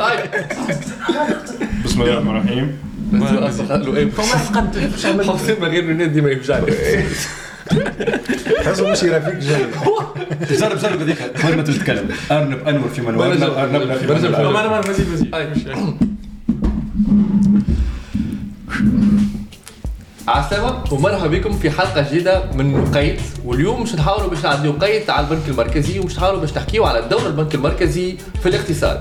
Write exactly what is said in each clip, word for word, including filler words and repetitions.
بسم الله الرحمن الرحيم. لؤي فما فقدت مش عمل حسين من غير النادي ما يفجعني حسن مش رفيق جاي جرب جرب هذيك قبل ما تتكلم. أرنب أنور في منورنا أرنبنا في منورنا. ما أنا ما مزيد مزيد عسلامة ومرحبا بكم في حلقة جديدة من نقيت. واليوم مش نحاولوا باش نعديو قيت على البنك المركزي ومش نحاولوا باش نحكيو على دور البنك المركزي في الاقتصاد.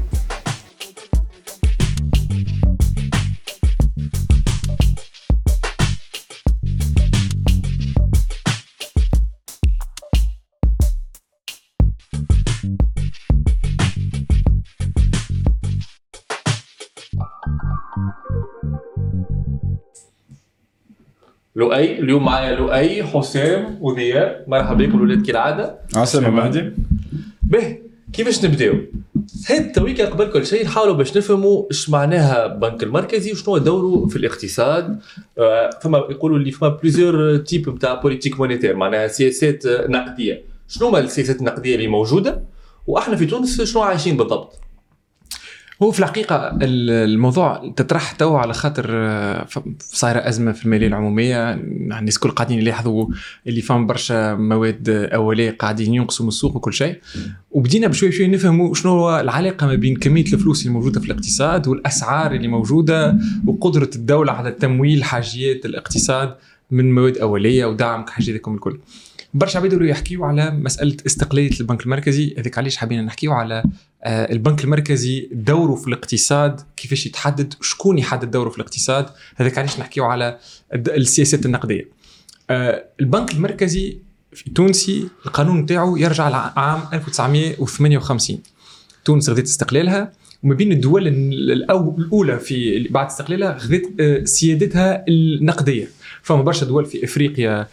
لؤي اليوم معايا لؤي حسام وضياء. مرحبا بكم الولاد كالعاده. عسلامة مهدي. به كيفاش نبداو؟ هاد تويكا قبل كل شيء نحاولوا باش نفهموا ايش معناها البنك المركزي وشنو دوره في الاقتصاد. آه فما يقولوا اللي فما بليزيور تيب نتاع بوليتيك مونيتير معناها سياسات نقديه. شنو هما السياسات النقديه اللي موجوده واحنا في تونس شنو عايشين بالضبط؟ هو في الحقيقة الموضوع تطرح تو على خاطر صايرة أزمة في المالية العمومية. الناس كل قاعدين يلاحظوا اللي فهم برشا مواد أولية قاعدين ينقصوا من السوق وكل شيء، وبدينا بشوي شوي نفهموا شنو هو العلاقة ما بين كمية الفلوس اللي موجودة في الاقتصاد والأسعار اللي موجودة وقدرة الدولة على تمويل حاجيات الاقتصاد من مواد أولية ودعم حاجاتكم الكل. برشا عبيد اللي يحكيوا على مسألة استقلالية البنك المركزي. هذيك علاش حابين نحكيوا على البنك المركزي دوره في الاقتصاد، كيفاش يتحدد، شكون يحدد دوره في الاقتصاد. هذاك علاش نحكيوا على السياسات النقدية. البنك المركزي في تونسي القانون نتاعو يرجع لعام ألف وتسعمائة وثمانية وخمسين. تونس غدت استقلالها، وما بين الدول الأولى في بعد استقلالها غدت سيادتها النقدية. فما برشا دول في افريقيا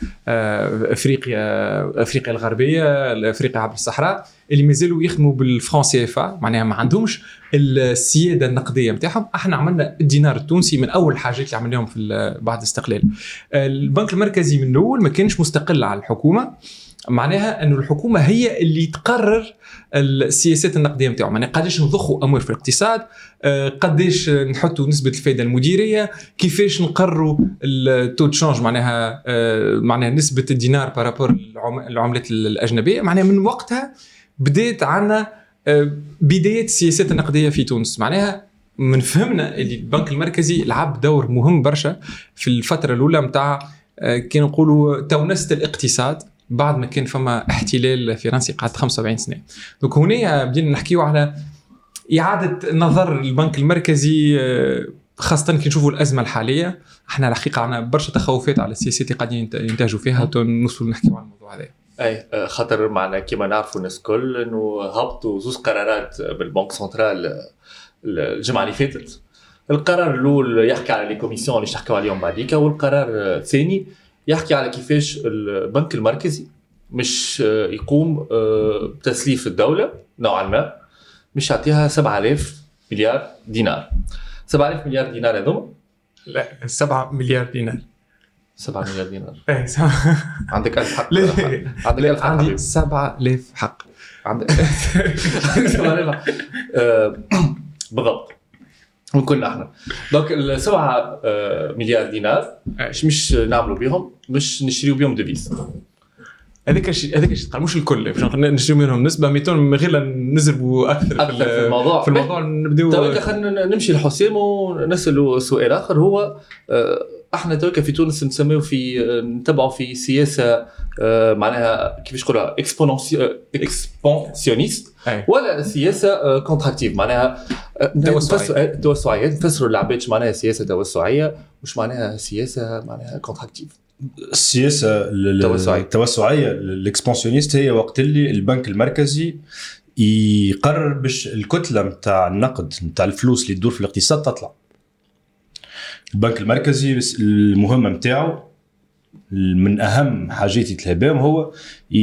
افريقيا افريقيا الغربيه افريقيا عبر الصحراء اللي مازالوا يخدموا بالفرنسي فا، معناها ما عندهمش السياده النقديه نتاعهم. احنا عملنا الدينار التونسي من اول حاجات اللي عملناهم في بعد الاستقلال. البنك المركزي من الاول ما كانش مستقل على الحكومه، معناها انه الحكومه هي اللي تقرر السياسات النقديه نتاعو. معناها قداش نضخوا اموال في الاقتصاد، قداش نحطوا نسبه الفائده المديريه، كيفاش نقرروا التو تشانج معناها معناها نسبه الدينار بارابور العملات الاجنبيه. معناها من وقتها بدات عنا بدايه السياسات النقديه في تونس. معناها من فهمنا اللي البنك المركزي لعب دور مهم برشا في الفتره الاولى نتاع كانوا نقولوا تونسه الاقتصاد بعد ما كان فما احتلال فرنسي قعد خمسة وسبعين سنة. دوك هنا بدينا نحكيو على إعادة نظر البنك المركزي، خاصة كي نشوفوا الأزمة الحالية. احنا الحقيقة عنا برشا تخوفات على السياسات اللي قاعدين ينتهجوا فيها ونوصل نحكيو على الموضوع هذا. أي خاطر معنا كما نعرفوا الناس كل إنه هبطوا زوج قرارات بالبنك سنترال الجمعة اللي فاتت. القرار الأول يحكي على لي كوميسيون اللي نحكيو عليهم بعديك، والقرار الثاني يحكي على كيفاش البنك المركزي مش يقوم بتسليف الدولة نوعا ما، مش يعطيها سبعة آلاف مليار دينار. سبعة آلاف مليار دينار هذوما؟ لا سبعة مليار دينار. سبعة مليار دينار. ايه عندك ألف حق. عندك ألف حق. عندي سبعة آلاف حق. عندك سبعة آلاف حق. بالضبط. ونكون احنا دونك السبعة مليار دينار مش مش نعملوا بهم، مش نشتريوا بهم ديفيز. هذاك الشيء هذاك الشيء مش الكل باش نشتريوا منهم نسبه ميتون من غير نزربوا اكثر, أكثر في الموضوع. في الموضوع نبداو تويكا. خلينا نمشي لحسام ونسأله سؤال اخر. هو احنا تويكا في تونس نسميه في نتبعوا في سياسه معناها كيفاش نقولها اكسبانسيونيست ولا سياسه كونتراكتيف معناها توسعيه. توسعيه نفسروا العباد معناها سياسه توسعيه مش معناها سياسه معناها كونتراكتيف. السياسه التوسعيه الاكسبانسيونيست هي وقت اللي البنك المركزي يقرر باش الكتله نتاع النقد نتاع الفلوس اللي تدور في الاقتصاد تطلع. البنك المركزي المهمه نتاعو من اهم حاجات يتلهبهم هو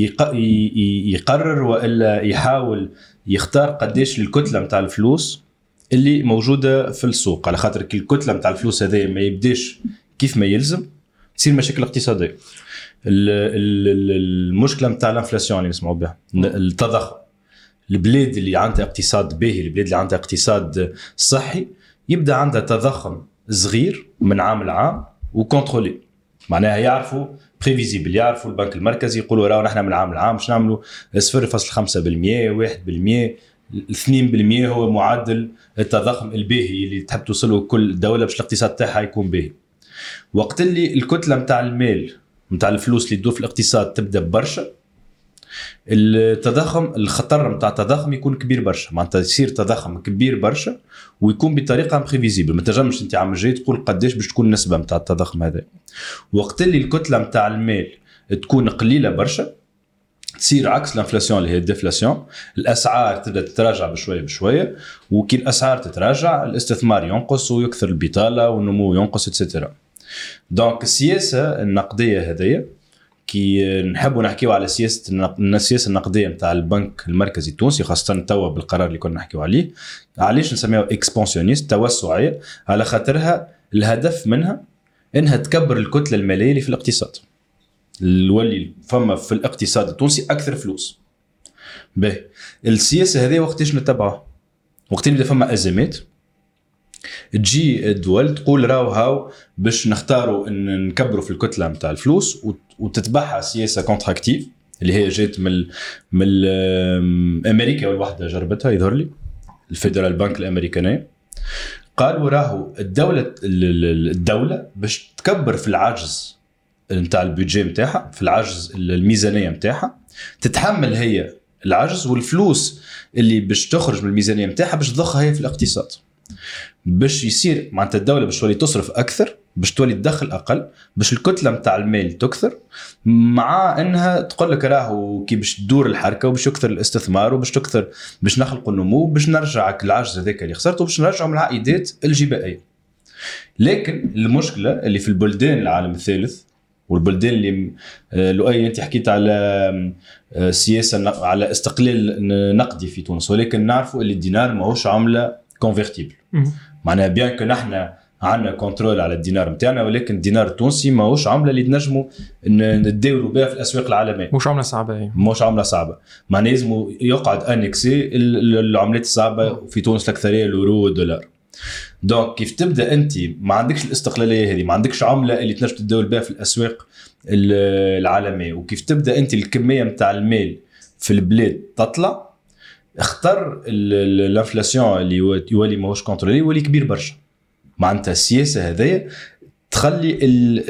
يقرر والا يحاول يختار قداش الكتله نتاع الفلوس اللي موجوده في السوق، على خاطر كل الكتله نتاع الفلوس هذه ما يبداش كيف ما يلزم تصير مشاكل اقتصاديه. المشكله نتاع الانفلاسيون اللي نسمعوا بها التضخم البلاد اللي عندها اقتصاد باهي، البلاد اللي عندها اقتصاد صحي، يبدا عندها تضخم صغير من عام لعام وكونترولي. معناها يعرفوا بريفيزيبل، يعرفوا البنك المركزي يقولوا راهو نحن من عام لعام باش نعملوا صفر فاصلة خمسة بالمئة واحد بالمئة اثنين بالمئة هو معدل التضخم الباهي اللي تحب توصله كل دولة باش الاقتصاد تاعها يكون باهي. وقت اللي الكتلة متاع المال متاع الفلوس اللي تدور في الاقتصاد تبدا برشا، التضخم الخطر متاع التضخم يكون كبير برشا. معناتها يصير تضخم كبير برشا ويكون بطريقه امبريفيزيبل، ما تنجمش انت عام جاي تقول قداش باش تكون النسبه متاع التضخم هذا. وقت اللي الكتله متاع المال تكون قليله برشا، تصير عكس الانفلاسيون اللي هي الديفلاسيون، الاسعار تبدا تتراجع بشويه بشويه، وكي الاسعار تتراجع الاستثمار ينقص ويكثر البطاله والنمو ينقص اتسيتيرا. دونك السياسه النقديه هذيا كي نحبوا نحكيو على سياسه السياسه النقديه نتاع البنك المركزي التونسي، خاصه توا بالقرار اللي كنا نحكيو عليه، علاش نسميوه اكسبانسيونيست توسعيه؟ على خاطرها الهدف منها انها تكبر الكتله الماليه اللي في الاقتصاد، الولي فما في الاقتصاد التونسي اكثر فلوس. باهي السياسه هذه وقتاش نتبعها؟ وقت اللي فما ازمات تجي الدول تقول راهو هاو باش نختاروا ان نكبروا في الكتله نتاع الفلوس، وتتبعها سياسه كونتراكتيف اللي هي جات من من امريكا، والوحده جربتها يظهر لي الفيدرال بانك الامريكانيه. قالوا راهو الدوله الدوله باش تكبر في العجز نتاع البيدجي نتاعها، في العجز الميزانيه نتاعها، تتحمل هي العجز، والفلوس اللي باش تخرج من الميزانيه نتاعها باش تضخها هي في الاقتصاد، باش يصير معناتها الدوله باش تولي تصرف اكثر، باش تولي تدخل اقل، باش الكتله نتاع المال تكثر، مع انها تقول لك راهو كي باش تدور الحركه وباش يكثر الاستثمار وباش تكثر باش نخلقوا النمو، باش نرجعك العجز هذاك اللي خسرته باش نرجعوا من العائدات الجبائيه. لكن المشكله اللي في البلدان العالم الثالث والبلدان اللي لؤي انت حكيت على سياسه على استقلال نقدي في تونس، ولكن نعرفوا اللي الدينار ماهوش عمله كونفرتيبل. معناها بيان كو نحن عندنا كنترول على الدينار نتاعنا، ولكن الدينار التونسي ماهوش عمله اللي نجموا نداولوا بها في الاسواق العالميه، مش عمله صعبه، مش عمله صعبه. معناها لازم يقعد انكسي العملات الصعبه في تونس الاكثريه اليورو والدولار. دونك كيف تبدا انت ما عندكش الاستقلاليه هذه، ما عندكش عمله اللي تنجم تداول بها في الاسواق العالميه، وكيف تبدا انت الكميه نتاع المال في البلاد تطلع، اختار الانفلاسيون اللي يولي ماهوش كونترولي يولي كبير برشا. معناتها السياسه هذيا تخلي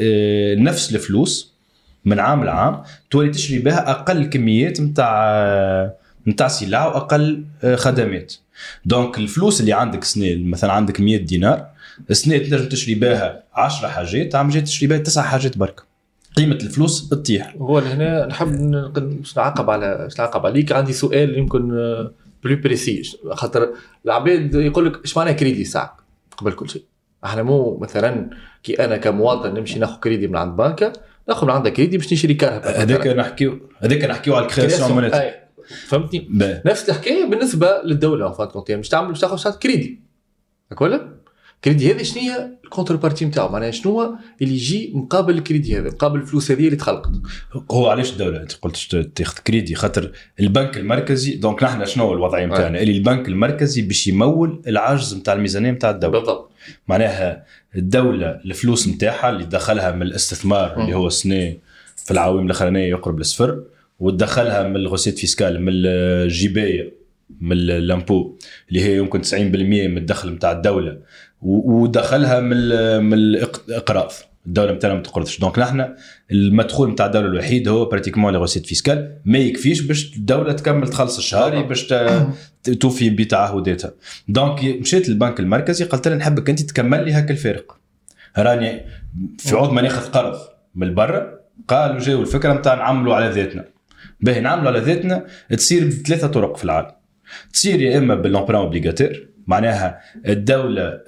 نفس الفلوس من عام لعام تولي تشري بها اقل كميات نتاع نتاع سلع واقل خدمات. دونك الفلوس اللي عندك سنه مثلا عندك مئة دينار، سنه تنجم تشري بها عشرة حاجات، عام جاي تشري بها تسع حاجات برك، قيمه الفلوس تطيح. هو هنا نحب نعقب على نعقب عليك. عندي سؤال يمكن بلو بريسي، خاطر العباد يقول لك ايش معنى كريدي ساعه قبل كل شيء. احنا مو مثلا كي انا كمواطن نمشي ناخذ كريدي من عند بنكه، ناخذ من عندها كريدي باش نشري كهرباء، هذاك نحكيو هذاك نحكيو على الكرياسيون مونيتير، فهمتني؟ بقى. نفس الحكايه بالنسبه للدوله، فهمت؟ مش تعمل مش تاخذ شهاده كريدي هكا ولا كريدي؟ هذه شنو هي الكونتر بارتي نتاعو؟ معناها شنو هو اللي يجي مقابل الكريدي هذا، مقابل الفلوس هذه اللي تخلقت؟ هو علاش الدوله انت قلت تاخذ كريدي؟ خاطر البنك المركزي، دونك نحن شنو الوضعيه نتاعنا؟ اللي البنك المركزي باش يمول العجز نتاع الميزانيه نتاع الدوله. بالضبط. معناها الدوله الفلوس نتاعها اللي دخلها من الاستثمار م. اللي هو السنه في العوامل الاخرانيه يقرب للصفر، وتدخلها من الغوسيت فيسكال من الجبايه من الامبو اللي هي يمكن تسعين بالمئة من الدخل نتاع الدوله، ودخلها من من الاقراض. الدوله نتاعنا ما تقرضش، دونك نحن المدخول نتاع الدوله الوحيد هو براتيكمون لي غوسيت فيسكال، ما يكفيش باش الدوله تكمل تخلص الشهري باش توفي بتعهداتها. دونك مشيت للبنك المركزي قلت له نحبك انت تكمل لي هاك الفارق، راني في عوض ما ناخذ قرض من برا. قالوا جاوا الفكره نتاع نعملوا على ذاتنا. باهي نعملوا على ذاتنا تصير بثلاثه طرق في العالم. تصير يا اما بالامبران اوبليغاتير، معناها الدوله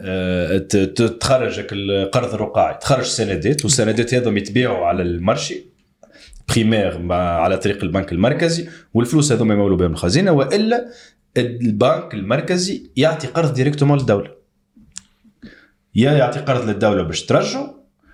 تخرجك القرض الرقاعي، تخرج سندات، والسندات هذم يتباعوا على المارشي بريمير على طريق البنك المركزي، والفلوس هذم يمولوا بهم الخزينه، والا البنك المركزي يعطي قرض ديريكتومون للدوله، يا يعطي قرض للدوله باش ترجعه،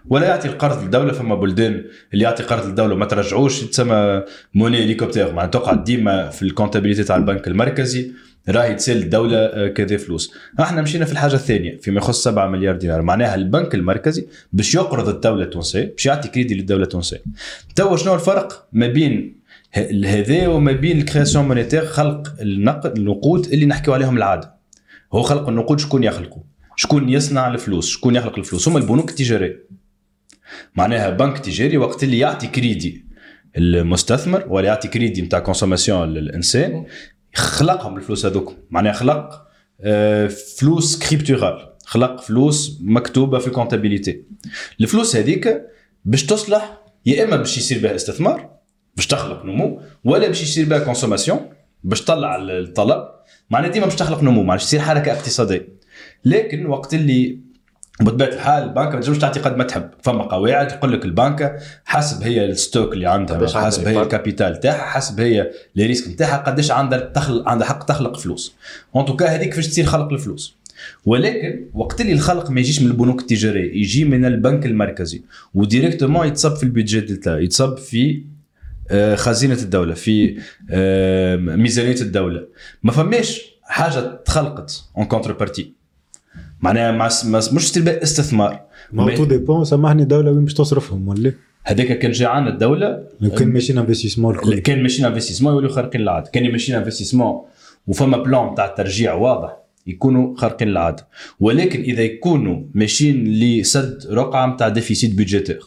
ولا يعطي القرض للدوله. فما بلدان اللي يعطي قرض للدوله ما ترجعوش، تسمى موني هليكوبتر، معناتها تقعد ديما في الكونتابيليتي تاع البنك المركزي راهي تسال الدوله كذا فلوس. احنا مشينا في الحاجه الثانيه فيما يخص سبعة مليار دينار، معناها البنك المركزي باش يقرض الدوله التونسيه، باش يعطي كريدي للدوله التونسيه. توا شنو الفرق ما بين هذا وما بين الكرياسيون مونيتير، خلق النقد النقود اللي نحكيو عليهم العاده؟ هو خلق النقود شكون يخلقه؟ شكون يصنع الفلوس؟ شكون يخلق الفلوس؟ هما البنوك التجاريه. معناها بنك تجاري وقت اللي يعطي كريدي المستثمر ولا يعطي كريدي نتاع كونسوماسيون للانسان خلقهم الفلوس هذوك، معناها خلق فلوس كريبتورال، خلق فلوس مكتوبه في الكونتابيليتي. الفلوس هذيك باش تصلح يا اما باش يصير بها استثمار باش تخلق نمو، ولا باش يصير بها كونسوماسيون باش تطلع الطلب، معناها ديما باش تخلق نمو، معناها تصير حركه اقتصاديه. لكن وقت اللي بطبيعه الحال البنك ما تنجمش تعطي قد ما تحب، فما قواعد يقول لك البنك حسب هي الستوك اللي عندها، حسب هي الكابيتال تاعها، حسب هي لي ريسك نتاعها، قداش عندها تخلق، عندها حق تخلق فلوس. اون توكا هذيك كيفاش تصير خلق الفلوس. ولكن وقت اللي الخلق ما يجيش من البنوك التجاريه، يجي من البنك المركزي وديريكتومون يتصب في البيدجيت تاعه، يتصب في خزينه الدوله، في ميزانيه الدوله. ما فماش حاجه تخلقت اون كونتر بارتي، معناها مش تبقى استثمار. ما تو ديبون، سامحني الدوله وين باش تصرفهم ولا هذاك كان جاي عنا الدوله، لو كان ماشيين انفستيسمون، كان ماشيين انفستيسمون يوليو خارقين العاده، كان ماشيين انفستيسمون وفما بلان تاع الترجيع واضح يكونوا خارقين العاده. ولكن اذا يكونوا ماشيين لسد رقعه نتاع ديفيسيت بودجيتير،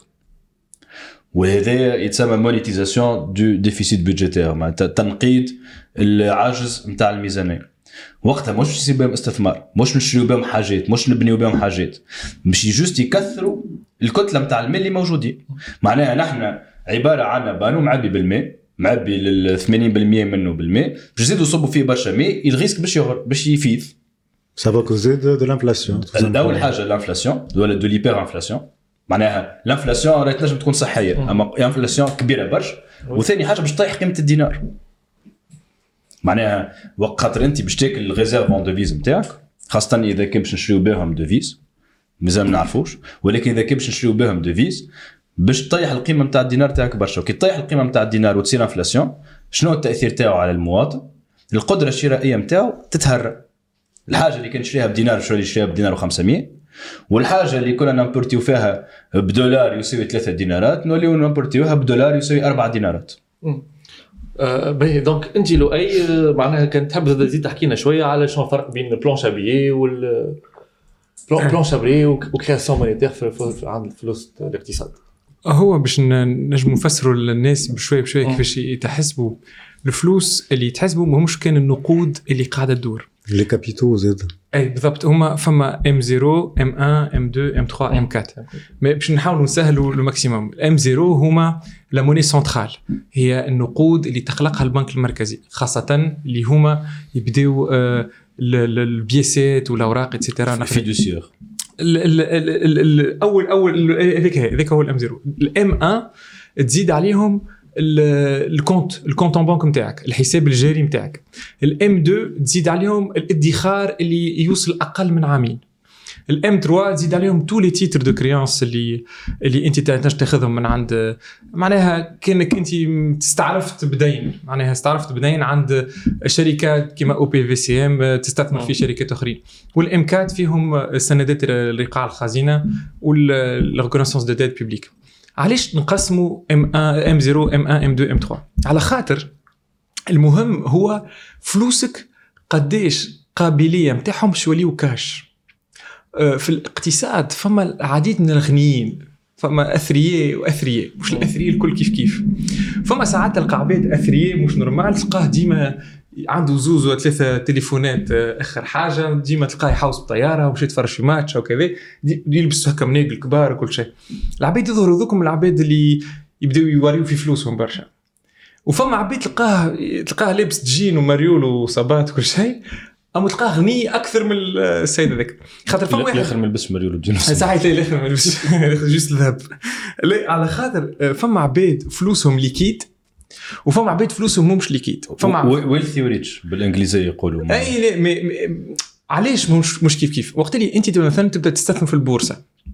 وهذا يتسمى مونيتيزاسيون دو ديفيسيت بودجيتير، معناتها تنقيد العجز نتاع الميزانيه، وقتها مش يصير بهم استثمار، مش نشريو بهم حاجات، مش نبنيو بهم حاجات، مش جوست يكثروا الكتله نتاع الماء اللي موجودين. معناها نحن عباره عن بانو معبي بالماء، معبي لل ثمانين بالمئة منه بالماء، باش يزيدوا يصبوا فيه برشا ماء، الريسك باش يغر باش يفيض. سافا كوزيد دو لانفلاسيون. اول حاجه الانفلاسيون ولا دو ليبر انفلاسيون، معناها الانفلاسيون راهي تنجم تكون صحيه اما انفلاسيون كبيره برشا. وثاني حاجه باش تطيح قيمه الدينار، معناها وقت خاطر انت باش تاكل الريزيرف اون دوفيز نتاعك، خاصه اذا كان باش نشريو بهم دوفيز مازال ما نعرفوش، ولكن اذا كان باش نشريو بهم دوفيز باش تطيح القيمه نتاع الدينار تاعك برشا. وكي تطيح القيمه نتاع الدينار وتصير انفلاسيون، شنو التاثير تاعو على المواطن؟ القدره الشرائيه نتاعو تتهرى. الحاجه اللي كان نشريها بدينار شو اللي نشريها بدينار وخمسمية، والحاجه اللي كنا نمبورتيو فيها بدولار يساوي ثلاثة دينارات نوليو نمبورتيوها بدولار يساوي أربعة دينارات. آه باهي دونك انت لو اي معناها كان تحب تزيد تحكينا شويه على شنو الفرق بين بلان شابيي وال بلان شابيي وكرياسيون مونيتير في عند الفلوس الاقتصاد. هو باش نجموا نفسروا للناس بشويه بشويه كيفاش يتحسبوا الفلوس اللي يتحسبوا، ماهمش كان النقود اللي قاعده تدور، لي كابيتو زاد. اي بالضبط، هما فما ام صفر ام واحد ام اثنين ام ثلاثة ام أربعة. مي باش نحاولوا نسهلوا لو ماكسيموم. الام صفر هما لا موني سنترال، هي النقود اللي تخلقها البنك المركزي، خاصه اللي هما يبداو آه البياسات والاوراق اتسيتيرا فيدوسير. الاول اول هذيك هذيك هو الام صفر. الام واحد تزيد عليهم الكونت الكونت ان بانك نتاعك، الحساب الجاري نتاعك. الام اثنين تزيد عليهم الادخار اللي يوصل اقل من عامين. الام ثلاثة تزيد عليهم تو لي تيتر دو كريانس اللي اللي انت تنجم تاخذهم من عند، معناها كانك انت استعرفت بدين، معناها استعرفت بدين عند شركات كيما او بي في سي ام تستثمر في شركات اخرين. والام أربعة فيهم سندات الرقاع الخزينه والريكونيسونس دو ديت بوبليك. علاش نقسموا ام ام صفر ام واحد ام اثنين ام ثلاثة؟ على خاطر المهم هو فلوسك قديش قابليه نتاعهم باش يوليو كاش. في الاقتصاد فما العديد من الغنيين، فما اثرياء واثرياء، مش الاثرياء الكل كيف كيف. فما ساعات تلقى عباد اثرياء مش نورمال، تلقاه ديما عنده زوز ولا ثلاثه تليفونات اخر حاجه، ديما تلقاه يحوس بطياره ومشي يتفرج في ماتش او كذا، يلبسوا هكا مناقل كبار وكل شيء. العباد يظهروا ذوكم العباد اللي يبداو يوريو في فلوسهم برشا. وفما عباد تلقاه تلقاه لابس جين وماريول وصبات وكل شيء، اما تلقاه غني اكثر من السيد هذاك. خاطر فما واحد الاخر ما لبس ماريول وجين صحيح، الاخر ما لبس جوست الذهب. لا، على خاطر فما عباد فلوسهم ليكيد وفما عباد فلوسهم مش ليكيد. فما ويلثي ريتش بالانجليزيه يقولوا. اي لا، علاش مش مش كيف كيف. وقت اللي انت مثلا تبدا تستثمر في البورصه،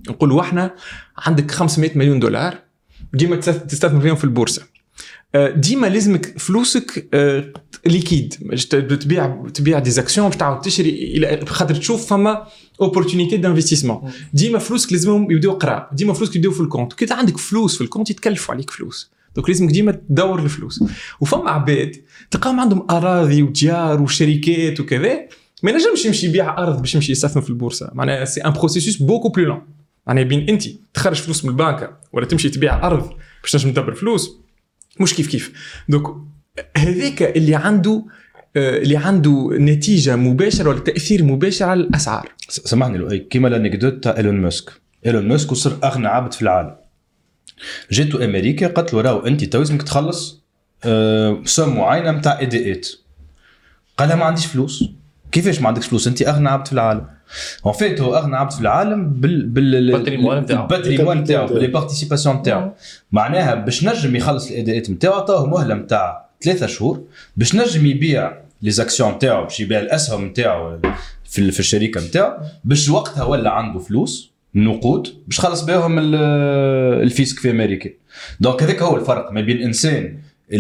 نقولوا احنا عندك خمسمائة مليون دولار ديما تستثمر فيهم في البورصه، ديما لازمك فلوسك ليكيد، تبيع تبيع دي زاكسيون باش تعاود تشري الى خاطر تشوف فما اوبورتونيتي دانفستيسمون. ديما فلوسك لازمهم يبداو قرا، ديما فلوسك يبداو في الكونت، كي عندك فلوس في الكونت يتكلفوا عليك فلوس، دونك لازمك ديما تدور الفلوس. وفما عباد تلقاهم عندهم اراضي وديار وشركات وكذا، ما ينجمش يمشي يبيع ارض باش يمشي يستثمر في البورصه، معناها سي ان بروسيسوس بوكو بلو لون. معناها بين انت تخرج فلوس من البنكه ولا تمشي تبيع ارض باش تنجم تدبر فلوس مش كيف كيف. دوك هذاك اللي عنده اللي عنده نتيجه مباشره ولا تاثير مباشر على الاسعار. سامحني لو كيما الانكدوت تاع ايلون ماسك. ايلون ماسك وصل اغنى عبد في العالم، جيتو امريكا قالت له راهو انت تو لازمك تخلص أه سم معينه نتاع ايديات، قال ما عنديش فلوس. كيفاش ما عندكش فلوس؟ انت اغنى عبد في العالم. ان فيت هو اغنى عبد في العالم بال بال الباتريمون نتاعو الباتريمون نتاعو لي بارتيسيباسيون نتاعو. معناها باش نجم يخلص الايديات نتاعو عطاوه مهله نتاع ثلاثة شهور باش نجم يبيع لي زاكسيون نتاعو، باش يبيع الاسهم نتاعو في في الشركه نتاعو، باش وقتها ولا عنده فلوس نقود باش خلص بهم الفيسك في امريكا. دونك هذاك هو الفرق ما بين انسان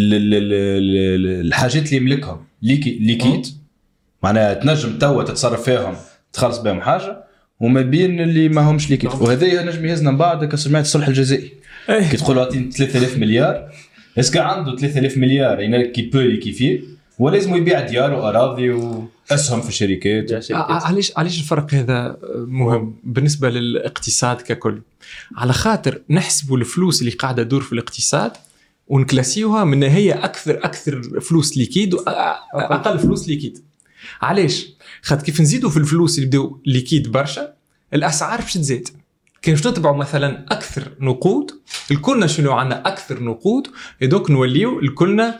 الحاجات اللي يملكهم ليكيد معناها تنجم توا تتصرف فيهم تخلص بهم حاجه، وما بين اللي ما همش ليكيد. وهذا نجم يهزنا من بعد كسمعت الصلح الجزائي كي تقول اعطيني ثلاثة آلاف مليار، اسكو عنده ثلاثة آلاف مليار يعني كي بو ليكيفي ولا لازم يبيع ديار واراضي واسهم في الشركات؟ علاش علاش الفرق هذا مهم بالنسبه للاقتصاد ككل؟ على خاطر نحسبوا الفلوس اللي قاعده تدور في الاقتصاد ونكلاسيوها من هي اكثر اكثر فلوس ليكيد واقل فلوس ليكيد. علاش؟ خاطر كيف نزيدوا في الفلوس اللي بداو ليكيد برشا الاسعار باش تزيد. كي باش نتبعوا مثلا اكثر نقود الكلنا شنو عندنا اكثر نقود، دونك نوليو الكلنا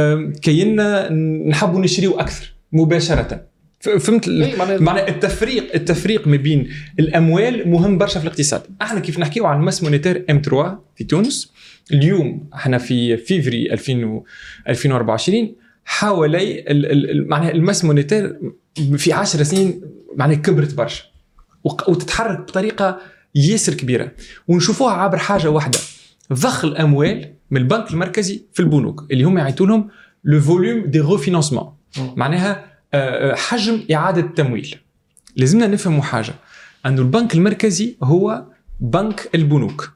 كينا نحبوا نشريو اكثر مباشره. فهمت معنى التفريق التفريق ما بين الاموال مهم برشا في الاقتصاد. احنا كيف نحكيو عن الماس مونيتير ام ثلاثة في تونس اليوم، احنا في فيفري ألفين وأربعة وعشرين حوالي معناها الماس مونيتير في عشر سنين معناها كبرت برشا وتتحرك بطريقه ياسر كبيره، ونشوفوها عبر حاجه واحده، ضخ الاموال من البنك المركزي في البنوك اللي هم يعيطوا لهم لو فوليوم دي ريفينانسمون، معناها حجم اعاده التمويل. لازمنا نفهموا حاجه، انه البنك المركزي هو بنك البنوك.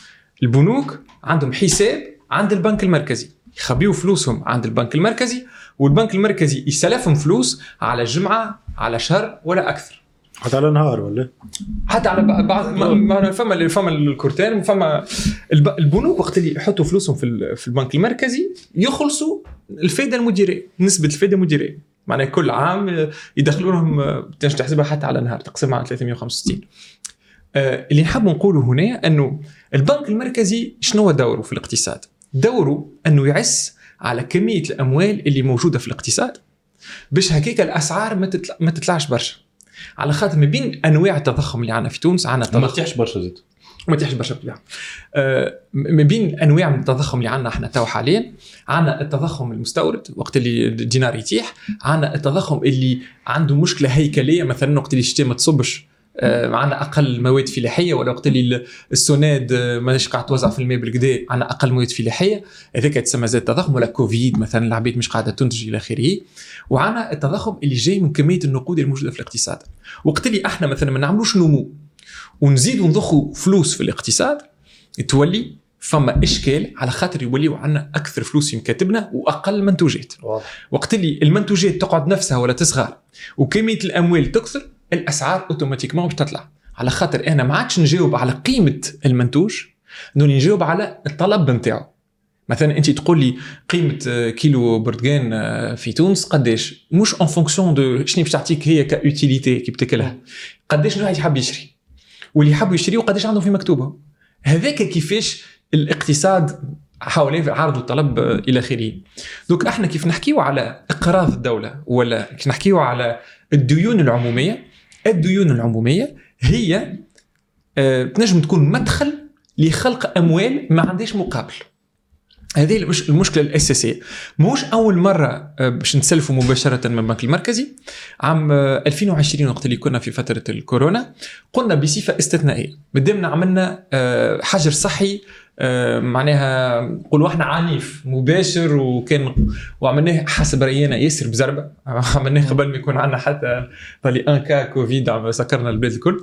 البنوك عندهم حساب عند البنك المركزي، يخبيوا فلوسهم عند البنك المركزي، والبنك المركزي يسلفهم فلوس على جمعه على شهر ولا اكثر، حتى على نهار ولا حتى على بعض ما فما فما الكورتين وفما البنوك وقت اللي يحطوا فلوسهم في في البنك المركزي يخلصوا الفائده المديريه، نسبه الفائده المديريه، معناها كل عام يدخلوا لهم تنجم تحسبها حتى على نهار تقسمها على ثلاثمائة وخمسة وستين. آه اللي نحب نقوله هنا انه البنك المركزي شنو دوره في الاقتصاد؟ دوره انه يعس على كميه الاموال اللي موجوده في الاقتصاد باش هكاك الاسعار ما تطلع ما تطلعش برشا، على خاطر ما بين انواع التضخم اللي عندنا في تونس عندنا ما تحش برشا زيت ما تحش برشا بطبيعه. آه ما بين انواع من التضخم اللي عندنا احنا تو حاليا، عندنا التضخم المستورد وقت اللي الدينار يتيح، عندنا التضخم اللي عنده مشكله هيكليه، مثلا وقت اللي الشتاء ما تصبش آه عندنا اقل مواد فلاحيه، ولا وقت اللي السوناد ماش قاعد توزع في الماء بالكدا عندنا اقل مواد فلاحيه، هذاك يتسمى زاد التضخم، ولا كوفيد مثلا العباد مش قاعده تنتج الى اخره. وعندنا التضخم اللي جاي من كميه النقود الموجوده في الاقتصاد، وقت اللي احنا مثلا ما نعملوش نمو ونزيدوا نضخوا فلوس في الاقتصاد تولي فما اشكال، على خاطر يوليوا عندنا اكثر فلوس يمكتبنا واقل منتوجات. وقت اللي المنتوجات تقعد نفسها ولا تصغر وكميه الاموال تكثر، الاسعار اوتوماتيكمون باش تطلع، على خاطر انا ما عادش نجاوب على قيمه المنتوج، نولي نجاوب على الطلب نتاعو. مثلا انت تقول لي قيمه كيلو برتقان في تونس قداش، مش اون فونكسيون دو شنو باش تعطيك هي كاوتيليتي كي بتاكلها، قداش الواحد يحب يشري واللي يحبوا يشتريوا قداش عندهم في مكتوبه. هذاك كيفاش الاقتصاد حوالين العرض والطلب الى اخره. دوك احنا كيف نحكيوا على اقراض الدوله ولا كيف نحكيوا على الديون العموميه، الديون العموميه هي آه تنجم تكون مدخل لخلق اموال ما عندهاش مقابل. هذه المش... المشكله الاساسيه. مش اول مره باش نسلفوا مباشره من البنك المركزي. عام ألفين وعشرين وقت اللي كنا في فتره الكورونا قلنا بصفه استثنائيه بدمنا عملنا حجر صحي معناها نقولوا احنا عنيف مباشر وكان وعملناه حسب راينا ياسر بزربه عملناه قبل ما يكون عندنا حتى طالي ان كا كوفيد عم سكرنا البلاد الكل.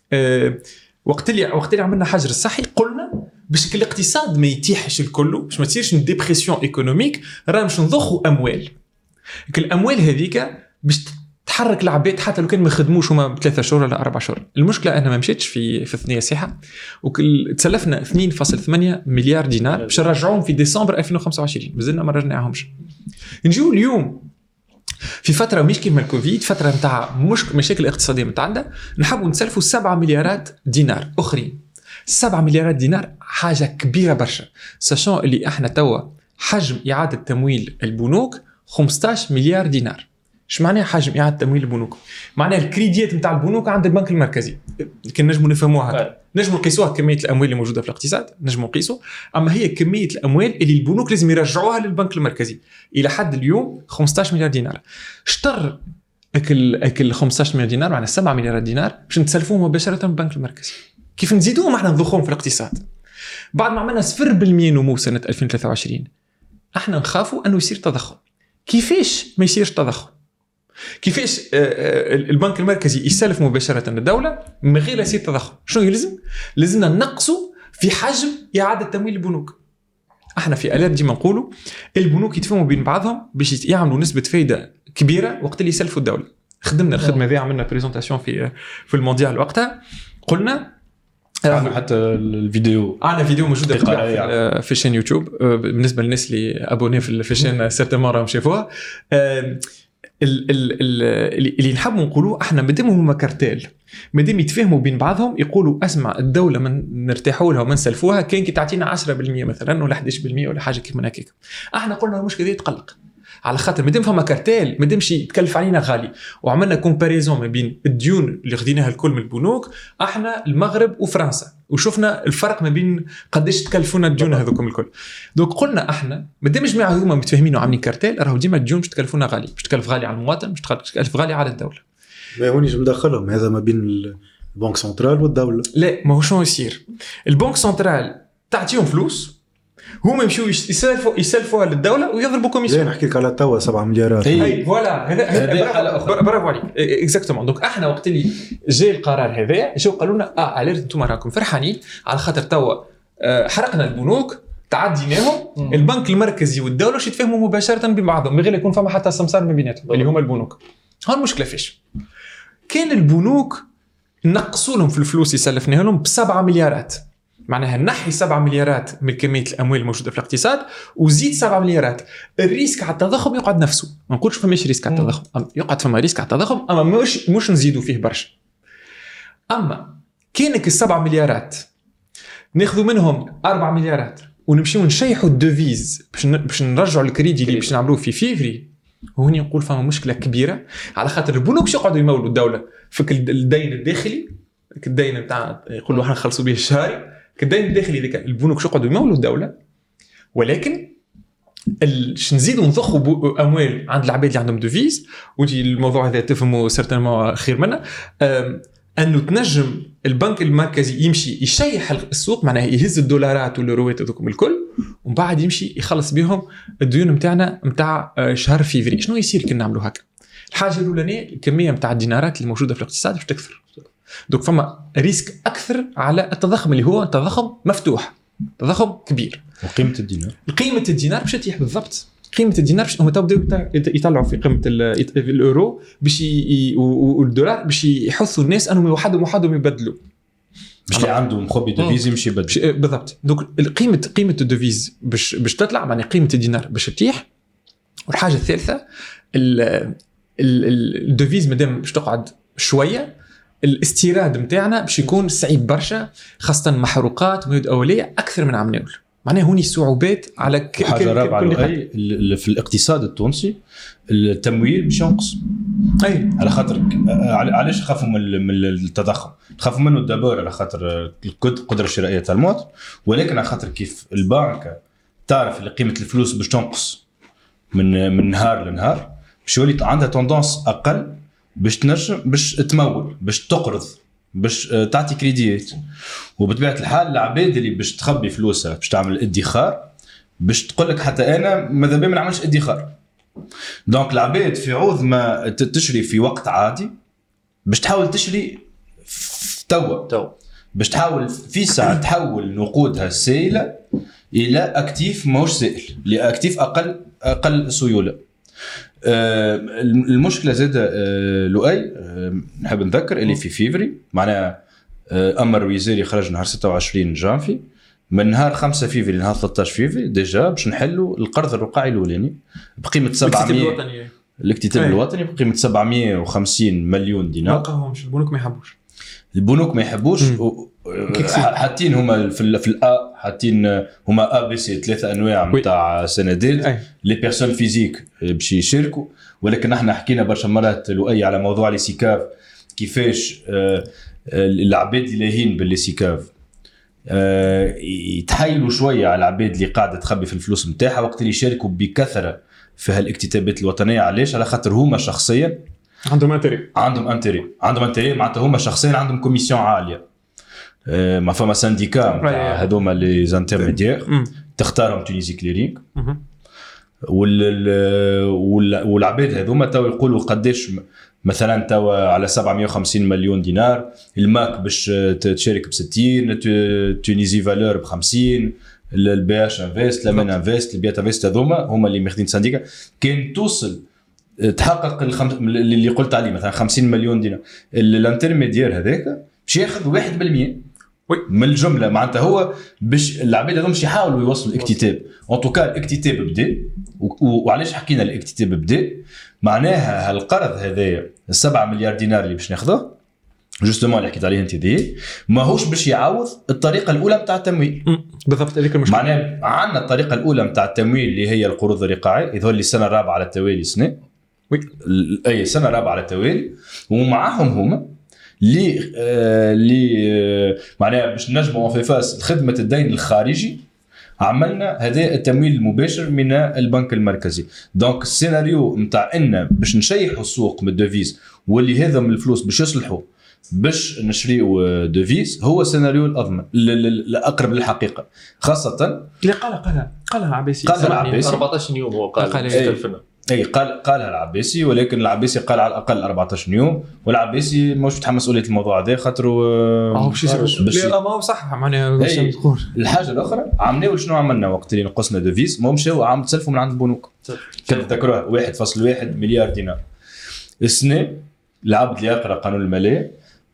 وقت اللي وقت اللي عملنا حجر الصحي قلنا باش الاقتصاد ما يتيحش الكل باش ما تصيرش ديبرسيون ايكونوميك راه باش نضخوا اموال. الاموال هذيك باش تحرك العباد حتى لو كان ما خدموش هما بثلاثة شهور ولا أربعة شهور. المشكله انا ما مشيتش في في الثنيه ساحه وتسلفنا اثنين فاصلة ثمانية مليار دينار باش نرجعوهم في ديسمبر ألفين وخمسة وعشرين مازلنا ما رجعناهمش. نجيو اليوم في فتره مش كيما الكوفيد فتره نتاع مش مشاكل اقتصاديه متعدده نحبوا نسلفوا سبعة مليارات دينار اخرين. سبعة مليارات دينار حاجه كبيره برشا ساشون اللي احنا توا حجم اعاده تمويل البنوك خمسطاش مليار دينار. ايش معناها حجم اعاده تمويل البنوك؟ معناها الكريديات نتاع البنوك عند البنك المركزي كان نجموا نفهموها نجموا نقيسوها كميه الاموال اللي موجوده في الاقتصاد نجموا نقيسوا اما هي كميه الاموال اللي البنوك لازم يرجعوها للبنك المركزي الى حد اليوم خمسطاش مليار دينار. شطر اكل اكل خمسطاش مليار دينار معناها سبعة مليار دينار باش نتسلفوهم مباشره من البنك المركزي. كيف نزيدوهم احنا نضخهم في الاقتصاد بعد ما عملنا صفر بالمئة نمو سنه ألفين وثلاثة وعشرين احنا نخافوا انه يصير تضخم. كيفاش ما يصيرش تضخم؟ كيفاش البنك المركزي يسلف مباشره للدوله من غير يصير تضخم؟ شنو يلزم؟ لازمنا نقصوا في حجم اعاده تمويل البنوك. احنا في الات ديما نقولوا البنوك يتفاهموا بين بعضهم باش يعملوا نسبه فايده كبيره وقت اللي يسلفوا الدوله. خدمنا الخدمه هذه عملنا بريزونطاسيون في في المونديال وقتها قلنا عندنا حتى الفيديو عندنا فيديو موجوده في, في شين يوتيوب بالنسبه للناس اللي ابوني في الشين سيرتينمون راهم شافوها. اللي نحبوا نقولوا احنا مادام هما كارتيل مادام يتفاهموا بين بعضهم يقولوا اسمع الدوله من نرتاحوا لها وما نسلفوها كان كي تعطينا عشرة بالمئة مثلا ولا أحد عشر بالمئة ولا حاجه كيما هكاك. احنا قلنا المشكله دي تقلق على خاطر مادام فما كارتيل مادام شي يتكلف علينا غالي وعملنا كومباريزون ما بين الديون اللي خديناها الكل من البنوك احنا المغرب وفرنسا وشفنا الفرق ما بين قداش تكلفونا الديون هذوكم الكل. دونك قلنا احنا مادام جماعه هما متفاهمين وعاملين كارتيل راهو ديما الديون باش تكلفونا غالي باش تكلف غالي على المواطن باش تكلف غالي على الدوله. ما هونيش مدخلهم هذا ما بين البنك سنترال والدوله. لا ما هو شنو يصير البنك سنترال تعطيهم فلوس هما يمشوا يسلفوا يسلفوها للدوله ويضربوا كوميسيون. زين نحكي لك على توا سبعة مليارات. اي فوالا هذا هذا برافو عليك اكزاكتومون. دونك احنا وقت اللي جاي القرار هذا جاو قالوا لنا اه على انتم راكم فرحانين على خاطر توا حرقنا البنوك تعديناهم البنك المركزي والدوله واش يتفاهموا مباشره بين بعضهم من غير يكون فما حتى سمسار ما بيناتهم اللي هما البنوك. ها المشكله فيش كان البنوك نقصوا لهم في الفلوس اللي سلفناها لهم بسبعة مليارات معناها نحي سبعة مليارات من كميه الاموال الموجوده في الاقتصاد وزيد سبعة مليارات. الريسك على التضخم يقعد نفسه ما نقولش فماش ريسك على التضخم يقعد فما ريسك على التضخم اما مش مش نزيدوا فيه برشا. اما كانك السبعة مليارات ناخذوا منهم أربعة مليارات ونمشيو نشيحوا الدوفيز باش باش نرجعوا الكريدي اللي باش نعملوه في فيفري وهني نقول فما مشكله كبيره على خاطر البنوك باش يقعدوا يمولوا الدوله فك الدين الداخلي الدين نتاع يقولوا احنا نخلصوا به الشهري كالدين الداخلي ذاك البنوك شو قعدوا يمولوا الدوله ولكن باش نزيدوا نضخوا اموال عند العباد اللي عندهم دوفيز ودي الموضوع هذا تفهموا سيرتينمون خير منه انه تنجم البنك المركزي يمشي يشيح السوق معناه يهز الدولارات واليوروات هذوكم الكل ومن بعد يمشي يخلص بهم الديون نتاعنا نتاع شهر فيفري. شنو يصير كي نعملوا هكا؟ الحاجه الاولانيه الكميه نتاع الدينارات اللي موجوده في الاقتصاد باش تكثر دوك فما ريسك اكثر على التضخم اللي هو تضخم مفتوح تضخم كبير. وقيمه الدينار قيمه الدينار باش تطيح بالضبط. قيمه الدينار باش هم بداو يطلعوا في قيمه الاورو باش والدولار باش يحثوا الناس انهم يوحدوا وحدهم يبدلوا باش اللي عنده مخبي دوفيز يمشي يبدل بالضبط. دوك قيمه قيمه الدوفيز باش باش تطلع معناها قيمه الدينار باش تطيح. والحاجه الثالثه الدوفيز مادام باش تقعد شويه الاستيراد نتاعنا باش يكون صعيب برشا خاصه محروقات مواد اوليه اكثر من عم نقول معناها هوني صعوبات على كل حاجه رابعه في الاقتصاد التونسي التمويل باش ينقص. اي على خاطر علاش خافوا من التضخم خافوا منه دابور على خاطر القدره الشرائيه تاع المواطن ولكن على خاطر كيف البنك تعرف اللي قيمه الفلوس باش تنقص من من نهار لنهار، باش يولي عندها توندونس اقل باش تنجم باش تمول باش تقرض باش تعطي كريديات. وبطبيعه الحال العباد اللي باش تخبي فلوسها باش تعمل ادخار باش تقول لك حتى انا ماذا بيا ما نعملش ادخار. دونك العباد في عوض ما تشري في وقت عادي باش تحاول تشري توا تو باش تحاول في ساعه تحول نقودها السائله الى اكتيف ماهوش سائل، لاكتيف اقل اقل سيوله. أه المشكله زاد أه لؤي أه نحب نذكر اللي في فيفري معناها أه امر وزاري خرج نهار ستة وعشرين جانفي، من نهار خمسة فيفري نهار ثلاثة عشر فيفري ديجا باش نحلوا القرض الرقعي الاولاني بقيمه سبعمية الاكتتاب الوطني بقيمه سبعمية وخمسين مليون دينار. ما لقاهمش البنوك ما يحبوش البنوك ما يحبوش حاطين هما في في الأ حاطين هما ا بي سي ثلاثه انواع نتاع سندات لي بيرسون فيزيك باش يشاركوا، ولكن احنا حكينا برشا مرات لؤي على موضوع لي سيكاف كيفاش العباد اللي لاهين باللي سيكاف يتحايلوا شويه على العباد اللي قاعده تخبي في الفلوس نتاعها وقت اللي يشاركوا بكثره في هالاكتتابات الوطنيه. علاش؟ على خاطر هما شخصيا عندهم انتري عندهم انتري عندهم انتري معناتها هما شخصيا عندهم كوميسيون عاليه. أه ما فما سانديكا نتاع هذوما لي زانترميديير تختارهم تونيزي كليرينغ وال والعباد هذوما تو يقولوا قداش مثلا تو على سبعمية وخمسين مليون دينار، الماك باش تشارك ب ستين، تونيزي فالور ب خمسين، البي اش انفست، لمن انفست، البيات انفست هذوما هما اللي ماخذين سانديكا. كان توصل تحقق الخم... اللي قلت عليه مثلا خمسين مليون دينار، الانترميديير هذاك باش ياخذ واحد بالمية من الجمله. معناتها هو باش العباد هذوما باش يحاولوا يوصلوا الاكتتاب. ان توكا الاكتتاب بدا، وعلاش حكينا الاكتتاب بدا؟ معناها هالقرض هذايا السبعة مليار دينار اللي باش ناخذه جوستومون اللي حكيت عليه انت دي ماهوش باش يعوض الطريقه الاولى نتاع التمويل. بالضبط هذيك المشكله. معناها عندنا الطريقه الاولى نتاع التمويل اللي هي القروض الرقاعيه، يظهر لي السنه الرابعه على التوالي سنه وي اي سنه رابعه على التوالي، ومعاهم هما اللي اللي آه معناها باش نجموا في فاس خدمه الدين الخارجي عملنا هذا التمويل المباشر من البنك المركزي. دونك السيناريو نتاع ان باش نشيحوا السوق من الدوفيز واللي هذا من الفلوس باش يصلحوا باش نشريوا دوفيز هو السيناريو الاضمن الاقرب للحقيقه، خاصه اللي قال قالها قالها عباسي قال العباسي أربعطاش يوم هو قال, قال اي قال قالها العباسي، ولكن العباسي قال على الاقل أربعطاش يوم، والعباسي مش متحمس مسؤوليه الموضوع هذا خاطر اه باش لا ما هو صح معناها باش نقول. الحاجه الاخرى عملنا شنو عملنا وقت اللي نقصنا دوفيز؟ ما مشاو عم تسلفوا من عند البنوك تذكروها واحد فاصلة واحد مليار دينار السنه. العبد اللي يقرا قانون الماليه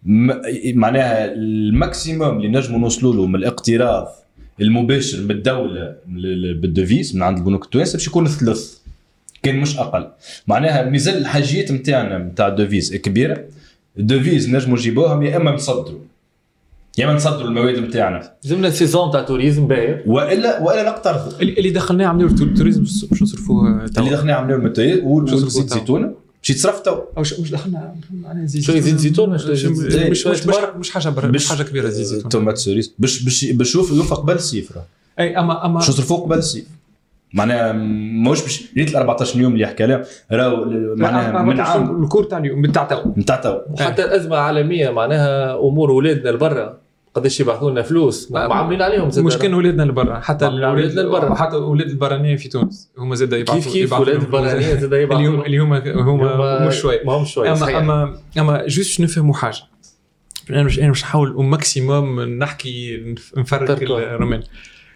معناها الماكسيموم اللي نجموا نوصلوا له من الاقتراض المباشر من الدوله بالدوفيز من عند البنوك التوانسه باش يكون ثلث، كان مش اقل. معناها ميزان الحاجيات نتاعنا نتاع الدوفيز كبيره. الدوفيز نجموا نجيبوهم يا اما نصدروا يا اما نصدروا المواد نتاعنا زمنا سيزون تاع توريزم باهي، والا والا نقترضوا. اللي دخلناه عملوا التوريزم باش نصرفوه اللي دخلناه عملوا المتاير والزيت زيتون باش يتصرف تو. مش مش دخلنا معناها زيت شويه زيت زيتون مش مش مش, مش حاجه بر... مش حاجه كبيره زيت زيتون. تومات سوريس باش باش باش يوفق قبل الصيف. اي اما اما باش يصرفوه قبل الصيف. معناها موش باش ريت أربعطاش يوم اللي حكى لها راهو معناها من عام الكور تاع اليوم نتاع تو نتاع تو. وحتى الازمه عالميه معناها امور اولادنا لبرا قداش يبعثوا لنا فلوس معاملين عليهم زاد. مش كان اولادنا لبرا حتى اولادنا لبرا حتى اولاد البرانيه في تونس هما زاد يبعثوا كيف كيف اولاد البرانيه زاد يبعثوا اليوم اللي هما هما مش شويه ما هم شويه اما اما اما جوست نفهموا حاجه. انا مش انا مش نحاول ماكسيموم نحكي نفرق الرمال.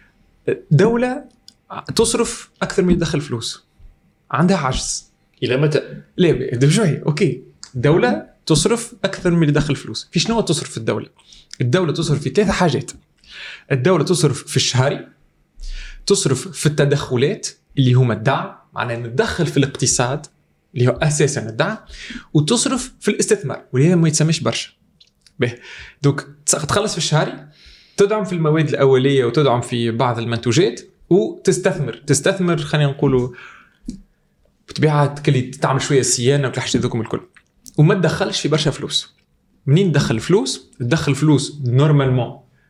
دوله تصرف اكثر من يدخل فلوس عندها عجز الى متى؟ لا بجوي اوكي. دوله تصرف اكثر من يدخل فلوس. في شنو تصرف في الدوله؟ الدوله تصرف في ثلاثه حاجات. الدوله تصرف في الشهري، تصرف في التدخلات اللي هما الدعم معناه ندخل في الاقتصاد اللي هو اساسا الدعم، وتصرف في الاستثمار واللي ما يتسمىش برشا. به دوك تخلص في الشهري، تدعم في المواد الاوليه وتدعم في بعض المنتوجات وتستثمر تستثمر خلينا نقولوا بطبيعه تكلي تعمل شويه صيانه وكل حاجه ذوكم الكل، وما تدخلش في برشا فلوس. منين تدخل فلوس؟ تدخل فلوس نورمالمون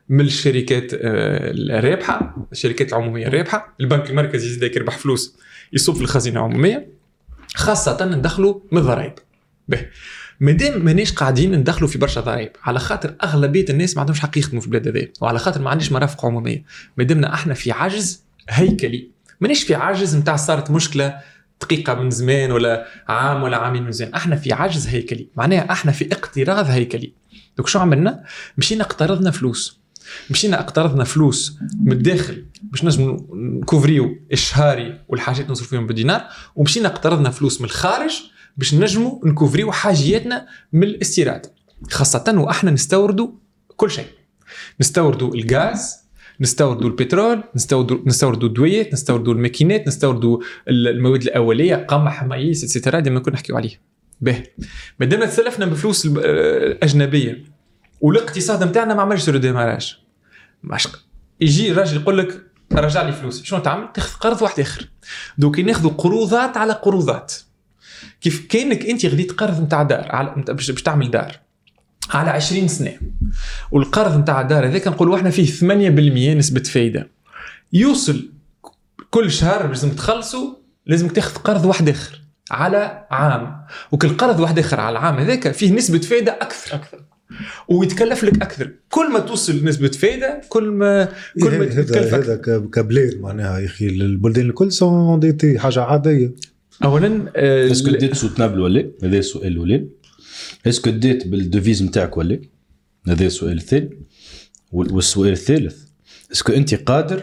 من الشركات الرابحه، الشركات العموميه الرابحه. البنك المركزي يزيد يربح فلوس يصب في الخزينه العموميه، خاصه ندخلوا من الضرائب. به مادام مانيش قاعدين ندخلوا في برشا ضرائب، على خاطر اغلبيه الناس ما عندهمش حق يخدموا في البلاد هذه، وعلى خاطر ما عنديش مرافق عموميه، مادامنا احنا في عجز هيكلي، مانيش في عجز نتاع صارت مشكله دقيقه من زمان ولا عام ولا عامين من زمان، احنا في عجز هيكلي، معناها احنا في اقتراض هيكلي. دوك شو عملنا؟ مشينا اقترضنا فلوس، مشينا اقترضنا فلوس من الداخل باش نجم نكوفريو الشهاري والحاجات نصرف فيهم بالدينار، ومشينا اقترضنا فلوس من الخارج باش نجموا نكوفريو حاجياتنا من الاستيراد، خاصه واحنا نستوردوا كل شيء، نستوردوا الغاز، نستوردوا البترول، نستوردوا نستوردوا الدويات، نستوردوا الماكينات، نستوردوا المواد الاوليه، قمح، مايس اتسيتيرا ديما كنا نحكيو عليه. به مادام تسلفنا بفلوس الاجنبيه والاقتصاد نتاعنا ما عملش ريديماراج، ماش يجي الراجل يقول لك رجع لي فلوسي، شنو تعمل؟ تاخذ قرض واحد اخر. دوك ناخذوا قروضات على قروضات، كيف كانك انت غديت قرض نتاع دار على باش تعمل دار على عشرين سنه، والقرض نتاع الدار هذاك نقولوا احنا فيه ثمانية بالمئة نسبه فايده، يوصل كل شهر لازم تخلصوا، لازم تاخذ قرض واحد اخر على عام، وكل قرض واحد اخر على العام هذاك فيه نسبه فايده اكثر اكثر ويتكلف لك اكثر. كل ما توصل نسبه فايده كل ما كل ما تكلف هذا كبلاد معناها يا اخي البلدان الكل سون ديتي حاجه عاديه. اولا اسكو ديت سوتنابل ولا هذا السؤال الاولاني، اسكو ديت بالديفيز نتاعك ولا هذا السؤال الثاني، والسؤال الثالث اسكو انت قادر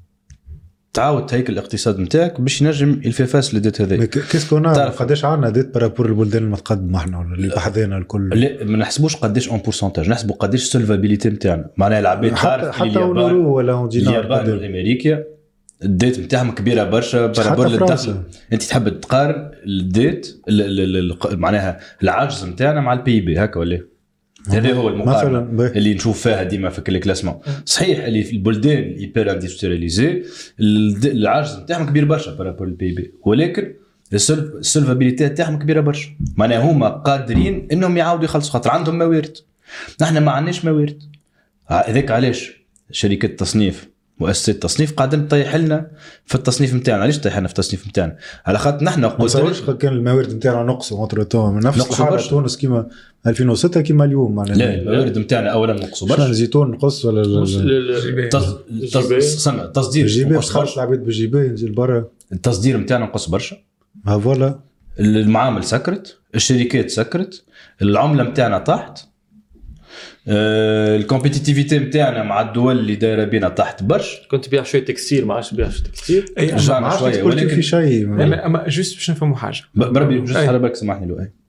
تعاود تهيكل الاقتصاد نتاعك باش ينجم الفافاس اللي ديت هذا. كيسكو تعرف قداش عندنا ديت بارابور البلدان المتقدمه احنا ولا اللي بحذانا الكل؟ لا ما نحسبوش قداش اون بورسنتاج، نحسبوا قداش سولفابيليتي نتاعنا، معناها العباد تعرف حتى اليابان ولا اليابان والامريكا الديت نتاعهم كبيره برشا بارابور للدخل. انت تحب تقارن الديت معناها العجز نتاعنا مع البي بي هكا ولا هذا هو المقارنه اللي نشوف فيها ديما في الكلاسمون. صحيح اللي في البلدان الايبر اندسترياليزي العجز نتاعهم كبير برشا بارابور للبي بي، ولكن السولفابيليتي تاعهم كبيره برشا، معناها هما قادرين انهم يعاودوا يخلصوا خاطر عندهم موارد، نحن ما عندناش موارد. هذاك علاش شركه التصنيف مؤسسات التصنيف قاعدين تطيح لنا في التصنيف نتاعنا. علاش طيح لنا في التصنيف نتاعنا؟ على خاطر نحن قلت كان الموارد نتاعنا نقصوا مطرتهم من نفس الحاله تونس كيما ألفين وستة كيما اليوم معناها. لا الموارد نتاعنا اولا نقصوا برشا، الزيتون نقص ولا التصدير جيبي خرج العباد بالجيبي ينزل برا، التصدير نتاعنا نقص برشا، ها فوالا المعامل سكرت، الشركات سكرت، العمله نتاعنا طاحت، الكومبيتيتيفيتي نتاعنا مع الدول اللي دايره بينا تحت برش. كنت تبيع شويه تكستيل ما عادش تبيع تكستيل، اي رجعنا شويه ولكن في شيء اما جوست باش نفهموا حاجه بربي جوست حربك سامحني له اي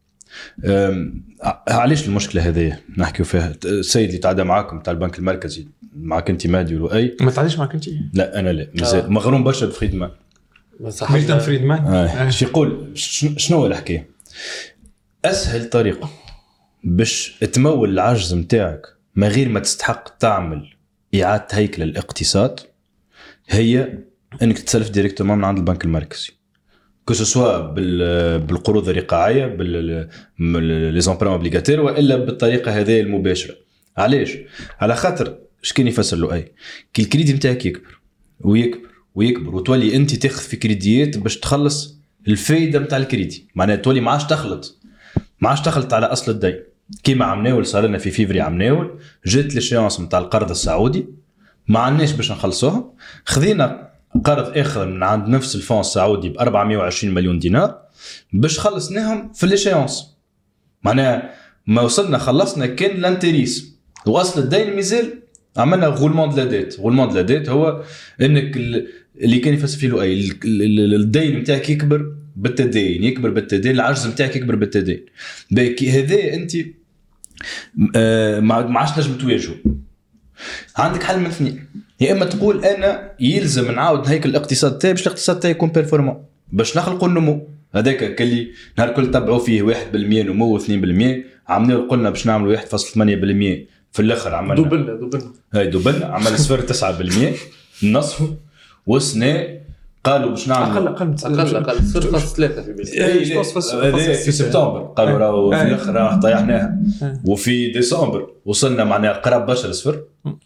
علاش المشكله هذه نحكيو فيها. السيد اللي تعدى معاكم تاع البنك المركزي معك انت مادي ولا اي ما تعديش معك انت؟ لا انا لا مازال آه. مغروم برشا بفريدمان ميلتون فريدمان. آه. شو يقول شنو هو الحكايه؟ اسهل طريقه باش تمول العجز نتاعك ما غير ما تستحق تعمل إعادة هيكل الاقتصاد هي أنك تسلف ديريكتومون من عند البنك المركزي، كسوسوا بالقروض الرقاعية بالليزامبرون اوبليغاتير وإلا بالطريقة هذه المباشرة. علاش؟ على خاطر شكين يفسر له أي كي الكريدي نتاعك يكبر ويكبر ويكبر وتولي أنت تاخذ في كريديات باش تخلص الفايدة نتاع الكريدي، معناها تولي ما عادش تخلط ما عادش تخلط على أصل الدين. كيما عمناول صار لنا في فيفري عمناول جات ليشيونس نتاع القرض السعودي ما عندناش باش نخلصوها، خذينا قرض اخر من عند نفس الفون السعودي ب أربعمية وعشرين مليون دينار باش خلصناهم في ليشيونس، معناها ما وصلنا خلصنا كان لانتريس واصل الدين مازال عملنا غولمون دو لا ديت. غولمون دو لا ديت هو انك اللي كان يفسر فيه له اي الدين نتاعك يكبر بالتدين يكبر بالتدين العجز نتاعك يكبر بالتدين. باكي هذا انت آه ما عادش نجم تواجهه. عندك حل من اثنين، يا اما تقول انا يلزم نعاود هيكل الاقتصاد تاعي باش الاقتصاد تاعي يكون بيرفورمون باش نخلقوا النمو هذاك كلي نهار كل تبعوا فيه واحد بالمية نمو واثنين بالمية عملنا قلنا باش نعملوا واحد فاصلة ثمانية بالمية في الاخر عملنا دوبلنا دوبلنا هاي دوبلنا عمل صفر تسعة بالمية النصف والسنه قالوا باش نعمل اقل اقل اقل اقل صفر فاصلة ثلاثة في بيس في سبتمبر قالوا راهو في الاخر راه طيحناها وفي ديسمبر وصلنا معناها قراب برشا لصفر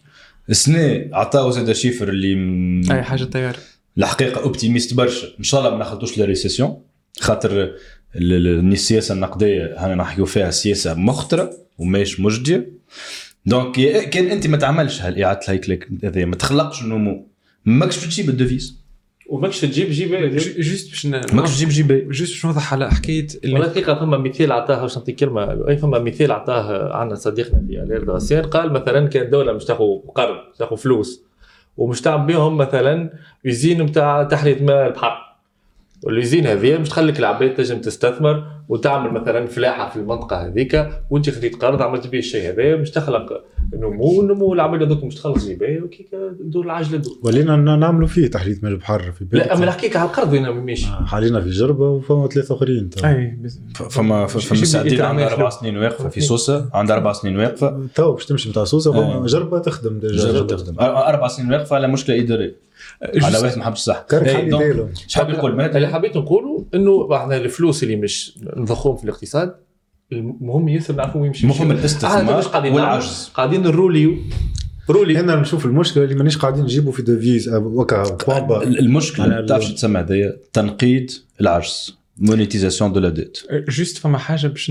السنه عطاو زاد شيفر اللي م... اي حاجه طياره الحقيقه اوبتيميست برشا ان شاء الله ما ناخذوش للريسيسيون خاطر السياسه النقديه هنا نحكيو فيها سياسه مخطره وماش مجديه دونك كان انت ما تعملش هالاعاده الهيكله هذه ما تخلقش النمو ماكش تجيب الديفيز وماكش تجيب جيب جوست باش ماكش تجيب جيب جوست باش نوضح على حكايه ولا دقيقه فما مثال عطاها باش نعطي كلمه اي فما مثال عطاه عندنا صديقنا في الير داسير قال مثلا كان دوله مش تاخذ قرض تاخذ فلوس ومش تعمل بهم مثلا يزين نتاع تحليه ماء البحر واليزين هذه مش تخليك العباد تنجم تستثمر وتعمل مثلا فلاحه في المنطقه هذيك وانت خديت قرض عملت به الشيء هذا مش تخلق نمو نمو العمل هذوك مش تخلص جيبه وكيك تدور العجله دور ولينا نعملوا فيه تحليه ماء البحر في لا اما نحكيك على القرض هنا ماشي حاليا في جربه وفما ثلاثه اخرين اي فما فما سعدين عندها اربع سنين واقفه في سوسه عندها اربع سنين واقفه تو باش تمشي نتاع سوسه فما جربه تخدم جربه تخدم اربع سنين واقفه على مشكله اداريه على واحد ما حبش صح ايش حاب نقول اللي حبيت نقوله انه بعد الفلوس اللي مش نضخهم في الاقتصاد المهم ياسر نعرفوا يمشي مفهوم الاستثمار والعجز قاعدين نروليو رولي هنا نشوف المشكله اللي مانيش قاعدين نجيبوا في ديفيز وكا المشكله تعرفش تسمى هذايا تنقيد العجز مونيتيزاسيون دو لا ديت جوست فما حاجه باش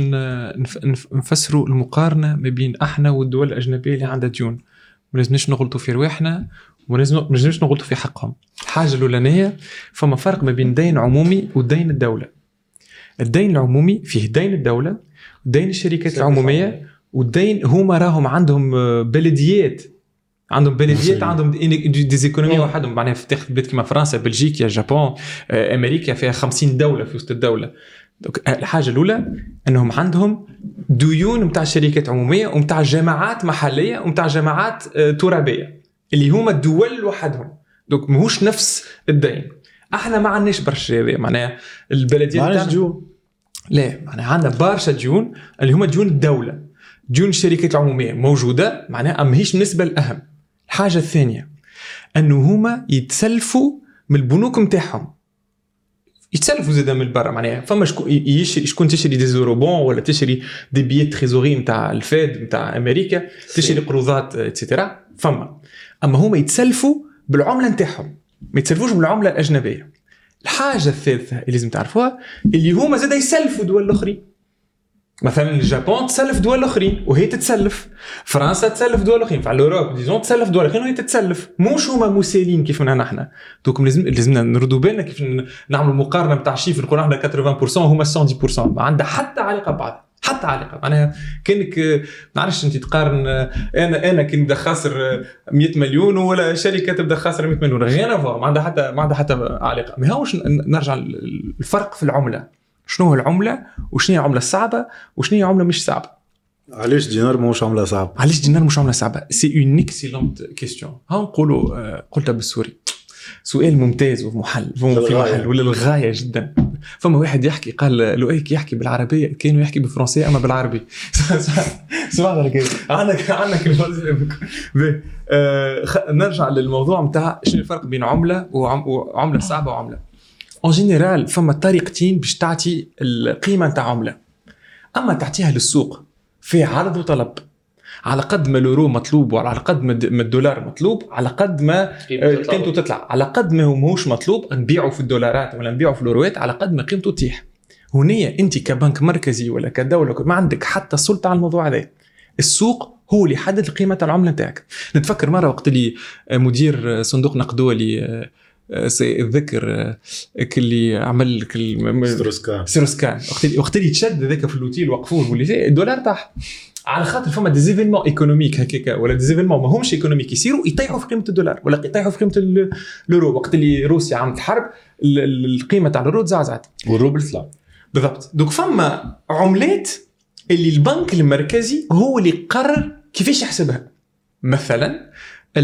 نفسروا المقارنه ما بين احنا والدول الاجنبيه اللي عندها ديون ما لازمناش نغلطوا في رواحنا وما لازمناش نغلطوا في حقهم. الحاجه الاولانيه فما فرق ما بين دين عمومي ودين الدوله. الدين العمومي فيه دين الدوله ودين الشركات العموميه والدين هما راهم عندهم بلديات عندهم بلديات عندهم ديزيكونومي وحدهم معناها تاخذ بيت كيما فرنسا بلجيكا جابون امريكا فيها خمسين دوله في وسط الدوله. الحاجه الاولى انهم عندهم ديون نتاع شركات عموميه ونتاع جماعات محليه ونتاع جماعات ترابيه اللي هما الدول وحدهم دوك ماهوش نفس الدين. احنا ما عندناش برشا هذه معناها البلديات تاعنا ديون لا معناها عندنا برشا ديون اللي هما ديون الدوله ديون الشركات العموميه موجوده معناها ماهيش بالنسبه الاهم. الحاجه الثانيه انه هما يتسلفوا من البنوك نتاعهم يتسلفوا زاده من برا معناها فما شكون يشري شكون تشري دي زوروبون ولا تشري دي بيات تريزوري نتاع الفيد نتاع امريكا تشري قروضات اتسيتيرا فما اما هما يتسلفوا بالعمله نتاعهم ما يتسلفوش بالعمله الاجنبيه. الحاجه الثالثه اللي لازم تعرفوها اللي هما زاده يسلفوا دول الاخرين مثلا اليابان تسلف دول الاخرين وهي تتسلف فرنسا تسلف دول الاخرين فعلى اوروبا ديزون تسلف دول الاخرين وهي تتسلف موش هما مسالين كيفنا نحن دوك لازم لازمنا نردوا بالنا كيف نعملوا مقارنه نتاع شيفر نقول احنا ثمانين بالمئة وهما مية بالمئة ما عندها حتى علاقه ببعض حتى علاقه معناها كانك ما نعرفش انت تقارن انا انا كنت بدي خاسر مية مليون ولا شركه تبدا خاسره مية مليون غير ما عندها حتى ما عندها حتى علاقه. ما هوش نرجع الفرق في العمله شنو هو العمله وشنو هي العمله الصعبه وشنو هي عمله مش صعبه. علاش دينار ماهوش عمله صعبه علاش دينار مش عمله صعبه سي اون اكسيلونت كيستيون ها نقولوا قلتها بالسوري سؤال ممتاز ومحل في محل ولا الغايه جدا. فما واحد يحكي قال لو ايك يحكي بالعربيه كانوا يحكي بالفرنسيه اما بالعربي سمعنا لك عندك عندك الموضوع نرجع للموضوع نتاع شنو الفرق بين عمله وعمله صعبه وعمله ان جينيرال. فما طريقتين باش تعطي القيمه نتاع عمله اما تعطيها للسوق في عرض وطلب على قد ما اليورو مطلوب وعلى قد ما الدولار مطلوب على قد ما قيمته تطلع على قد ما هو ماهوش مطلوب نبيعه في الدولارات ولا نبيعه في اليوروات على قد ما قيمته تطيح. هنا انت كبنك مركزي ولا كدوله ما عندك حتى سلطه على الموضوع هذا. السوق هو اللي يحدد قيمه العمله نتاعك. نتفكر مره وقت اللي مدير صندوق نقد دولي سيذكر اللي عمل سيروسكان سيروسكان وقت اللي تشد ذاك في اللوتيل وقفوه واللي الدولار طاح على خاطر فما ديزيفينمون ايكونوميك هكاك ولا ديزيفينمون ما همش ايكونوميك يصيروا يطيحوا في قيمه الدولار ولا يطيحوا في قيمه اليورو. وقت اللي روسيا عملت حرب القيمه تاع اليورو تزعزعت والروبل طلع بالضبط. دوك فما عملات اللي البنك المركزي هو اللي قرر كيفاش يحسبها. مثلا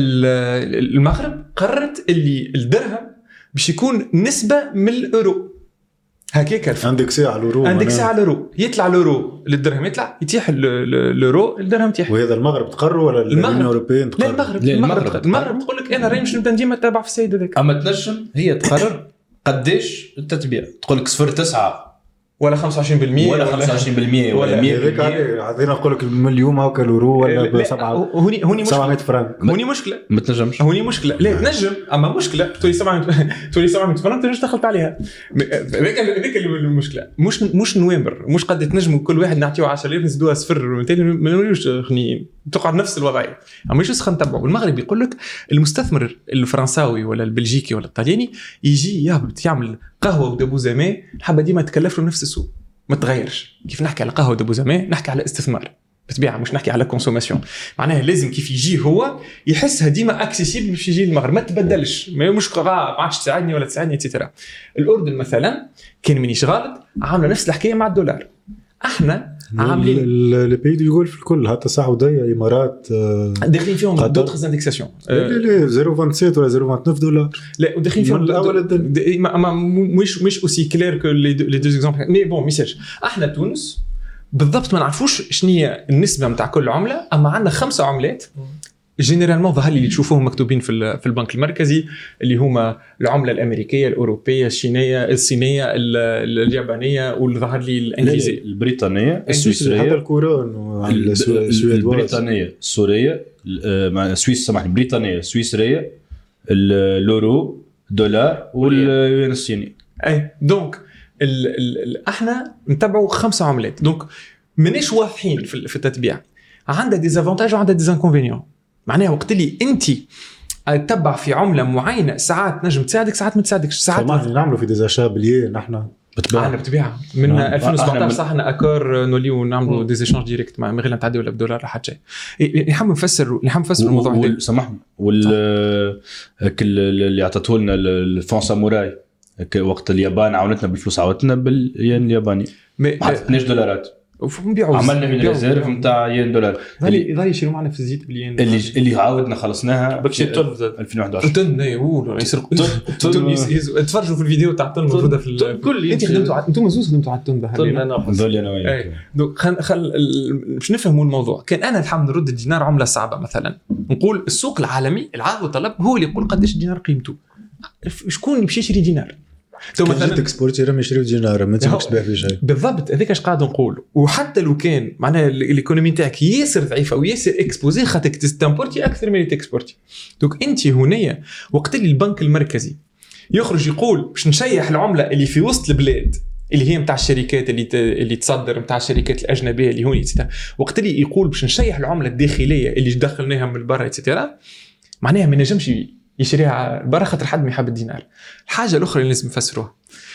المغرب قررت اللي الدرهم باش يكون نسبه من الاورو هكاك عندك ساعه اليورو عندك ساعه اليورو يطلع اليورو للدرهم يطلع يتيح اليورو الدرهم يتيح. وهذا المغرب تقرر ولا اليونيون اوروبيين تقرر؟ المغرب المغرب المغرب تقول لك انا راني مش نبدا ديما نتابع في السيد هذاك اما تنجم هي تقرر قداش التتبيع تقول لك صفر تسعة ولا خمسة وعشرين بالمية ولا خمسة وعشرين بالمية ولا مية هذاك بالمية. عطينا نقول لك المليون هاكا اليورو ولا ب سبعة هوني هوني سبعمية مشكله فرنك هوني مشكله ما تنجمش. هوني مشكله لا تنجم اما مشكله تولي سبعمية تولي سبعمية فرنك تنجم دخلت عليها هذاك هذاك المشكله مش مش نوامبر مش قد تنجم كل واحد نعطيه عشرة آلاف نزيدوها صفر ما نوليوش غنيين تقعد نفس الوضعيه. اما مش خلينا نتبعوا المغرب يقول لك المستثمر الفرنساوي ولا البلجيكي ولا الطلياني يجي يهبط يعمل قهوه ودابو زمان حابه ديما تكلف له نفس السوق ما تغيرش. كيف نحكي على قهوه دابو زمان نحكي على استثمار بطبيعه مش نحكي على كونسوماسيون. معناها لازم كيف يجي هو يحسها ديما اكسيسيبل باش يجي المغرب ما تبدلش ما مش ما عادش تساعدني ولا تساعدني اتسيتيرا. الاردن مثلا كان منيش غلط عامله نفس الحكايه مع الدولار. احنا عاملين البي دو جولف الكل حتى السعوديه امارات داخلين فيهم دوتر اندكساسيون لا لا صفر فاصلة سبعة ولا صفر فاصلة تسعة دولار لا وداخلين فيهم الاول مش مش اوسي كلير كو لي دو اكزامبل مي بون ميساج. احنا تونس بالضبط ما نعرفوش شنو هي النسبه نتاع كل عمله اما عندنا خمسه عملات جينيرالمون ظهر لي اللي تشوفوهم مكتوبين في في البنك المركزي اللي هما العمله الامريكيه الاوروبيه الصينيه الصينيه اليابانيه والظهر لي الانجليزيه البريطانيه السويسريه حتى الكورون البريطانيه السوريه مع السويس سامحني البريطانيه السويسريه الاورو دولار واليوان الصيني. اي دونك ال ال احنا نتبعوا خمسه عملات دونك مانيش واضحين في التتبيع. عندها ديزافونتاج وعندها ديزانكونفينيون. معناها وقت اللي انت تتبع في عمله معينه ساعات نجم تساعدك ساعات ما تساعدكش. ساعات ما نعملوا في ديزاشا باليه نحن بطبيعه بطبيعه من نعم. ألفين وسبعطاش صح احنا اكور نوليو نعملوا دي ايشانج ديريكت ما غير نتعدي ولا بدولار ولا حتى شيء. نحب نفسر نحب نفسر الموضوع هذا سامحني وال اللي عطته لنا الفون ساموراي وقت اليابان عاونتنا بالفلوس عاونتنا بالين الياباني ما عطتناش دولارات ونبيعوا عملنا من ريزيرف نتاع ين دولار اللي ظل يشيلوا معنا في الزيت بالين اللي اللي عاودنا خلصناها بكشي طن ألفين وأحد عشر طن يقولوا يسرقوا طن تفرجوا في الفيديو تاع الطن موجوده في الكل. انت خدمتوا انتم زوز خدمتوا على الطن ده انا نضل انا وياك خل خل باش نفهموا الموضوع. كان انا الحمد نرد الدينار عمله صعبه مثلا نقول السوق العالمي العرض والطلب هو اللي يقول قداش الدينار قيمته. شكون يمشي يشري دينار تو مثلا اكسبورتي راه يشريو دينار ما تماكش تبيع فيه شيء بالضبط. هذاك اش قاعد نقول. وحتى لو كان معناها الايكونومي تاعك ياسر ضعيفه وياسر اكسبوزي خاطرك تستمبورتي اكثر من اللي تكسبورتي. دونك انت هنايا وقت اللي البنك المركزي يخرج يقول باش نشيح العمله اللي في وسط البلاد اللي هي نتاع الشركات اللي ت... اللي تصدر نتاع الشركات الاجنبيه اللي هوني اكسترا. وقت اللي يقول باش نشيح العمله الداخليه اللي دخلناها من برا اكسترا معناها ما نجمش يشريها برا خاطر حد ما يحب الدينار. الحاجه الاخرى اللي لازم نفسروها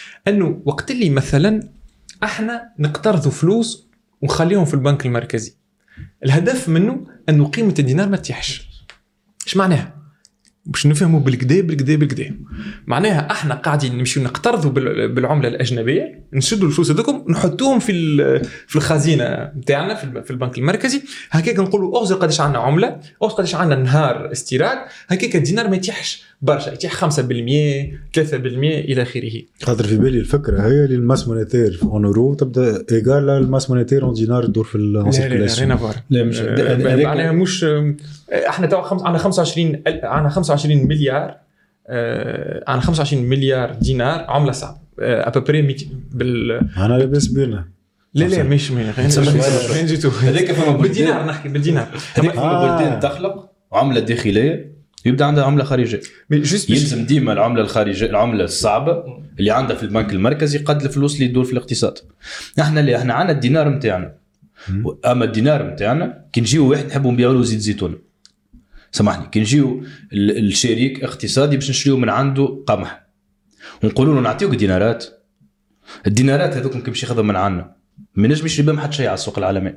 انه وقت اللي مثلا احنا نقترضوا فلوس ونخليهم في البنك المركزي الهدف منه انه قيمه الدينار ما تيحش. ايش معناها باش نفهموا بالكدا بالكدا بالكدا؟ معناها احنا قاعدين نمشيو نقترضوا بالعمله الاجنبيه نشدوا الفلوس هذوكم نحطوهم في في الخزينه نتاعنا في البنك المركزي هكاك نقولوا اوزر قداش عندنا عمله اوزر قداش عندنا نهار استيراد هكاك الدينار ما يتيحش برشا يتيح خمسة بالمية ثلاثة بالمية الى اخره. خاطر في بالي الفكره هي اللي الماس مونيتير اون اورو تبدا ايغال الماس مونيتير اون دينار تدور في السيركيلاسيون. لا لا لا مش معناها مش احنا تو عندنا خمسة وعشرين عندنا خمسة وعشرين مليار عندنا خمسة وعشرين مليار دينار عمله صعبه ابري بال انا لاباس بينا. لا لا مش من غير جيتو هذاك فما بالدينار نحكي بالدينار. هذاك فما بلدان تخلق عمله داخليه يبدا عندها عمله خارجيه. يلزم ديما العمله الخارجيه العمله الصعبه اللي عندها في البنك المركزي قد الفلوس اللي تدور في الاقتصاد. احنا اللي احنا عندنا الدينار نتاعنا اما الدينار نتاعنا كي نجيو واحد نحبوا نبيعوا له زيت زيتون سامحني كي نجيو الشريك اقتصادي باش نشريو من عنده قمح ونقولوا له نعطيوك دينارات. الدينارات هذوك ممكن باش ياخذهم من عنا ما نجمش يشري بهم حتى شيء على السوق العالمي.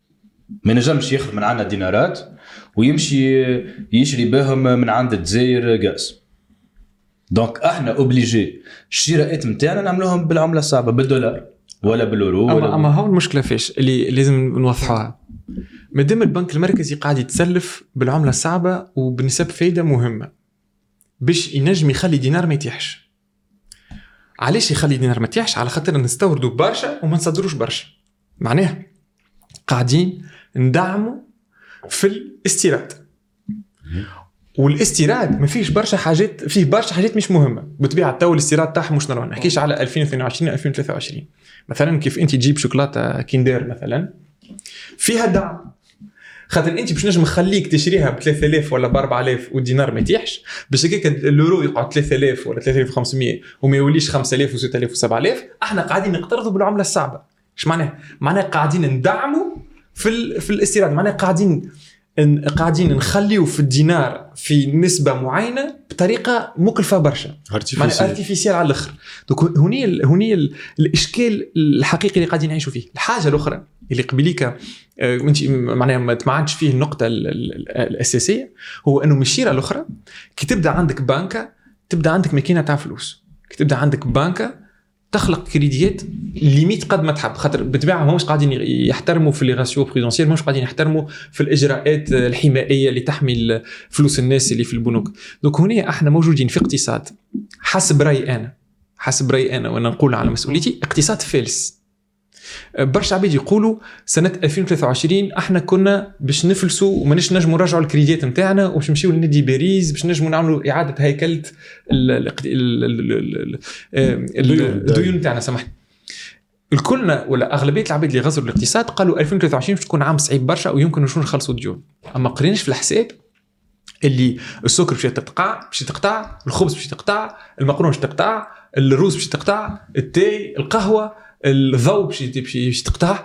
ما نجمش ياخذ من عنا دينارات ويمشي يشري بهم من عند الجزائر غاز. دونك احنا اوبليجي الشراءات نتاعنا نعملوهم بالعمله الصعبه بالدولار ولا بالاورو. اما اما هو المشكله فيش اللي لازم نوضحوها. مادام البنك المركزي قاعد يتسلف بالعمله الصعبه وبنسب فايده مهمه باش ينجم يخلي دينار ما يتيحش. علاش يخلي دينار ما يتيحش؟ على خاطر نستوردوا برشا وما نصدروش برشا. معناها قاعدين ندعموا في الاستيراد والاستيراد ما فيش برشا حاجات فيه برشا حاجات مش مهمه بطبيعه. تو الاستيراد تاعهم مش نورمال. نحكيش على ألفين واثنين وعشرين ألفين وثلاثة وعشرين مثلا كيف انت تجيب شوكولاته كيندر مثلا فيها دعم، خاطر انت باش نجم نخليك تشريها ب ثلاثة آلاف ولا ب أربعة آلاف والدينار ما يتيحش، باش هكاك الاورو يقعد ثلاثة آلاف ولا ثلاثة آلاف وخمسمية وما يوليش خمسة آلاف وستة آلاف وسبعة آلاف. احنا قاعدين نقترضوا بالعمله الصعبه. ايش معناه؟ معناه قاعدين ندعموا في ال... في الاستيراد، معناه قاعدين ان قاعدين نخليو في الدينار في نسبه معينه بطريقه مكلفه برشا، معناه ارتيفيسيال على الاخر. دونك هوني هوني ال... الاشكال الحقيقي اللي قاعدين نعيشوا فيه. الحاجه الاخرى اللي قبليك انت معناها ما تمعنش فيه النقطه الاساسيه هو انه مشيره الاخرى كي تبدا عندك بنكه، تبدا عندك ماكينه تاع فلوس، كي تبدا عندك بنكه تخلق كريديات ليميت قد ما تحب، خاطر بالطبيعه هماش قاعدين يحترموا في لي راسيو برودونسيال، مش قاعدين يحترموا في الاجراءات الحمائيه اللي تحمي فلوس الناس اللي في البنوك. دونك هنا احنا موجودين في اقتصاد حسب رايي انا حسب رايي انا وانا نقول على مسؤوليتي اقتصاد فالس. برشا عباد يقولوا سنه ألفين وثلاثة وعشرين احنا كنا باش نفلسوا وماناش نجموا نرجعوا الكريديات نتاعنا وباش نمشيو لنادي باريس باش نجموا نعملوا اعاده هيكله الديون نتاعنا. سامحني، الكلنا ولا اغلبيه العباد اللي غزروا الاقتصاد قالوا ألفين وثلاثة وعشرين باش تكون عام صعيب برشا ويمكن نشوفوا نخلصوا الديون. اما قريناش في الحساب اللي السكر باش تقطع باش تقطع الخبز باش تقطع المقرون باش تقطع الرز باش تقطع التاي القهوه الضوء باش باش تقطع.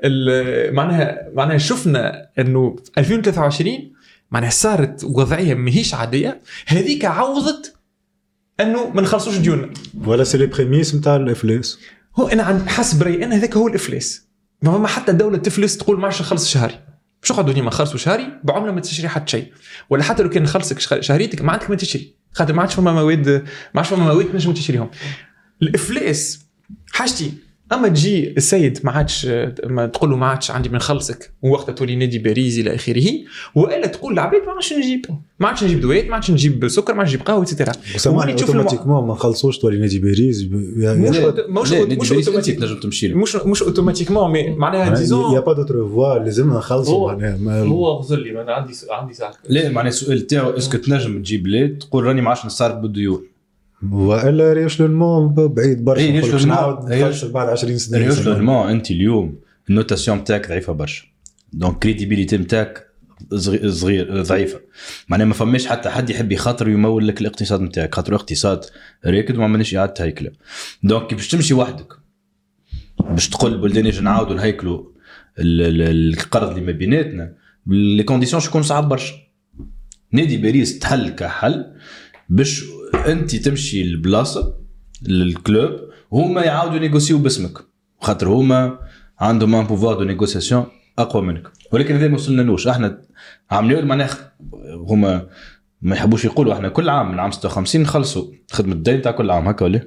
معناها معناها شفنا انه ألفين وثلاثة وعشرين معناها صارت وضعيه ماهيش عاديه. هذيك عوضت انه ما نخلصوش ديوننا ولا سي لي بريميس نتاع الافلاس. هو انا عن حسب رايي انا هذاك هو الافلاس. ما حتى الدوله تفلس تقول ما عادش نخلص شهري، مش نقعدوا ديما نخلصوا شهري بعمله ما تشري حتى شيء، ولا حتى لو كان نخلصك شهريتك ما عندك ما تشري خاطر ما عادش فما مواد ما عادش فما مواد نجم تشريهم. الافلاس حاجتي اما تجي السيد ما عادش ما تقول له ما عادش عندي من نخلصك ووقتها تولي نادي باريس الى اخره، والا تقول للعباد ما عادش نجيب ما عادش نجيب دوات ما عادش نجيب سكر ما عادش نجيب قهوه ايتترا. واني تشوف اوتوماتيكمون ما نخلصوش تولي نادي باريس مش مش مش اوتوماتيك تنجم تمشي مش مش اوتوماتيكمون مي معناها ديزون يا با دوتر فوا لازم نخلصوا معناها هو غزل لي انا عندي عندي ساعه. لا معناها السؤال تاعو اسكو تنجم تجيب بلاد تقول راني ما عادش نصارف بالديون والا ريشلمون بعيد برشا إيه باش نعاود نفشل بعد عشرين سنه. ريشلمون انت اليوم النوتاسيون نتاعك ضعيفه برشا دونك كريديبيليتي نتاعك صغير ضعيفه. معناها ما فماش حتى حد يحب يخاطر يمول لك الاقتصاد نتاعك خاطر اقتصاد راكد وما عملناش اعاده هيكله. دونك باش تمشي وحدك باش تقول بلدان يجي نعاودوا نهيكلوا القرض اللي ما بيناتنا لي كونديسيون شكون صعب برشا. نادي باريس تحل كحل باش انت تمشي البلاصه للكلوب هما يعاودوا نيغوسيو باسمك خاطر هما عندهم ان بوفوار دو نيغوسياسيون اقوى منك. ولكن هذا ما وصلنالوش احنا عاملين معناها هما ما يحبوش يقولوا احنا كل عام من عام ستة وخمسين نخلصوا خدمه الدين تاع كل عام هكا ولا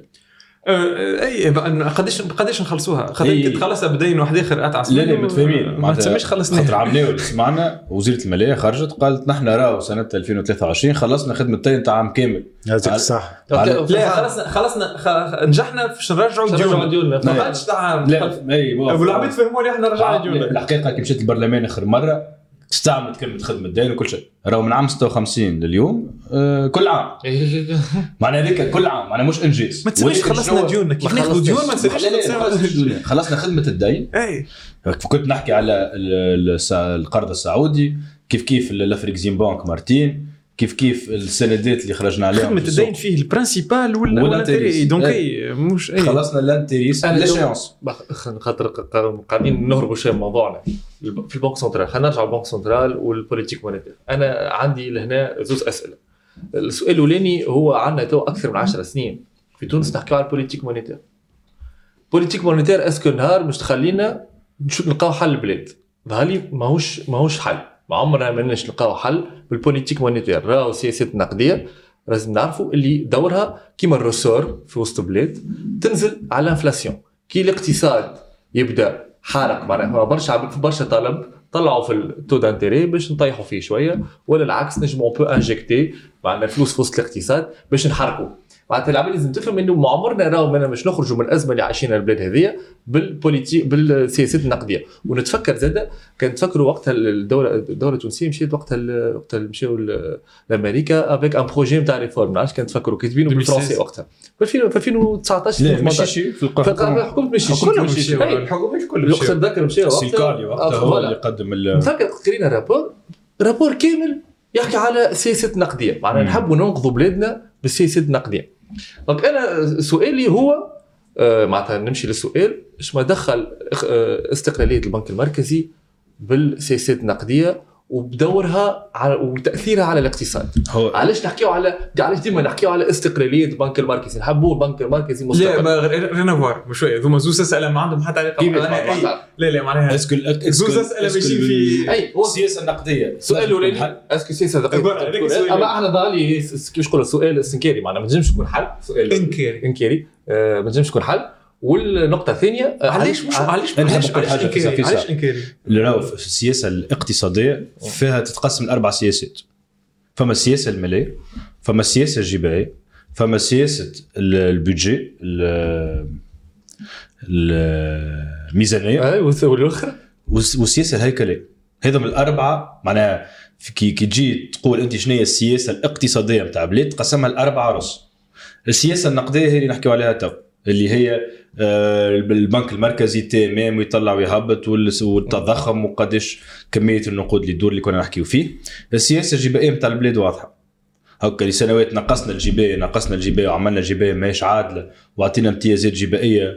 اي قداش قداش نخلصوها خاطر كي تخلصها بدين واحد اخر اتعس. لا لا متفاهمين ما تسميش خلصنا خاطر عملوا سمعنا وزيره الماليه خرجت قالت نحن راهو سنه ألفين وثلاثة وعشرين خلصنا خدمه الدين تاع عام كامل. هذاك صح. لا خلصنا خلصنا نجحنا باش نرجعوا ديوننا ما قالش تاع لا اي والعباد فهموا لي احنا رجعنا ديوننا. الحقيقه كي مشيت البرلمان اخر مره استعملت كلمه خدمه الدين وكل شيء راهو من عام ستة وخمسين لليوم آه كل عام معناها هذيك كل عام معناها مش انجاز. ما تسميش خلصنا ديوننا كيف ناخذ ديون ما تسميش خلصنا خدمه الدين. اي كنت نحكي على القرض السعودي كيف كيف الافريكزيم بانك مارتين كيف كيف السندات اللي خرجنا عليهم خدمه الدين فيه البرانسيبال ولا ولا دونك اي مش اي خلصنا لانتيريس لاشيونس خاطر قاعدين نهربوا شويه من موضوعنا في البنك سنترال. خلينا نرجع للبنك سنترال والبوليتيك مونيتير. انا عندي لهنا زوج اسئله. السؤال الاولاني هو عندنا تو اكثر من عشر سنين في تونس نحكيو على البوليتيك مونيتير. بوليتيك مونيتير اسكو نهار مش تخلينا نشوف نلقاو حل البلاد ظهر لي ماهوش ماهوش حل. ما عمرنا ما نش نلقاو حل بالبوليتيك مونيتير. راهو سياسه نقديه لازم نعرفوا اللي دورها كيما الرسور في وسط بلاد تنزل على الانفلاسيون. كي الاقتصاد يبدا حارق معناها برشا برشا طلب طلعوا في التو دانتيري باش نطيحوا فيه شويه ولا العكس نجمو بو انجكتي معنا فلوس في وسط الاقتصاد باش نحركوا معناتها العباد لازم تفهم انه ما عمرنا راهو انا مش نخرجوا من الازمه اللي عايشينها البلاد هذه بالبوليتيك بالسياسات النقديه. ونتفكر زاده كان تفكروا وقتها الدوله الدوله التونسيه مشيت وقتها وقتها مشاو لامريكا افيك ان بروجي نتاع ريفورم. علاش كان تفكروا كاتبينه بالفرنسي وقتها في ألفين وتسعطاش لا ماشي في الحكومه ماشي كلهم مشيو الحكومه الكل الوقت نتذكر مشاو وقتها سيكالي وقتها هو اللي قدم نتذكر قرينا رابور رابور كامل يحكي على سياسات نقديه. معناها نحبوا ننقذوا بلادنا بالسياسات النقديه. دونك انا سؤالي هو آه معناتها نمشي للسؤال ايش ما دخل آه استقلاليه البنك المركزي بالسياسات النقديه وبدورها على وتاثيرها على الاقتصاد. علاش نحكيو على علاش ديما نحكيو على استقلاليه البنك المركزي؟ نحبوا البنك المركزي مستقل. لا رينافوار بشويه ذوما زوز اسئله ما عندهم حتى علاقه. لا لا معناها اسكو زوز اسئله ماشيين في اي السياسه النقديه. سؤال الاولاني اسكو السياسه النقديه اما احنا ضالي كيفاش نقولوا سؤال استنكاري معناها ما تنجمش تكون حل. سؤال انكاري انكاري آه ما تنجمش تكون حل. والنقطه الثانيه علاش مش علاش علاش انكاري علاش انكاري اللي راهو في السياسه الاقتصاديه فيها تتقسم لاربع سياسات. فما السياسه الماليه، فما السياسه الجبائيه، فما سياسه البودجي الميزانيه ايوه والاخرى والسياسه الهيكليه. هذا من الاربعه معناها كي كي تجي تقول انت شنو هي السياسه الاقتصاديه نتاع بلاد تقسمها لاربعه رؤوس. السياسه النقديه هي اللي نحكيو عليها تو اللي هي البنك المركزي تمام ويطلع ويهبط والتضخم وقديش كميه النقود اللي تدور اللي كنا نحكيو فيه. السياسه الجبائيه نتاع البلاد واضحه هكا لسنوات نقصنا الجبايه نقصنا الجبايه وعملنا جبايه ماهيش عادله وعطينا امتيازات جبائيه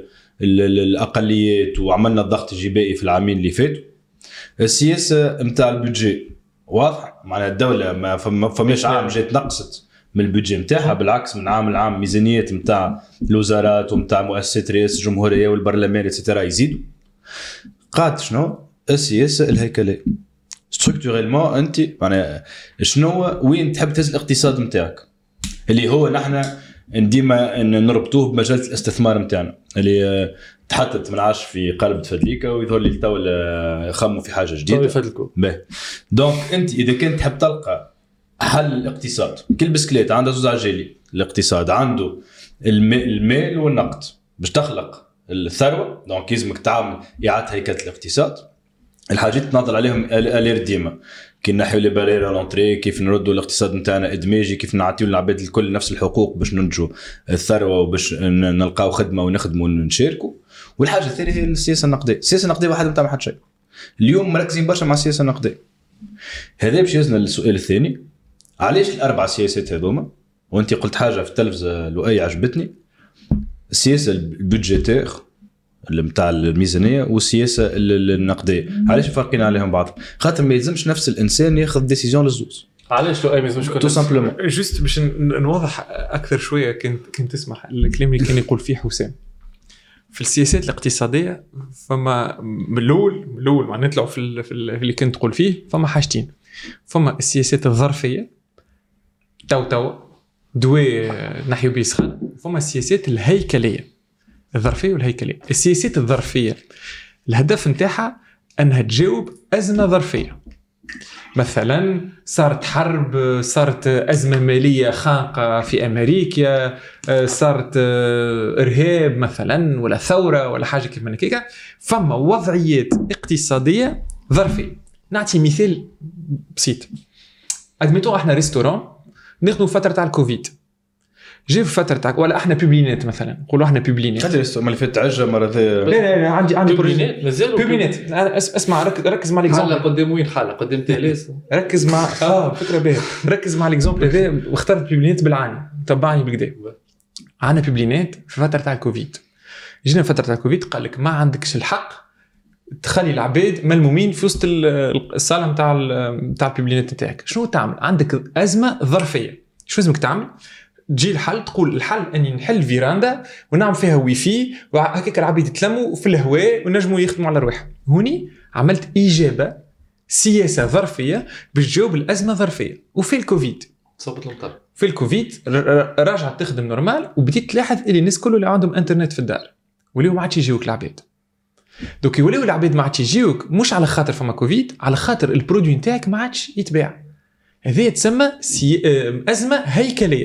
الاقليات وعملنا الضغط الجبائي في العامين اللي فاتوا. السياسه نتاع البودجي واضحه معناها الدوله ما فماش عام جات نقصت من البودجي نتاعها بالعكس من عام لعام ميزانيات نتاع الوزارات ونتاع مؤسسات رئاسه الجمهوريه والبرلمان اتسيتيرا يزيدوا. قاعد شنو السياسه الهيكليه ستركتوريلمون انت معناها شنو وين تحب تهز الاقتصاد نتاعك اللي هو نحن ديما نربطوه بمجال الاستثمار نتاعنا اللي تحطت من عاش في قلب فدليكا ويظهر لي تو يخموا في حاجه جديده. دونك انت اذا كنت تحب تلقى حل الاقتصاد كل بسكليت عنده زوز عجالي. الاقتصاد عنده المال والنقد باش تخلق الثروه دونك لازمك تعمل اعاده هيكله الاقتصاد. الحاجات تنظر عليهم الير ديما كي نحيو لي بارير لونطري كيف نردوا الاقتصاد نتاعنا ادماجي كيف نعطيو للعباد الكل نفس الحقوق باش ننتجوا الثروه وباش نلقاو خدمه ونخدموا ونشاركوا. والحاجه الثانيه هي السياسه النقديه. السياسه النقديه واحد ما تعمل حتى شيء اليوم مركزين برشا مع السياسه النقديه. هذا باش يزنا للسؤال الثاني علاش الاربع سياسات هذوما وانت قلت حاجه في التلفزه لؤي عجبتني السياسه البودجيتير اللي نتاع الميزانيه والسياسه النقديه. علاش فرقين عليهم بعض؟ خاطر ما يلزمش نفس الانسان ياخذ ديسيزيون للزوز. علاش لؤي ما يلزمش تو سامبلومون جوست باش نوضح اكثر شويه كنت كنت تسمح الكلام اللي كان يقول فيه حسام في السياسات الاقتصاديه. فما من الاول من الاول معناتها نطلعوا في, في اللي كنت تقول فيه فما حاجتين. فما السياسات الظرفيه تو تو دوي نحيو بيسخن. فما السياسات الهيكليه الظرفيه والهيكليه. السياسات الظرفيه الهدف نتاعها انها تجاوب ازمه ظرفيه. مثلا صارت حرب صارت ازمه ماليه خانقه في امريكا صارت ارهاب مثلا ولا ثوره ولا حاجه كيف ما هكا. فما وضعيات اقتصاديه ظرفيه. نعطي مثال بسيط. ادميتو احنا ريستوران نخدموا فتره تاع الكوفيد جي في فتره تاع ولا احنا بوبلينات مثلا نقولوا احنا بوبلينات هذا الريستوران اللي فات عجه مره ذا. لا لا لا عندي عندي بوبلينات مازالوا بوبلينات. اسمع ركز مع ليكزامبل. حاله قدام وين حاله قدام تهلاس. ركز مع اه فكره باهيه. ركز مع ليكزامبل هذا واخترت بوبلينات بالعاني تبعني بالكدا. عندنا بوبلينات في فتره تاع الكوفيد. جينا فتره تاع الكوفيد قال لك ما عندكش الحق تخلي العباد ملمومين في وسط الصاله نتاع نتاع البوبلينات نتاعك. شنو تعمل؟ عندك ازمه ظرفيه. شو لازمك تعمل؟ تجي الحل تقول الحل اني نحل فيراندا ونعمل فيها ويفي وهكاك العباد يتلموا في الهواء ونجموا يخدموا على رواحهم. هوني عملت اجابه سياسه ظرفيه باش تجاوب الازمه الظرفيه. وفي الكوفيد صبت المطر في الكوفيد رجعت تخدم نورمال وبديت تلاحظ اللي الناس كله اللي عندهم انترنت في الدار وليو ما عادش يجيوك العباد. دوك يوليو العباد ما عادش يجيوك مش على خاطر فما كوفيد على خاطر البرودوي نتاعك ما عادش يتباع. هذه تسمى سي... ازمه هيكليه.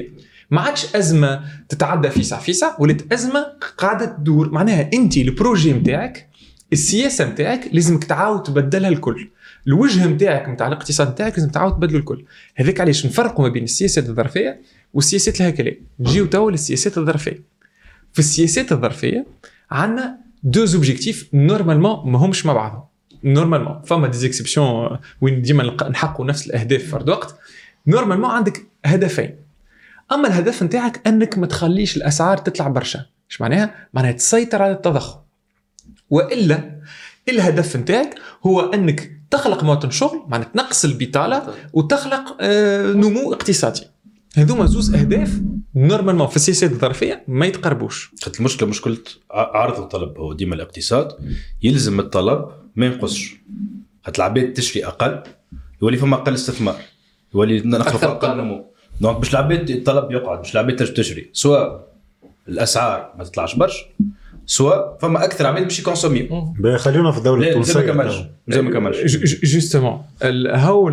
ما عادش ازمه تتعدى فيسع فيسع، ولات ازمه قاعده تدور. معناها انت البروجي نتاعك، السياسه نتاعك لازمك تعاود تبدلها الكل، الوجه نتاعك نتاع الاقتصاد نتاعك لازم تعاود تبدلوا الكل. هذاك علاش نفرقوا ما بين السياسات الظرفيه والسياسات الهيكليه. نجيو توا للسياسات الظرفيه. في السياسات الظرفيه عندنا دو زوبجيكتيف نورمالمون ما همش مع بعضهم. نورمالمون فما دي زيكسيبسيون وين ديما نحققوا نفس الاهداف في فرد وقت. نورمالمون عندك هدفين. اما الهدف نتاعك انك ما تخليش الاسعار تطلع برشا. ايش معناها؟ معناها تسيطر على التضخم. والا الهدف نتاعك هو انك تخلق مواطن شغل، معناها تنقص البطاله وتخلق آه نمو اقتصادي. هذوما زوز اهداف نورمالمون في السياسات الظرفيه ما يتقربوش. خاطر المشكله مشكله عرض وطلب. هو ديما الاقتصاد يلزم الطلب ما ينقصش. خاطر العباد تشري اقل يولي فما اقل استثمار، يولي نخلق اقل نمو. دونك باش العباد الطلب يقعد، باش العباد تجي تشري، سواء الاسعار ما تطلعش برشا، سواء فما اكثر عباد باش يكونسومي. خلينا في الدوله التونسيه زي ما كملش زي ما كملش جوستومون هاو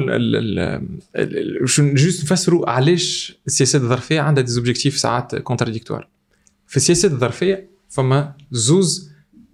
شو جوست نفسروا علاش السياسات الظرفيه عندها دي زوبجيكتيف ساعات كونتراديكتوار. في السياسات الظرفيه فما زوز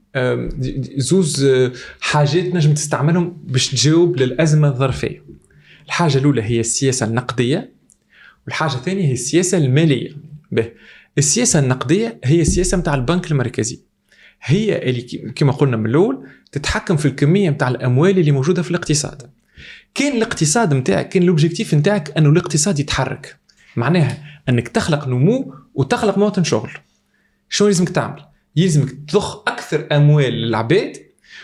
زوز حاجات نجم تستعملهم باش تجاوب للازمه الظرفيه. الحاجه الاولى هي السياسه النقديه، والحاجه الثانيه هي السياسه الماليه. به السياسه النقديه هي السياسه نتاع البنك المركزي، هي اللي كما قلنا من الاول تتحكم في الكميه نتاع الاموال اللي موجوده في الاقتصاد. كان الاقتصاد نتاعك، كان الاوبجيكتيف نتاعك انه الاقتصاد يتحرك، معناها انك تخلق نمو وتخلق مواطن شغل. شنو لازمك تعمل؟ يلزمك تضخ اكثر اموال للعباد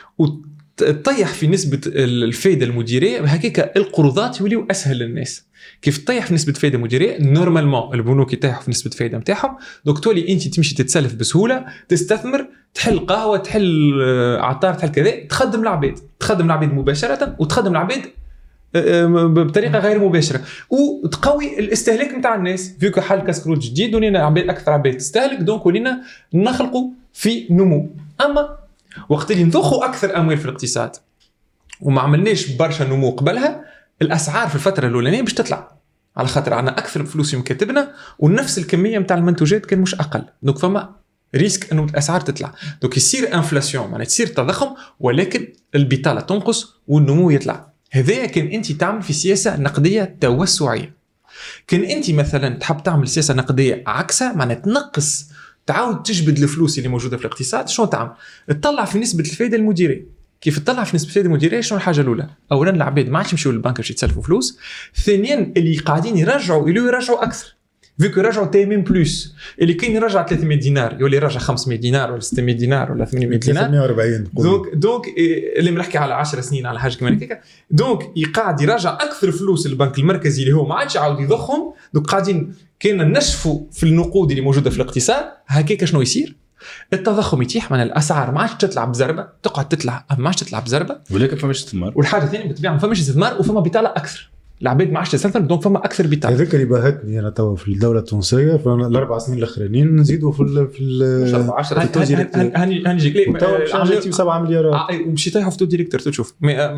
وتطيح في نسبه الفائده المديريه، بهكاك القروضات يوليو اسهل للناس. كيف تطيح في نسبه فائده مديريه؟ نورمالمون البنوك يطيحوا في نسبه فائده نتاعهم، دوك تولي انت تمشي تتسلف بسهوله، تستثمر، تحل قهوه، تحل عطار، تحل كذا، تخدم العباد، تخدم العباد مباشره وتخدم العباد بطريقه غير مباشره، وتقوي الاستهلاك نتاع الناس. فيكو حل كاسكروت جديد ولينا عباد اكثر عباد تستهلك، دونك ولينا نخلقوا في نمو. اما وقت اللي نضخوا اكثر اموال في الاقتصاد وما عملناش برشا نمو قبلها، الاسعار في الفتره الاولانيه باش تطلع، على خاطر عنا اكثر فلوس مكاتبنا ونفس الكميه نتاع المنتوجات كان مش اقل، دونك فما ريسك انه الاسعار تطلع، دونك يصير انفلاسيون، معناتها تصير تضخم، ولكن البطاله تنقص والنمو يطلع. هذا كان انت تعمل في سياسه نقديه توسعيه. كان انت مثلا تحب تعمل سياسه نقديه عكسها، معناتها تنقص، تعاود تجبد الفلوس اللي موجوده في الاقتصاد. شنو تعمل؟ تطلع في نسبه الفائده المديريه. كيف تطلع في نسبه الفائده المديريه؟ شنو الحاجه الاولى؟ اولا العباد ما عادش يمشيو للبنك باش يتسلفوا فلوس. ثانيا اللي قاعدين يرجعوا يلو يرجعوا اكثر، فيكو يرجعوا تيمين بلوس. اللي كاين يرجع ثلاثمية دينار يولي يرجع خمسمية دينار ولا ستمية دينار ولا ثمانمية دينار، ثلاثمية وأربعين. دونك دونك اللي بنحكي على عشر سنين على حاجه كمان هكاك، دونك يقعد يرجع اكثر فلوس البنك المركزي اللي هو ما عادش يعاود يضخهم. دونك قاعدين كاين نشفوا في النقود اللي موجوده في الاقتصاد. هكاك شنو يصير؟ التضخم يتيح، من الاسعار ما عادش تطلع بزربه، تقعد تطلع ما عادش تطلع بزربه، ولكن فماش استثمار. والحاجه الثانيه بالطبيعه ما فماش استثمار وفما بطاله اكثر، العباد ما عادش تستثمر، دونك فما اكثر بطاله. هذاك اللي باهتني انا توا في الدوله التونسيه في الاربع سنين الاخرانيين نزيدوا في ال في ال عشرة هاني هاني جيك لي عملتي سبعة مليارات ومشي طايحوا في تو ديريكتور تشوف.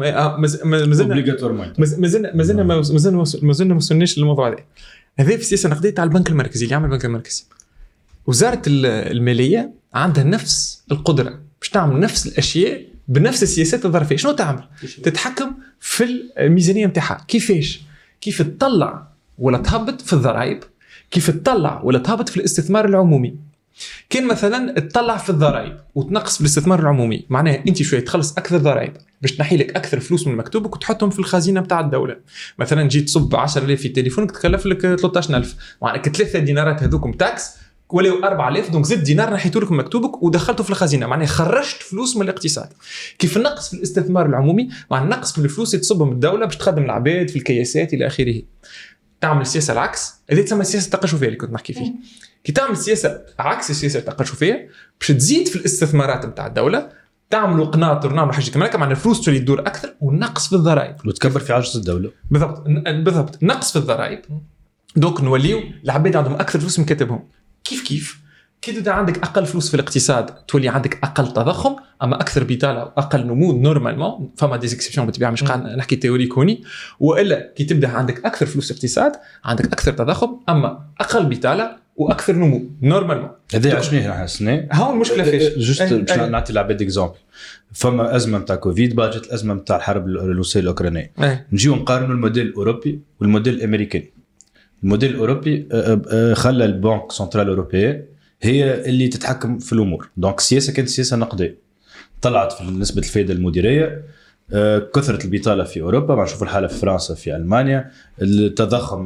مازلنا مازلنا مازلنا مازلنا مازلنا ما وصلناش للموضوع هذا. هذا في السياسه النقديه تاع البنك المركزي اللي يعمل البنك المركزي. وزاره الماليه عندها نفس القدره باش تعمل نفس الاشياء بنفس السياسات الظرفيه. شنو تعمل؟ تتحكم في الميزانيه نتاعها. كيفاش؟ كيف تطلع ولا تهبط في الضرائب، كيف تطلع ولا تهبط في الاستثمار العمومي. كان مثلا تطلع في الضرائب وتنقص في الاستثمار العمومي، معناها انت شويه تخلص اكثر ضرائب باش تنحي لك اكثر فلوس من مكتوبك وتحطهم في الخزينه نتاع الدوله. مثلا جيت تصب عشرة آلاف في تليفونك تكلف لك ثلاثة عشر ألف، معناها ثلاثة دينارات هذوكم تاكس ولاو أربعة آلاف، دونك زد دينار نحيتوا لكم مكتوبك ودخلته في الخزينه، معناها خرجت فلوس من الاقتصاد. كيف النقص في الاستثمار العمومي، مع النقص في الفلوس اللي تصبهم الدوله باش تخدم العباد في الكياسات الى اخره. تعمل سياسه العكس، هذه تسمى السياسه التقشفيه اللي كنت نحكي فيه. كي تعمل سياسه عكس السياسه التقشفيه باش تزيد في الاستثمارات نتاع الدوله، تعملوا قناطر، نعملوا حاجه كمان، معناها الفلوس تولي تدور اكثر، ونقص في الضرائب وتكبر في عجز الدوله. بالضبط بالضبط نقص في الضرائب، دوك نوليو العباد عندهم اكثر فلوس مكتبهم. كيف كيف كي تبدا عندك اقل فلوس في الاقتصاد تولي عندك اقل تضخم، اما اكثر بطاله واقل نمو نورمالمون، فما دي اكسبسيون بالطبيعه مش قاعد نحكي تيوري كوني. والا كي تبدا عندك اكثر فلوس اقتصاد عندك اكثر تضخم اما اقل بطاله واكثر نمو نورمالمون. هذا عشناه راح سنه ها المشكله فيش؟ جوست باش نعطي العباد اكزامبل. فما ازمه نتاع كوفيد باجت الازمه نتاع الحرب الروسيه الاوكرانيه. نجيو نقارنوا الموديل الاوروبي والموديل الامريكي. الموديل الاوروبي خلى البنك سنترال اوروبيه هي اللي تتحكم في الامور، دونك السياسه كانت سياسه نقديه، طلعت في نسبه الفائده المديريه، كثره البطاله في اوروبا، ما نشوف الحاله في فرنسا في المانيا، التضخم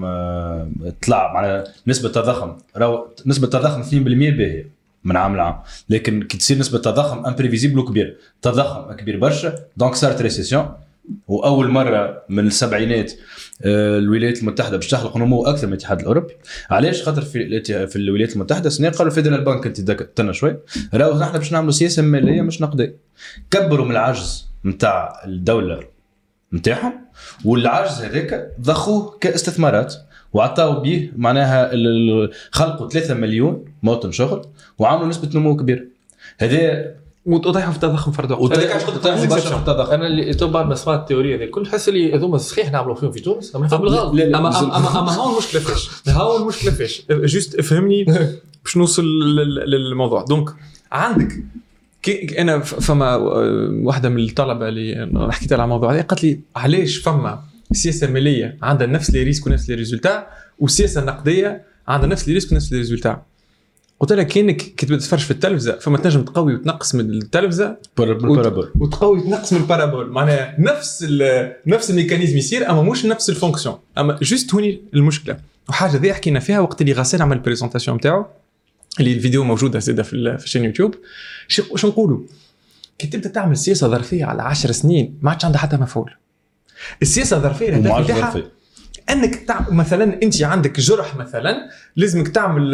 طلع مع نسبه تضخم راهو نسبه تضخم اثنين بالمئة باهيه من عام لعام، لكن كي تصير نسبه تضخم امبريفيزيبل وكبير، تضخم كبير برشا، دونك صارت ريسيسيون. واول مره من السبعينات الولايات المتحده باش تخلق نمو اكثر من الاتحاد الاوروبي. علاش؟ خاطر في في الولايات المتحده سنين قالوا الفيدرال بانك انت تنا شوي راهو نحن باش نعملوا سياسه ماليه مش نقديه، كبروا من العجز نتاع الدوله نتاعهم، والعجز هذاك ضخوه كاستثمارات وعطاو به معناها خلقوا ثلاثة مليون موطن شغل وعملوا نسبه نمو كبيره. هذا وتضيعوا في التضخم فرد وقت. هذاك علاش قلت التضخم. انا اللي تو بعد ما سمعت التيوريا هذه كل حس اللي هذوما صحيح نعملوا فيهم في تونس اما بالغلط. اما اما اما هون المشكله فاش هون المشكله فاش جوست افهمني باش نوصل للموضوع. دونك عندك كي انا فما واحده من الطلبه اللي حكيت على الموضوع هذا قالت لي علاش فما سياسه ماليه عندها نفس لي ريسك ونفس لي ريزولتا والسياسه النقديه عندها نفس لي ريسك ونفس لي ريزولتا. قلت لها كأنك كي تبدا تتفرج في التلفزه فما تنجم تقوي وتنقص من التلفزه بالبارابول وتقوي وتنقص من البارابول، معناها نفس نفس الميكانيزم يصير اما مش نفس الفونكسيون، اما جوست هوني المشكله. وحاجه ذي حكينا فيها وقت اللي غسان عمل البريزونطاسيون نتاعو اللي الفيديو موجوده زاده في الشين يوتيوب. شو نقولوا كي تبدا تعمل سياسه ظرفيه على عشر سنين ما عادش عندها حتى مفعول. السياسه الظرفيه هذه انك تعمل مثلا انت عندك جرح مثلا لازمك تعمل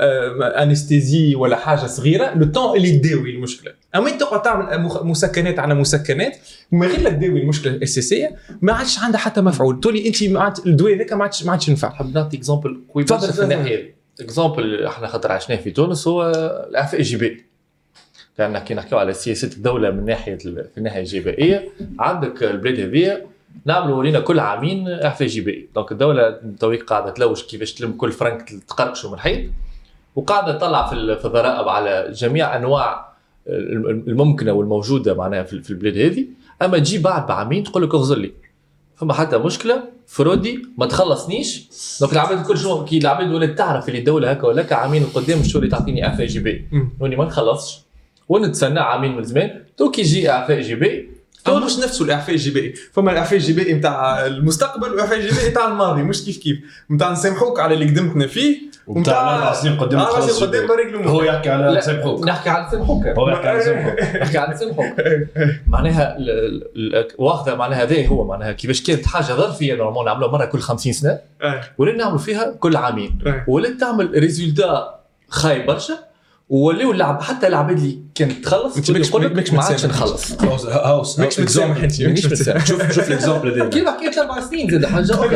انستيزي ولا حاجه صغيره لو طون اللي تداوي المشكله، اما انت تقعد تعمل مسكنات على مسكنات ما غير لا تداوي المشكله الاساسيه ما عادش عندها حتى مفعول. تولي انت ما عاد الدواء هذاك ما عادش ما عادش ينفع. حاب نعطي اكزامبل كوي برشا في الناحيه اكزامبل احنا خاطر عشناه في تونس هو الاعفاء الجبائي. كان كي نحكيو على سياسه الدوله من ناحيه في الناحيه الجبائيه عندك البلاد هذه نعملوا لينا كل عامين اعفاء جبائي. دونك الدوله تويك قاعده تلوش كيفاش تلم كل فرنك تقرقشه من الحيط وقاعده تطلع في الضرائب على جميع انواع الممكنه والموجوده معناها في البلاد هذه، اما تجي بعد بعامين تقول لك اغزر لي فما حتى مشكله فرودي ما تخلصنيش. دونك العباد كل شو كي العباد ولا تعرف اللي الدوله هكا ولا عامين قدام شو اللي تعطيني اعفاء جبائي نوني ما نخلصش ونتسنى عامين من زمان تو كي يجي اعفاء جبائي مش نفسه الاعفاء الجبائي. فما الاعفاء الجبائي نتاع المستقبل والاعفاء الجبائي نتاع الماضي مش كيف كيف نتاع نسامحوك على اللي قدمتنا فيه ونتاع اربع سنين قدام خلاص قدام برجلهم. هو يحكي على نسامحوك نحكي على نسامحوك هو يحكي على نسامحوك نحكي على نسامحوك معناها واخذه معناها هذا هو معناها كيفاش كانت حاجه ظرفيه نورمال نعملوها مره كل خمسين سنه ولا نعملوا فيها كل عامين ولا تعمل ريزولتا خايب برشا ولاو اللعب حتى العباد اللي كانت تخلص يقول لك ما عادش نخلص هاوس ماكش متسامح انت ماكش متسامح. شوف شوف الاكزامبل هذا كيف حكيت اربع سنين زاد حاجه اخرى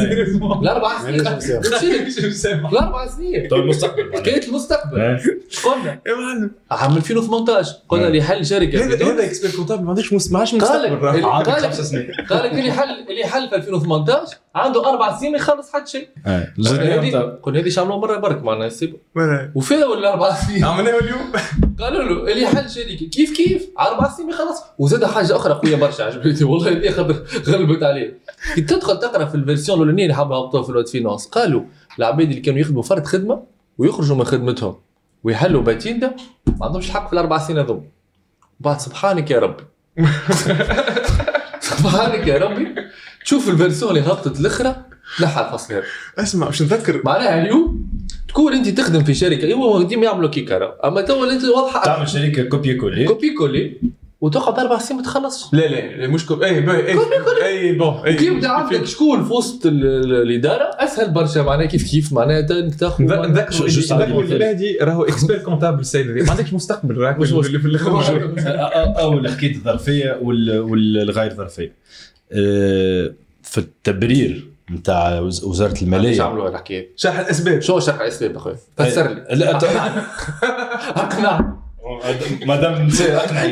الاربع سنين الاربع سنين تو المستقبل كانت المستقبل قلنا يا معلم عام ألفين وثمانية عشر قلنا لي حل شركه هذا اكسبير كونتابل ما عندكش ما عادش مستقبل عندك خمس سنين قال لك اللي حل اللي حل في ألفين وثمانية عشر عنده اربع سنين ما يخلص حتى شيء. قلنا هذه شاملوها مره برك معناها سيب وفيها ولا اربع سنين عملناها اليوم قالوا له اللي حل شركه كيف كيف اربع سنين خلص. وزاد حاجه اخرى قويه برشا عجبتني والله اللي خاطر غلبت عليه كي تدخل تقرا في الفيرسيون الاولانيه اللي حابه يهبطوا في الواد فينانس قالوا العباد اللي كانوا يخدموا فرد خدمه ويخرجوا من خدمتهم ويحلوا باتين ده ما عندهمش الحق في الاربع سنين هذوما. بعد سبحانك يا ربي سبحانك يا ربي تشوف الفيرسيون اللي هبطت الاخرى لحى الفصل هذا. اسمع باش نذكر معناها اليوم تكون انت تخدم في شركه ايوا ديما يعملوا كيكا اما تو انت واضحه تعمل شركه كوبي كولي كوبي كولي وتقعد اربع سنين ما تخلصش. لا لا مش كوب اي اي اي بون كيف بدا عندك شكون في وسط الاداره اسهل برشا معناها كيف كيف معناها تاخذ نذكروا البلادي راهو اكسبير كونتابل السيد ما عندكش مستقبل راك في الخدمه او الحكايه الظرفيه والغير ظرفيه. في التبرير نتاع وزاره ايش الماليه. عملوا الحكايه؟ شرح الاسباب. شو شرح الاسباب اخويا؟ فسر لي. لا اقنع مادام اقنعي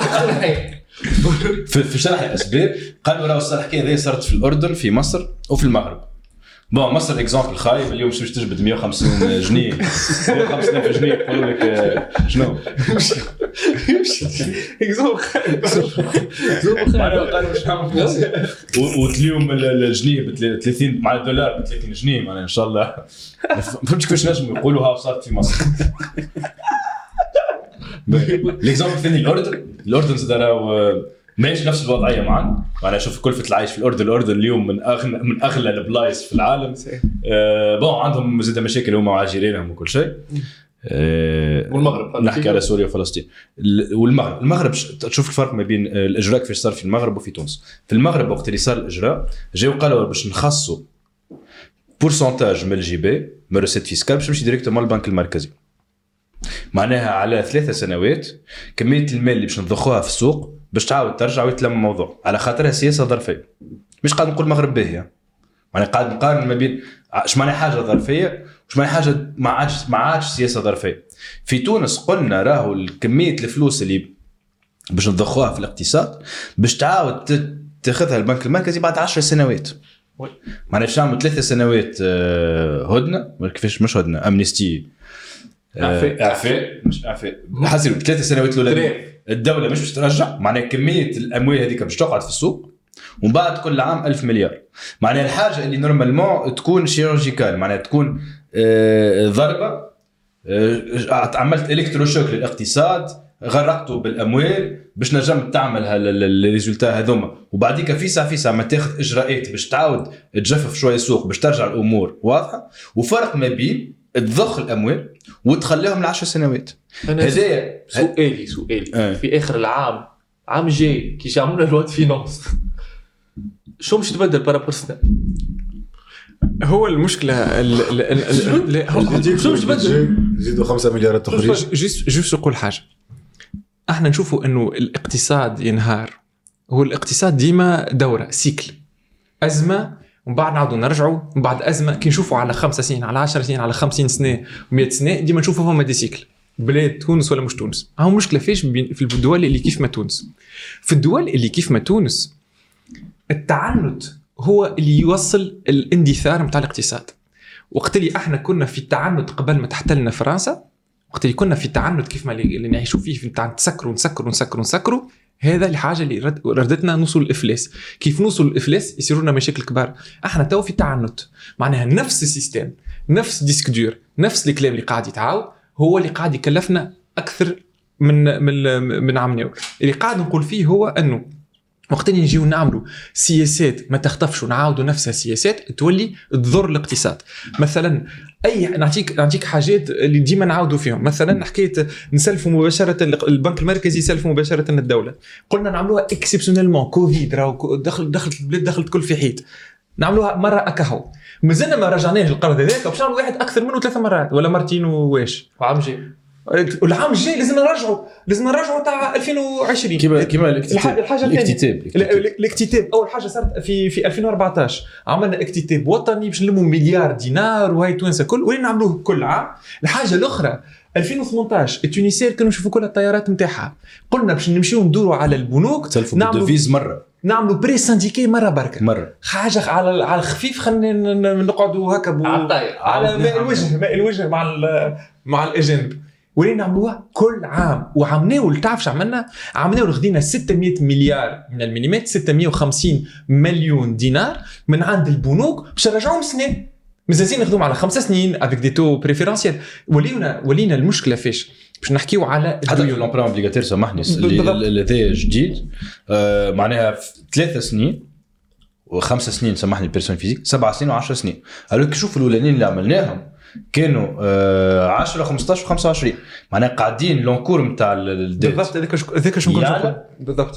في في شرح الاسباب قالوا راهو الحكايه هذه صارت في الاردن في مصر وفي المغرب. بون مصر اكزامبل خايب اليوم باش تجبد مية وخمسين جنيه مية وخمسين ألف جنيه يقولوا لك شنو اكزامبل وتليوم الجنيه ب ثلاثين مع الدولار ب ثلاثين جنيه معناها ان شاء الله. فهمت كيفاش نجموا يقولوها صارت في مصر. ليكزامبل الثاني الاردن الاردن زاد راهو ماشي نفس الوضعيه معنا. انا اشوف كلفه العيش في الاردن الاردن اليوم من اغلى من اغلى البلايص في العالم. أه بون عندهم زاد مشاكل هما مع جيرانهم وكل شيء. أه والمغرب نحكي على سوريا وفلسطين والمغرب. المغرب تشوف الفرق ما بين الاجراء كيفاش صار في المغرب وفي تونس. في المغرب وقت اللي صار الاجراء جاوا قالوا باش نخصصوا بورسنتاج من الجي بي من ريسيت فيسكال باش نمشي ديريكتومون للبنك المركزي. معناها على ثلاثة سنوات كميه المال اللي باش نضخوها في السوق باش تعاود ترجع ويتلم الموضوع على خاطرها سياسه ظرفيه. مش قاعد نقول المغرب باهيه يعني قاعد نقارن ما بين اش معناها حاجه ظرفيه وش معناها حاجه ما عادش ما عادش سياسه ظرفيه. في تونس قلنا راهو كميه الفلوس اللي باش نضخوها في الاقتصاد باش تعاود تاخذها البنك المركزي بعد عشر سنوات. معناها باش نعملوا ثلاثة سنوات هدنه كيفاش مش هدنه امنيستي اعفاء اعفاء مش اعفاء حسب ثلاثة سنوات الاولى الدوله مش باش ترجع. معناها كميه الاموال هذيك باش تقعد في السوق ومن بعد كل عام ألف مليار. معناها الحاجه اللي نورمالمون تكون شيرورجيكال معناها تكون آه ضربه آه عملت الكتروشوك للاقتصاد غرقته بالاموال باش نجم تعمل الريزولتا هذوما وبعديك في ساعه في ساعه ما تاخذ اجراءات باش تعاود تجفف شويه السوق باش ترجع الامور واضحه. وفرق ما بين تضخ الاموال وتخليهم لعشر سنوات. هذا سؤالي سؤالي آه. في اخر العام عام جاي كي يعملوا لوا فينانس شو مش تبدل بارابورسنا؟ هو المشكله ال هو شو مش تبدل نزيدوا خمسة مليار تخريج. جيست جيست نقول حاجه احنا نشوفوا انه الاقتصاد ينهار. هو الاقتصاد ديما دوره سيكل ازمه ومن بعد نعودوا نرجعوا من بعد ازمه كي نشوفوا على خمسة سنين على عشر سنين على خمسين سنه ومئة سنه ديما نشوفوا فما دي سيكل. بلاد تونس ولا مش تونس هاو مشكله فيش في الدول اللي كيف ما تونس. في الدول اللي كيف ما تونس التعنت هو اللي يوصل الاندثار متاع الاقتصاد. وقت اللي احنا كنا في التعنت قبل ما تحتلنا فرنسا وقت اللي كنا في التعنت كيف ما اللي نعيشوا فيه في التعنت نسكروا نسكروا نسكروا نسكروا هذا الحاجه اللي رد ردتنا نوصل الافلاس. كيف نوصل الافلاس يصيروا لنا مشاكل كبار. احنا تو في تعنت معناها نفس السيستم نفس ديسك دور نفس الكلام اللي قاعد يتعاود هو اللي قاعد يكلفنا اكثر من من من عملنا. اللي قاعد نقول فيه هو انه وقت اللي نجيو نعملوا سياسات ما تخطفش ونعاودوا نفسها سياسات تولي تضر الاقتصاد. مثلا اي نعطيك نعطيك حاجات اللي ديما نعاودوا فيهم. مثلا حكايه نسلفوا مباشره البنك المركزي يسلفوا مباشره الدوله. قلنا نعملوها اكسبسيونيلمون كوفيد راهو دخل دخلت البلاد دخلت كل في حيط نعملوها مره اكهو مازلنا ما رجعناش القرض هذاك باش نعملوا واحد اكثر منه ثلاث مرات ولا مرتين واش وعام جاي والعام الجاي لازم نرجعوا لازم نرجعوا تاع ألفين وعشرين كيما كيما الاكتتاب الحاجه الاكتتاب الاكتتاب اول حاجه صارت في في ألفين وأربعطاش عملنا اكتتاب وطني باش نلموا مليار دينار وهي تونس كل ولينا نعملوه كل عام. الحاجه الاخرى ألفين وثمانطاش التونسيين كانوا يشوفوا كل الطيارات نتاعها قلنا باش نمشيو ندوروا على البنوك نعملوا ديفيز مره نعملوا بري سانديكي مره بركه مره حاجه على على الخفيف خلينا نقعدوا هكا على ماء الوجه ماء الوجه مع مع الاجانب ولين نعملوها كل عام. وعملناه تعرفش عملنا عملناه خدينا ستمئة مليار من المليمات ستمئة وخمسين مليون دينار من عند البنوك باش نرجعوهم سنه مازالين نخدموا على خمس سنين افيك دي تو بريفيرونسيال. ولينا ولينا المشكله فيش باش نحكيو على حتى لومبرون اوبليغاتير سامحني اللي هذا جديد آه معناها ثلاث سنين وخمس سنين سامحني بيرسون فيزيك سبع سنين وعشر سنين. قالوا لك شوفوا الاولانيين اللي عملناهم كانوا آه عشرة خمسطاش وخمسة وعشرين معناها قاعدين لونكور نتاع الدين بالضبط هذاك هذاك شنو كنت بالضبط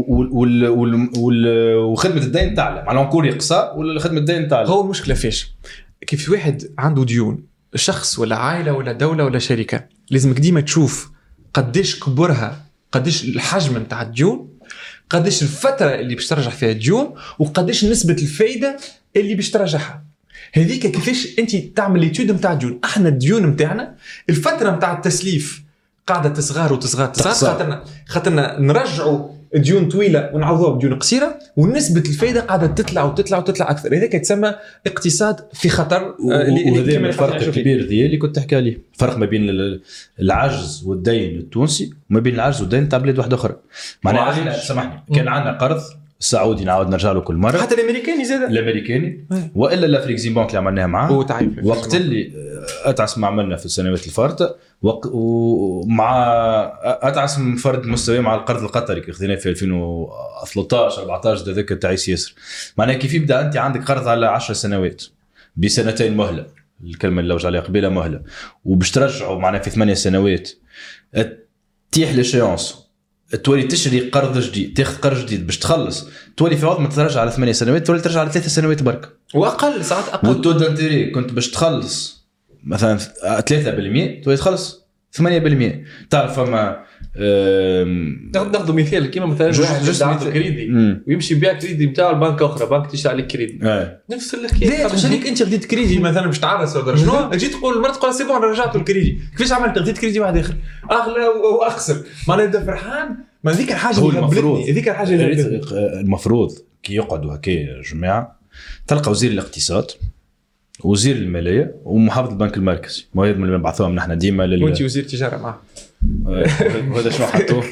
وخدمه الدين تعلى مع لونكور يقصى ولا خدمه الدين تعلى. هو المشكله فيش كيف واحد عنده ديون شخص ولا عائله ولا دوله ولا شركه لازمك ديما تشوف قديش كبرها قديش الحجم نتاع الديون قداش الفتره اللي باش ترجع فيها الديون وقداش نسبه الفايده اللي باش ترجعها. هذيك كيفاش انت تعمل ليتود نتاع الديون. احنا الديون نتاعنا الفتره نتاع التسليف قاعده تصغر وتصغر تصغر خاطرنا خاطرنا نرجعوا ديون طويله ونعوضوها بديون قصيره، ونسبه الفايده قاعده تطلع وتطلع وتطلع اكثر. هذاك يتسمى اقتصاد في خطر. وهذا الفرق الكبير ديالي اللي كنت تحكي عليه، فرق ما بين العجز والدين التونسي وما بين العجز والدين تاع بلاد واحده اخرى. معناها احنا سامحني كان عندنا قرض السعودي نعاود نرجع له كل مره، حتى الامريكاني زاد الامريكاني والا الافريكزيم بانك اللي عملناها معاه وقت اللي اتعس ما عملنا في السنوات الفارطه، ومع اتعس من فرد مستوى مع القرض القطري اللي خذيناه في ألفين وثلاثطاش أربعطاش ذاك تاع ياسر. معناها كيف يبدا انت عندك قرض على عشر سنوات بسنتين مهله، الكلمه اللي وجه عليها قبيله مهله، وباش ترجعوا معناها في ثمانية سنوات تيح ليشيونس تولي تشري قرض جديد، تاخذ قرض جديد باش تخلص، تولي في عوض ما ترجع على ثمانية سنوات تولي ترجع على ثلاثة سنوات برك واقل ساعات اقل. والتو دانتيري كنت باش تخلص مثلا ثلاثة بالمئة تولي تخلص ثمانية بالمئة. تعرف فما ناخذ مثال كيما مثلا واحد عنده كريدي ويمشي يبيع كريدي نتاعو البنك اخرى، بنك تشري عليك كريدي نفس الحكايه. ليش عليك انت خديت كريدي مثلا باش تعرس ولا شنو، جيت تقول المرة تقول سي بون رجعت الكريدي، كيفاش عملت؟ خديت كريدي واحد اخر اغلى واخسر، معناها انت فرحان. ما هذيك الحاجه اللي هبلتني، هذيك الحاجه اللي المفروض كي يقعدوا هكا جماعه تلقى وزير الاقتصاد وزير الماليه ومحافظ البنك المركزي، ما هذا اللي نبعثوهم نحن ديما لل وانت وزير التجاره معه وهذا شنو حطوه.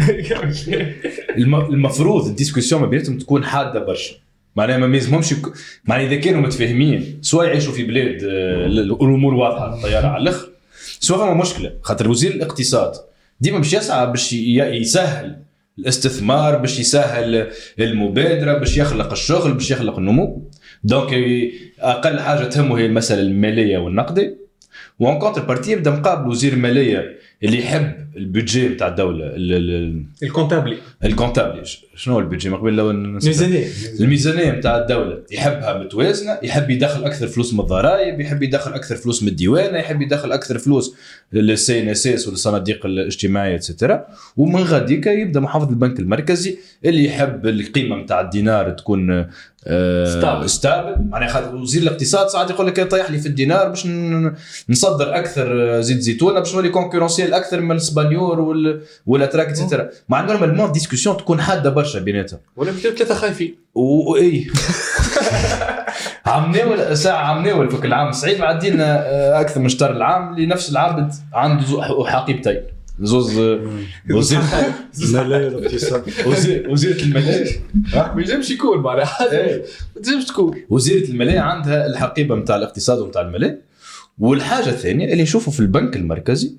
المفروض الديسكوسيون ما بيناتهم تكون حاده برشا، معناها ما يلزمهمش يك... معناها اذا كانوا متفاهمين سواء يعيشوا في بلاد الامور واضحه الطياره على الاخر، سواء فما مشكله خاطر وزير الاقتصاد ديما باش يسعى باش يسهل الاستثمار، باش يسهل المبادره، باش يخلق الشغل، باش يخلق النمو. دونك اقل حاجه تهمه هي المساله الماليه والنقديه، وان كونتر بارتي يبدا مقابل وزير الماليه اللي يحب البودجي نتاع الدوله الكونتابلي الكونتابلي شنو البودجي ما قبل لو الميزانيه الميزانيه نتاع الدوله يحبها متوازنه، يحب يدخل اكثر فلوس من الضرائب، يحب يدخل اكثر فلوس من الديوانه، يحب يدخل اكثر فلوس للسي ان اس اس والصناديق الاجتماعيه اتسترا. ومن غاديك يبدا محافظ البنك المركزي اللي يحب القيمه نتاع الدينار تكون آه ستابل. معناها خاطر وزير الاقتصاد ساعات يقول لك طيح لي في الدينار باش نصدر اكثر زيت زيتونه باش نولي كونكورونسيال اكثر من الاسبانيور ولا ولا تراك اتسترا. مع انه نورمالمون ديسكوسيون تكون حاده برشا بيناتهم، ولا بديو ثلاثه خايفين واي عمناول ساعه عمناول فك العام صعيب عدينا اكثر من شهر العام لنفس العابد عنده حقيبتين زوز وزير الماليه والاقتصاد وزير وزيره الماليه ما يلزمش يكون معناها ما تنجمش تكون وزيره الماليه عندها الحقيبه نتاع الاقتصاد ونتاع الماليه. والحاجه الثانيه اللي نشوفوا في البنك المركزي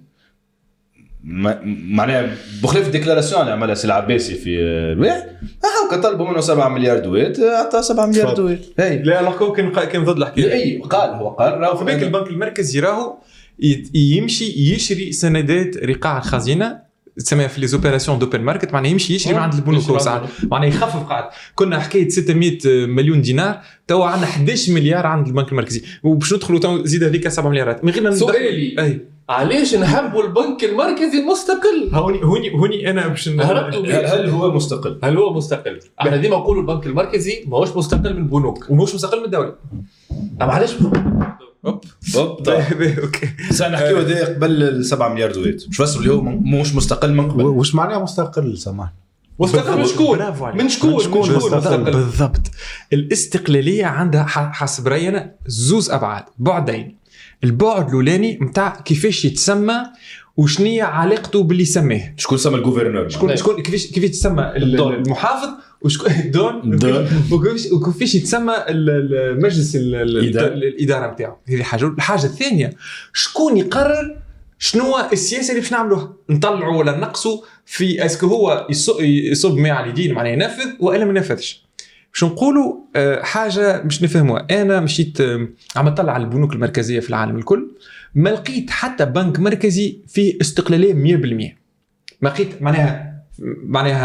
معناها بخلاف الديكلاراسيون اللي عملها سي العباسي في الواحد اه كطلبوا منه سبعة مليار دوات اعطى سبعة مليار دوات. اي لا لا كان كان ضد الحكايه. اي قال هو قال راهو في بالك البنك المركزي راهو يمشي يشري سندات رقاع الخزينه تسمى في لي زوبيراسيون دوبن ماركت، معناها يمشي يشري من عند البنوك ساعات معناها يخفف. قاعد كنا حكايه ستمية مليون دينار تو عندنا أحد عشر مليار عند البنك المركزي وباش ندخلوا تو زيد هذيك سبعة مليارات من غير. سؤالي اي علاش نحبوا البنك المركزي المستقل؟ هوني هوني هوني انا باش هل هو مستقل؟ هل هو مستقل؟ احنا ديما نقولوا البنك المركزي ماهوش مستقل من البنوك وماهوش مستقل من الدوله. معليش اوب اوب طيب اوكي سنحكيو هذا قبل السبعة مليار دوات مش فسر اللي هو مش مستقل من قبل. وش معناه مستقل سامحني؟ مستقل من شكون؟ من شكون؟ من شكون بالضبط؟ الاستقلاليه عندها حسب رايي انا زوز ابعاد، بعدين. البعد الاولاني نتاع كيفاش يتسمى وشنية علاقته باللي سماه. شكون سمى الجوفرنور؟ شكون شكون كيفاش كيفاش يتسمى المحافظ وشكون الدون وكيفاش وكيفاش يتسمى المجلس الاداره نتاعو. هذه حاجه. الحاجه الثانيه شكون يقرر شنو السياسه اللي باش نعملوها، نطلعوا ولا نقصوا في اسكو هو يصب مع على اليدين معناه ينفذ والا ما ينفذش. باش نقولوا حاجه مش نفهموها. انا مشيت عم اطلع على البنوك المركزيه في العالم الكل، ما لقيت حتى بنك مركزي فيه استقلاليه مية بالمية. ما لقيت معناها معناها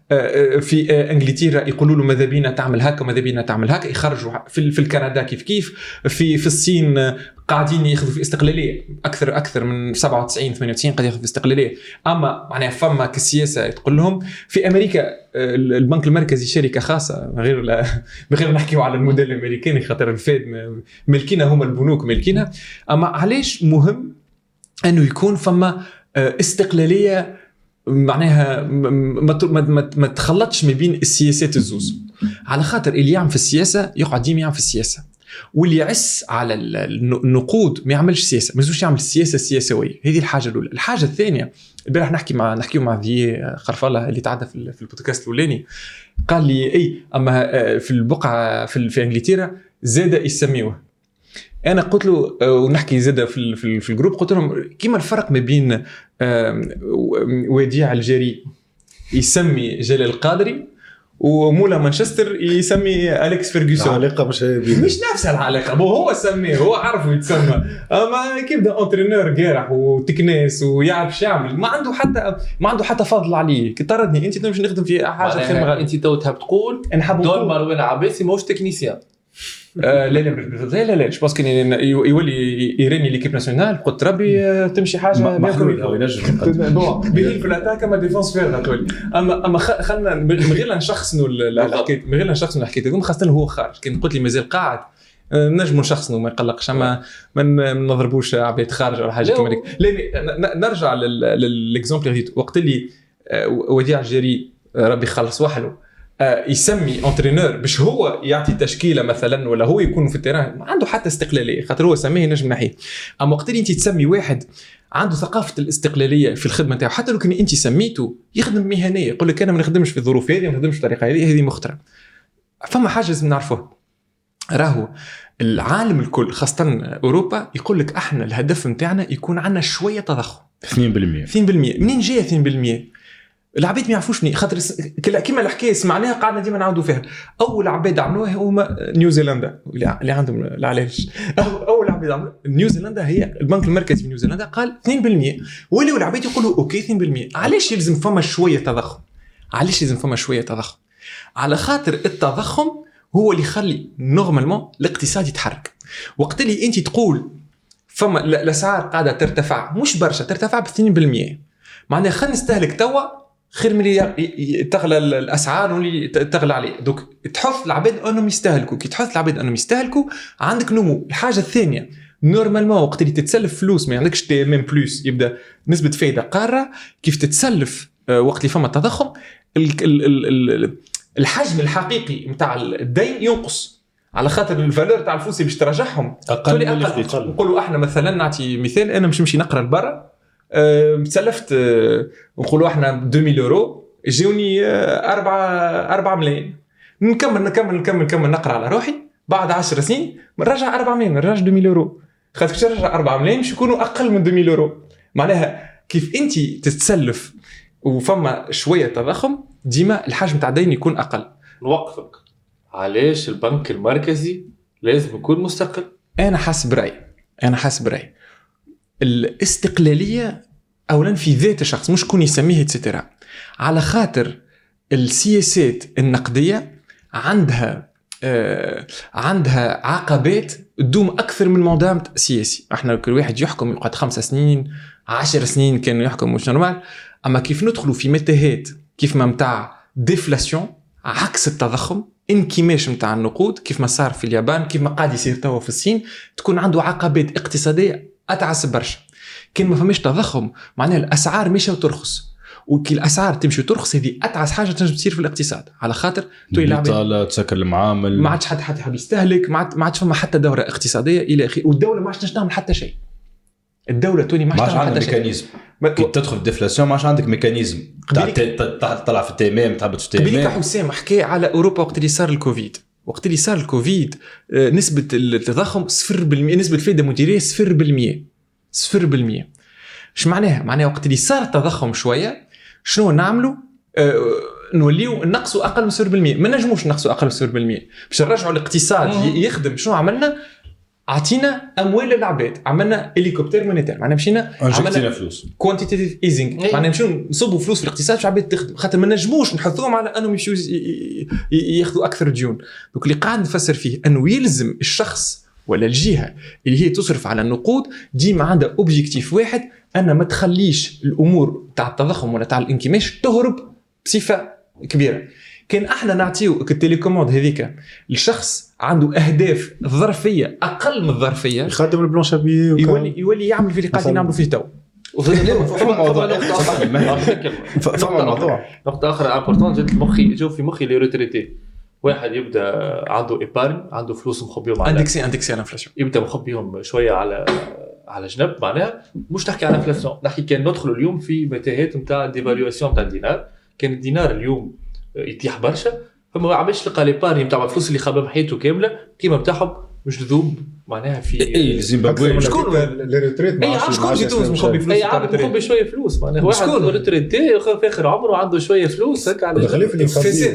في انجلترا يقولوا له ماذا بينا تعمل هكا وماذا بينا تعمل هكا، يخرجوا في في الكندا كيف كيف، في في الصين قاعدين ياخذوا في استقلاليه اكثر اكثر من سبعة وتسعين ثمانية وتسعين قاعد ياخذوا في استقلاليه. اما معناها فما كسياسه تقول لهم. في امريكا البنك المركزي شركه خاصه، غير لا بغير نحكيو على الموديل الامريكاني خاطر الفيد ملكينا هما البنوك ملكينا. اما علاش مهم انه يكون فما استقلاليه معناها ما ما ما تخلطش ما بين السياسات الزوز، على خاطر اللي يعمل في السياسه يقعد ديما يعمل في السياسه، واللي يعس على النقود ما يعملش سياسه، ما يزوش يعمل السياسه السياسويه. هذه الحاجه الاولى. الحاجه الثانيه البارح نحكي مع نحكيو مع ذي خرفله اللي تعدى في, في البودكاست الاولاني، قال لي اي اما في البقعه في, في انجلترا زاد يسميوه. انا قلت له ونحكي زاد في في, في الجروب، قلت لهم كيما الفرق ما بين وديع الجري يسمي جلال القادري ومولا مانشستر يسمي أليكس فيرغسون. العلاقه مش مش نفس العلاقه، هو سميه هو عارف يتسمى. اما كيف ده انترينور قارح وتكنيس ويعرف يعمل، ما عنده حتى ما عنده حتى فضل عليه. كي طردني انت مش نخدم في حاجه خير مغالي. انت تو تحب تقول دول مروان عباسي ماهوش تكنيسيان. آه لا لا لا لا لا باش كان يولي يريني ليكيب ناسيونال قلت ربي تمشي حاجه محلول او ينجم بين في الاتاك ما ديفونس فيها تولي. اما اما خلينا من غير نشخصنوا الحكايه، من غير نشخصوا الحكايه خاصه هو خارج. كان قلت لي مازال قاعد نجموا نشخصوا ما يقلقش، اما ما نضربوش عباد خارج ولا حاجه كيما هيك. لا نرجع للاكزامبل اللي وقت اللي وديع الجري ربي يخلص وحده يسمي انترينور باش هو يعطي تشكيله مثلا ولا هو يكون في التيران، ما عنده حتى استقلاليه خاطر هو سميه نجم ناحيه. اما وقت اللي انت تسمي واحد عنده ثقافه الاستقلاليه في الخدمه نتاعو، حتى لو كان انت سميته يخدم مهنيه يقول لك انا ما نخدمش في الظروف هذه، ما نخدمش بالطريقه هذه، هذه مخترع. فما حاجه لازم نعرفوها، راهو العالم الكل خاصه اوروبا يقول لك احنا الهدف نتاعنا يكون عندنا شويه تضخم اثنين بالمئة. اثنين بالمئة منين جاي اثنين بالمئة؟ العباد ما يعرفوش منين، خاطر كيما الحكايه سمعناها قاعدنا ديما نعاودوا فيها. اول عباد عملوها هما نيوزيلندا اللي عندهم العلاج. اول عباد عملوا نيوزيلندا هي البنك المركزي في نيوزيلندا قال اثنين بالمئة، ولو العباد يقولوا اوكي اثنين بالمئة. علاش يلزم فما شويه تضخم؟ علاش يلزم فما شويه تضخم؟ على خاطر التضخم هو اللي يخلي نورمالمون الاقتصاد يتحرك. وقت اللي انت تقول فما الاسعار قاعده ترتفع مش برشا، ترتفع ب اثنين بالمئة، معناها خلينا نستهلك توا خير من اللي تغلى الاسعار واللي تغلى عليه. دوك تحث العباد انهم يستهلكوا، كي تحث العباد انهم يستهلكوا عندك نمو. الحاجه الثانيه نورمالمون وقت اللي تتسلف فلوس ما عندكش تي ام ام بلس، يبدا نسبه فايده قاره. كيف تتسلف وقت اللي فما تضخم الحجم الحقيقي نتاع الدين ينقص، على خاطر الفالور تاع الفلوس باش ترجعهم اقل. نقولوا احنا مثلا نعطي مثال، انا مش نمشي نقرا لبرا أه تسلفت أه نقولوا احنا اثنين يورو يجوني أربعة أربعة ملايين، نكمل نكمل نكمل نكمل نقرا على روحي بعد عشر سنين نرجع أربعة ملايين، نرجع اثنين يورو. خاطر كي ترجع أربعة ملايين مش يكونوا اقل من اثنين يورو. معناها كيف انت تتسلف وفما شويه تضخم ديما الحجم تاع الدين يكون اقل. نوقفك، علاش البنك المركزي لازم يكون مستقل؟ انا حاسب رايي انا حاسب رايي الاستقلاليه اولا في ذات الشخص، مش كون يسميه اتسترا، على خاطر السياسات النقديه عندها آه عندها عقبات تدوم اكثر من مدام سياسي. احنا كل واحد يحكم يقعد خمسة سنين عشر سنين كان يحكم مش نورمال. اما كيف ندخلوا في متاهات كيف ما متاع ديفلاسيون عكس التضخم، انكماش متاع النقود كيف ما صار في اليابان، كيف ما قاعد يصير توا في الصين، تكون عنده عقبات اقتصاديه اتعس برشا. كان ما فماش تضخم معناها الاسعار ماشيه وترخص، وكي الاسعار تمشي وترخص هذه اتعس حاجه تنجم تصير في الاقتصاد، على خاطر تولي البطاله تسكر المعامل، ما عادش حد حد يحب يستهلك، ما عادش فما حتى دوره اقتصاديه الى اخره، والدوله ما عادش تعمل حتى شيء. الدوله توني ما عادش عندها ميكانيزم كي تدخل في ديفلاسيون، ما عادش عندك ميكانيزم تطلع في التمام تهبط في التمام. قبيلك حسام حكى على اوروبا وقت اللي صار الكوفيد، وقت اللي صار الكوفيد نسبه التضخم صفر بالمئة، نسبه الفائده المديريه صفر بالمئة صفر بالمئة. ايش معناها؟ معناها وقت اللي صار التضخم شويه شنو نعملوا؟ أه نوليو نقصوا اقل من صفر بالمئة، ما نجموش نقصوا اقل من صفر بالمئة باش نرجعوا الاقتصاد يخدم. شنو عملنا؟ عطينا اموال للعباد، عملنا هليكوبتر مونيتير، معناها مشينا عملنا فلوس كوانتيتيف ايزينغ، معناها نمشيو نصبوا فلوس في الاقتصاد باش العباد تخدم، خاطر ما نجموش نحثوهم على انهم يمشيو ياخذوا اكثر ديون. دونك اللي قاعد نفسر فيه انه يلزم الشخص ولا الجهه اللي هي تصرف على النقود ديما عندها اوبجيكتيف واحد، ان ما تخليش الامور تاع التضخم ولا تاع الانكماش تهرب بصفه كبيره. كان احنا نعطيو التليكوموند هذيك الشخص عنده اهداف ظرفيه اقل من الظرفيه، يخدم البلان شابيه يولي يولي يعمل في اللي قاعدين نعملوا فيه تو. فما موضوع فما موضوع نقطه اخرى امبورطون جات مخي جو في مخي لي روتريتي. واحد يبدا عنده ايبارن، عنده فلوس مخبيهم على اندكسي اندكسي على الانفلاسيون، يبدا مخبيهم شويه على على جنب. معناها مش تحكي على انفلاسيون، نحكي كان ندخل اليوم في متاهات نتاع ديفالواسيون تاع الدينار. كان الدينار اليوم يتيح برشا، فما عملش تلقى لي باري نتاع الفلوس اللي خبم حياته كامله القيمه نتاعهم مش تذوب. معناها في اي زيمبابوي شكون لي ريتريت اي شكون في تونس مخبي فلوس؟ اي عاد مخبي شويه فلوس. معناها واحد ريتريتي في اخر عمره عنده شويه فلوس هكا على الخليفه اللي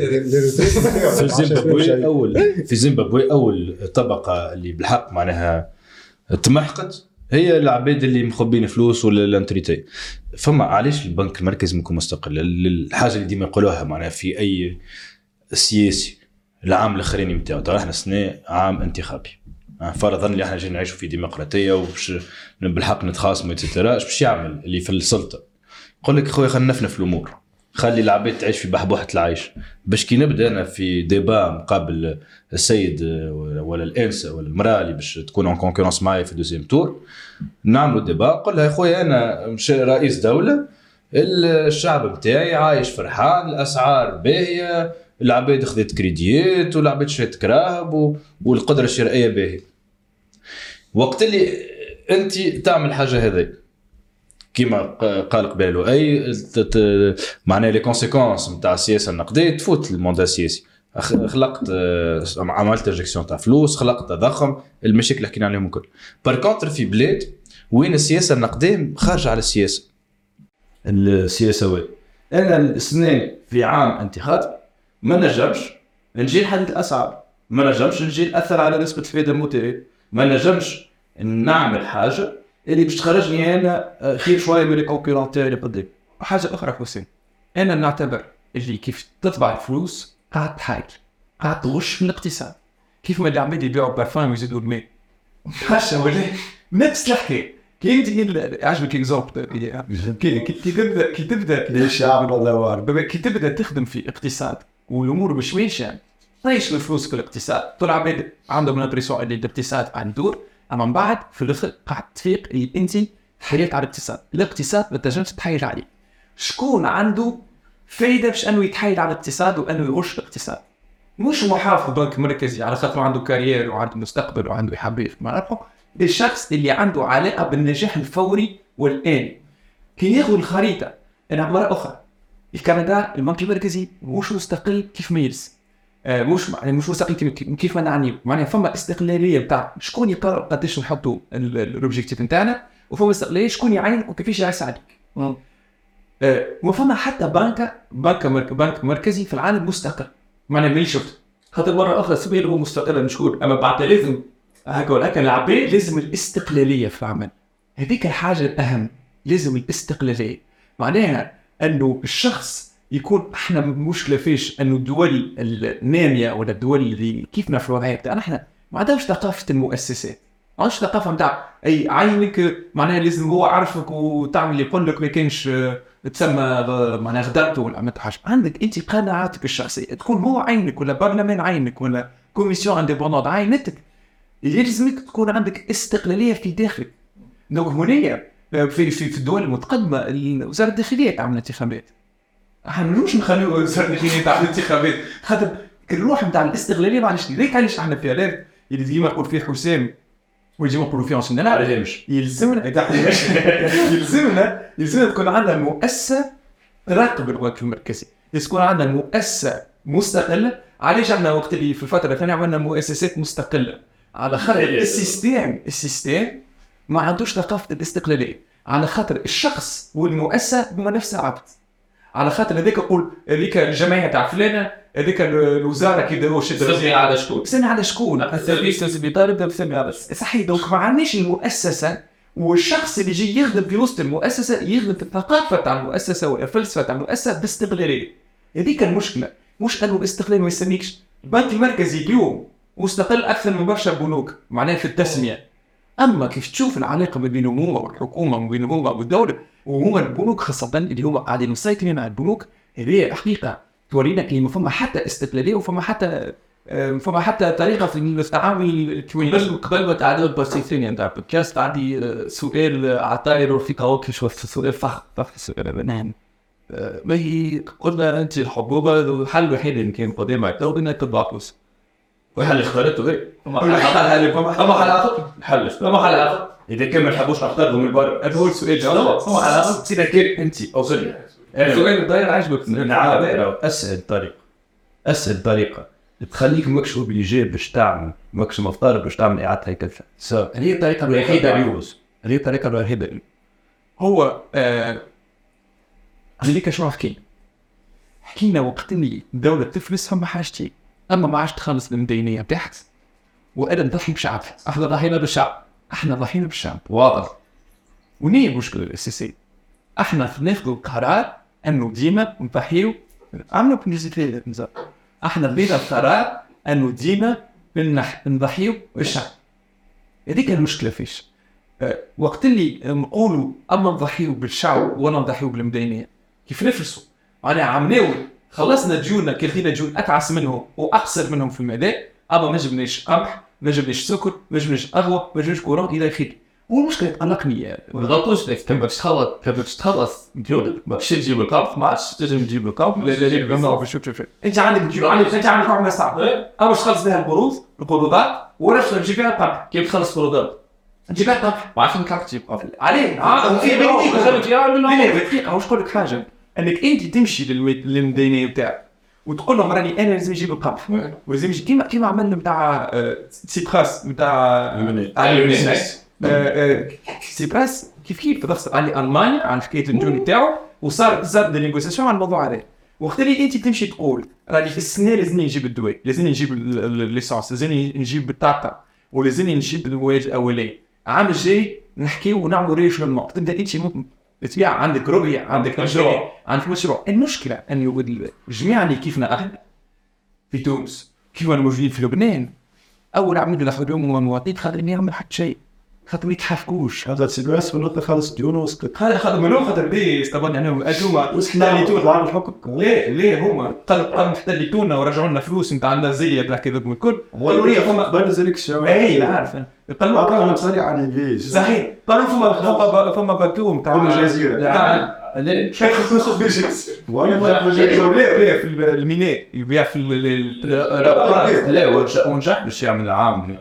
في زيمبابوي. اول في زيمبابوي اول طبقه اللي بالحق معناها تمحقت هي العباد اللي مخبين فلوس ولا الانتريتي. فما علاش البنك المركزي يكون مستقل؟ الحاجه اللي ديما يقولوها معناها في اي سياسي العام الاخراني نتاعو، ترى احنا سنه عام انتخابي، فرضا اللي احنا جايين نعيشوا في ديمقراطيه وباش بالحق نتخاصموا ايتترا، اش باش يعمل اللي في السلطه؟ يقول لك خويا خلينا نفنف الامور، خلي العباد تعيش في بحبوحه العيش، باش كي نبدا انا في ديبا مقابل السيد ولا الانسه ولا المراه اللي باش تكون ان كونكورونس معايا في دوزيام تور، نعملوا ديبا نقول لها يا خويا انا مش رئيس دوله، الشعب بتاعي عايش فرحان، الاسعار باهيه، العباد خذت كريديات والعباد شريت كراهب والقدره الشرائيه باهيه. وقت اللي انت تعمل حاجه هذه كما قال قبل اي معناها لي كونسيكونس نتاع السياسه النقديه تفوت الموندا السياسي، خلقت عملت انجكسيون تاع فلوس، خلقت تضخم، المشاكل اللي حكينا عليهم الكل. باركونتر في بلاد وين السياسه النقديه خارجه على السياسه السياسه وين انا السنين في عام انتخاب ما نجمش نجي نحدد الاسعار، ما نجمش نجي ناثر على نسبه الفائده الموتيه، ما نجمش نعمل حاجه اللي باش تخرجني انا خير شويه من الكونكورونتير اللي قدام. حاجه اخرى حسين، انا نعتبر اللي كيف تطبع الفلوس قاعد تحايل، قاعد تغش من الاقتصاد، كيف ما اللي عمال يبيعوا بارفان ويزيدوا الماء خاشه ولا نفس الحكايه. كي انت عجبك اكزومبل كي كي تبدا كي تبدا ليش يعمل الله اعلم كي تبدا تخدم في اقتصاد والامور مش ماشيه، طيش الفلوس في الاقتصاد، طول عباد عندهم الامبريسيون اللي الاقتصاد قاعد يدور، اما من بعد في الاخر قاعد تفيق اللي انت تحيلت على الاقتصاد. الاقتصاد ما تنجمش تحيل عليه. شكون عنده فايده باش انه يتحايل على الاقتصاد وانه يغش الاقتصاد؟ مش محافظ بنك مركزي على خاطر عنده كارير وعنده مستقبل وعنده يحب ما نعرفه، الشخص اللي عنده علاقه بالنجاح الفوري والآني. كي ياخذ الخريطه انا مره اخرى، الكندا البنك المركزي مش مستقل كيف ما يلزم، آه مش يعني مش مستقل كيف ما نعني، معناها فما استقلاليه بتاع شكون يقرر قداش نحطوا الاوبجيكتيف نتاعنا، وفما استقلاليه شكون يعين وكيفاش يعيش عليك. آه وفما حتى بنك بنك بنك مركزي في العالم مستقل، معناها ملي شفت خاطر مره اخرى سبيل هو مستقل مشهور، اما بعد لازم هكا ولكن العباد لازم الاستقلاليه في العمل، هذيك الحاجه الاهم، لازم الاستقلاليه. معناها انه الشخص يكون احنا مشكله فيش انه الدول الناميه ولا الدول اللي كيفنا في الوضعيه بتاعنا احنا ما عندهمش ثقافه المؤسسات، ما عندهمش ثقافه نتاع اي عينك معناها لازم هو عارفك وتعمل يقول لك ما كانش تسمى معناها غدرته ولا عملت حاجه. عندك انت قناعاتك الشخصيه، تكون هو عينك ولا برلمان عينك ولا كوميسيون انديبوندونت عينتك، يلزمك تكون عندك استقلاليه في داخلك. دونك هنا في في الدول المتقدمه وزاره الداخليه تعمل انتخابات، احنا مش نخليو وزاره الداخليه تعمل انتخابات خاطر الروح نتاع الاستقلاليه. معليش ليك علاش احنا في الارض اللي ديما نقول فيه حسام ويجيو يقولوا فيه عشان لا يلزمنا يلزمنا يلزمنا تكون عندنا مؤسسه تراقب البنك المركزي، تكون عندنا مؤسسه مستقله. علاش عندنا وقت اللي في الفتره الثانيه عملنا مؤسسات مستقله؟ على خاطر السيستم السيستم ما عندوش ثقافه الاستقلاليه، على خاطر الشخص والمؤسسه بما نفسها عبد، على خاطر هذاك يقول هذيك الجمعيه تاع فلانه هذيك الوزاره كي داروه شي سمي على شكون سمي على شكون السيرفيس اللي طالب سمي على صحيح. دونك ما عندناش المؤسسه والشخص اللي يجي يخدم في وسط المؤسسه يخدم في الثقافه تاع المؤسسه والفلسفه تاع المؤسسه باستقلاليه. هذيك المشكله، مش انه باستقلال ما يسميكش البنك المركزي اليوم مستقل اكثر من برشا بنوك معناها في التسميه، اما كيف تشوف العلاقه ما بين هما والحكومه وما بين هما والدوله وهما البنوك خاصه اللي هما قاعدين مسيطرين على البنوك، هذه حقيقه تورينا كي ما فما حتى استقلاليه وفما حتى فما حتى طريقه في التعامل بس قبل ما تعادل البسيطين نتاع البودكاست. عندي سؤال عطاري رفيق هو كيف شفت السؤال فخ فخ السؤال نعم ما هي قلنا انت الحبوبه الحل الوحيد اللي كان قدامك لو انك تطبع فلوس والحل اختارته غير فما حل فما حل اخر حل فما حل اخر اذا كان ما نحبوش نختاروا من برا. هذا هو السؤال جواب فما حل اخر سيدي كيف انت او سوري السؤال الداير عجبك نعم اسهل طريقه اسهل طريقه تخليك ماكش اوبليجي باش تعمل ماكش مضطر باش تعمل اعاده هيكله صح. هذه الطريقه الوحيده اليوز هذه الطريقه الوحيده هو آه هذيك شنو حكينا حكينا وقت اللي الدوله تفلس فما حاجتين، اما ما عادش تخلص المدينيه بتاعك وانا نضحي بشعب. احنا ضحينا بالشعب احنا ضحينا بالشعب واضح. ونهي المشكله الاساسيه احنا ناخذ القرار انه ديما نضحيو عملوا بنزيد نزار احنا بينا القرار انه ديما نضحيو بالشعب. هذيك المشكله فيش أه وقت اللي نقولوا اما نضحيو بالشعب ولا نضحيو بالمدينيه كيف نفلسوا انا عملناو خلصنا ديوننا كلنا ديون اتعس منهم واقصر منهم في المدى، اما ما جبناش قمح ما جبناش سكر ما جبناش قهوه ما جبناش كورون الى اخره. والمشكله تقلقني ما تغلطوش لك تم باش تخلص باش تخلص ديونك باش تجيب القمح ما عادش تنجم تجيب القمح لا لا لا شوف شوف انت عندك ديون عندك انت عندك حاجه صعبه اما باش تخلص بها القروض القروضات ولا تجيب فيها القمح كيف تخلص قروضات تجيب فيها القمح ما عرفتش كيف تجيب قمح عليه اه في بيتك خليك يا لا دقيقه واش نقول لك حاجه انك انت تمشي للمدينيه بتاعك وتقول لهم راني انا لازم نجيب القمح ولازم نجي كيما كيما عملنا نتاع سيبراس نتاع اليونيس سيبراس كيف كيف ضغط على المانيا عن حكايه الديون تاعو وصار زاد نيغوسياسيون على الموضوع هذا. وقت اللي انت تمشي تقول راني في السنه لازم نجيب الدواء لازم نجيب الليسانس لازم نجيب الطاقه ولازم نجيب الواجب الاولي عام الجاي نحكيو ونعملوا ريش للنقط تبدا انت تبيع عندك رؤيه عندك مشروع عندك مشروع. المشكله ان الجميع اللي كيفنا احنا في تونس كيف موجودين في لبنان اول عملوا لخدمهم المواطنين خاطر ما يعمل حتى شيء خاطر ما يتحافكوش هذا السيبراس في النقطه خالص ديونه وسكت هذا خاطر منو خاطر بيه طبعا يعني اتوما وسحليتونا بعد الحكم ليه ليه هما قالوا قالوا محتليتونا ورجعوا لنا فلوس نتاع النازيه بلا كذا الكل قالوا لي هما قبل زليكسيون اي لا عارف قالوا عطاهم صريح عن الجيش صحيح قالوا فما فما باتو نتاع الجزيره لا شايف فلوس بيجيكس وانا ليه في الميناء يبيع في لا ونجح باش يعمل عام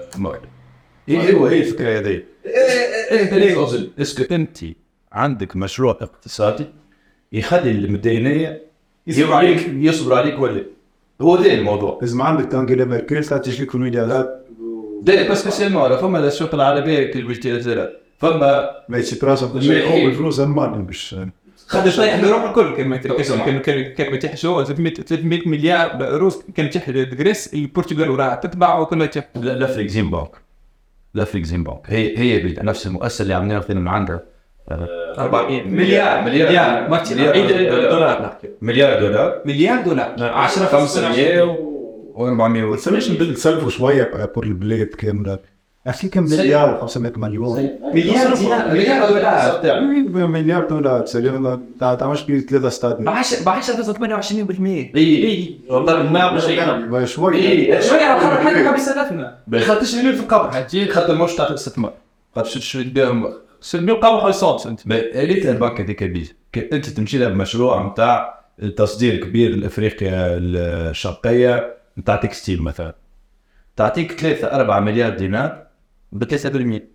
ايه هو هي الفكره هذه انت ليه اصل اسكو انت عندك مشروع اقتصادي يخلي المدينيه يصبر عليك يصبر عليك ولا هو ده الموضوع. لازم عندك تانجيلا ميركل تجيك في المليارات ده بس سبيسيالمون فما السوق العربيه كالبلتيزات فما ما يسبراس هو الفلوس المانيا باش خاطر شويه احنا نروح الكل كان كان كان كان متحشوا ثلاثمية مليار روس كان تحت غريس البرتغال وراها تتبع وكل تحت لا في اكزيم بانك لا في اكزيم بانك هي هي نفس المؤسسه اللي عملناها فينا من عندها أربعمية مليار مليار مليار دولار نحكي مليار دولار مليار دولار عشرة خمسمية وأربعمية وثمانين بنتصرفوا شويه بور البلاد كامله أخي كم مليار خمسمية مليون مليار دينار مليار دولار مليار دولار سليم تعملش بيه ثلاثة استاد بعشرة بعشرة فاصلة ثمانية وعشرين بالمية إي إي والله ما بشيء شوية شوية على خاطر حنا ما بيسلفنا خاطرش اللي في القبر حتى خاطر مش تاع الاستثمار خاطر تشري بهم سلمي القبر خلصات أنت إليت البنك هذيك بيز أنت تمشي لها بمشروع نتاع تصدير كبير لأفريقيا الشرقية نتاع تكستيل مثلا تعطيك ثلاثة أربعة مليار دينار بثلاثة بالمية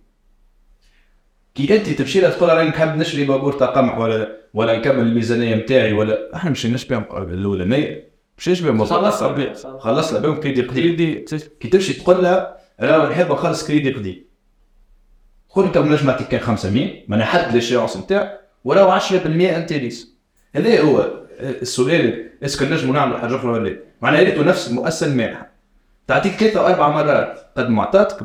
كي انت تمشي لها تقول راني نحب نشري بابور تاع قمح ولا ولا نكمل الميزانيه نتاعي ولا احنا مش نشبع الاولانيه مش نشبع خلص خلصنا بهم كريدي قديم كي تمشي تقول لها انا نحب نخلص كريدي قديم تقول انت نجم نعطيك كان خمسمية ما نحدد ليشيونس نتاع ولو عشرة بالمية انتريس هذا هو السؤال اسكو نجموا نعملوا حاجه اخرى ولا لا؟ معناها ريتو نفس المؤسسه المانحه تعطيك ثلاثه واربع مرات قد ما عطاتك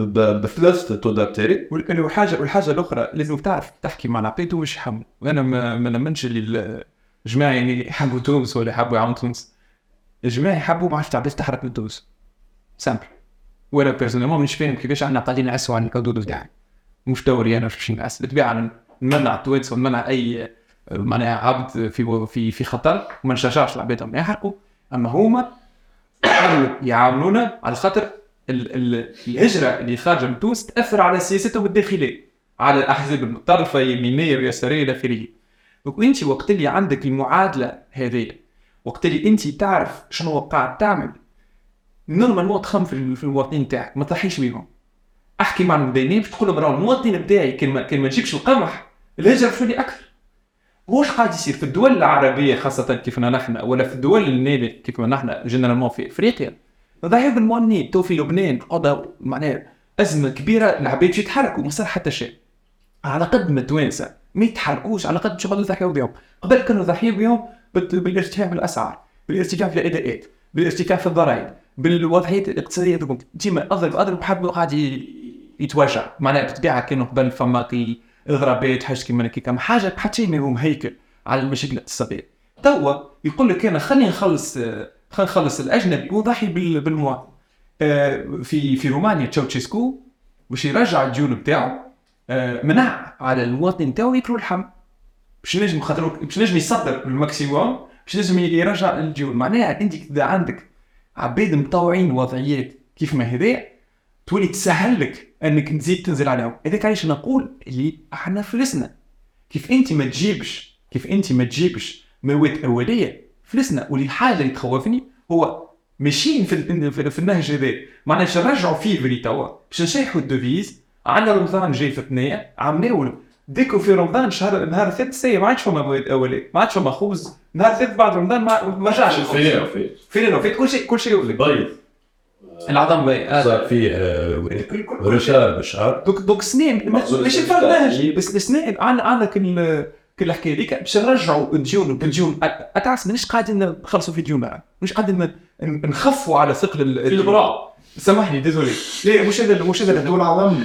بثلاث تودر تاري. والحاجه والحاجه الاخرى لازم تعرف تحكي مع العباد واش يحمل. وانا ما نمنش اللي الجماعه يعني يحبوا تونس ولا يحبوا يعاونوا تونس. الجماعه يحبوا ما عرفتش تعرف تحرك من تونس سامبل. وانا بيرسونيلمون مش فاهم كيفاش عندنا قاعدين نعسوا على الكادو تاعي مش دوري انا باش نعس بالطبيعه نمنع التوانسه ونمنع اي معناها عبد في في في خطر وما نشجعش العباد ما يحرقوا. اما هما يعاملونا على خاطر ال ال الهجره اللي خارجه من تونس تاثر على سياستهم الداخليه على الاحزاب المتطرفه يمينيه ويساريه الى اخره. وانت وقت اللي عندك المعادله هذه وقت اللي انت تعرف شنو قاعد تعمل نورمالمون تخمم في المواطنين تاعك ما تضحيش بيهم. احكي مع المدينين باش تقول لهم راه المواطن بتاعي كان ما كان ما نجيبش القمح الهجره شو اللي اكثر. واش قاعد يصير في الدول العربيه خاصه كيفنا نحن ولا في الدول الناميه كيف ما نحن جنرالمون في افريقيا ضحيه بالمواطنين. تو في لبنان قضى معناها ازمه كبيره العباد يتحركوا ما صار حتى شيء. على قد ما التوانسه ما يتحركوش على قد شغل يضحيوا بهم. قبل كانوا يضحيوا بهم بالارتفاع في الاسعار بالارتفاع في الاداءات بالارتفاع في الضرائب بالوضعيات الاقتصاديه دوك ديما اضرب اضرب حد قاعد يتوجع. معناها بالطبيعه كانوا قبل فما كي اضرابات حاجه كيما كيما حاجه حتى شيء ما هو هيكل على المشاكل الاقتصاديه. توا يقول لك انا خليني نخلص خلينا نخلص الاجنبي وضحي بالمواطن. في في رومانيا تشاوشيسكو باش يرجع الديون بتاعه منع على المواطن تاعو ياكلوا اللحم باش نجم خاطر باش نجم يصدر الماكسيموم باش نجم يرجع الديون. معناها انت اذا عندك عباد مطوعين وضعيات كيف ما هذا تولي تسهل لك انك تزيد تنزل عليهم. هذاك علاش نقول اللي احنا فلسنا. كيف انت ما تجيبش كيف انت ما تجيبش مواد اوليه فلسنا. واللي الحاجه اللي تخوفني هو ماشيين في, في, في النهج هذا. معناها باش نرجعوا فيه فري توا باش نشيحوا الدوفيز. عندنا رمضان جاي في الثنيه عملوا ديكو في رمضان شهر نهار ثلاث ساعات ما عادش فما مواد اوليه ما عادش فما خبز. نهار ثلاث بعد رمضان ما رجعش فين فين فين فين كل شيء كل شيء يقول لك بيض العظم بي صار فيه رشاد بالشهر دوك دوك سنين ماشي فرق نهجي بس السنين عن عندنا كل كل الحكايه هذيك باش نرجعوا الديون بالديون اتعس مانيش قاعدين نخلصوا في ديون مش قاعدين نخفوا على ثقل البراء. سامحني ديزولي ليه مش هذا مش هذا الدول العظم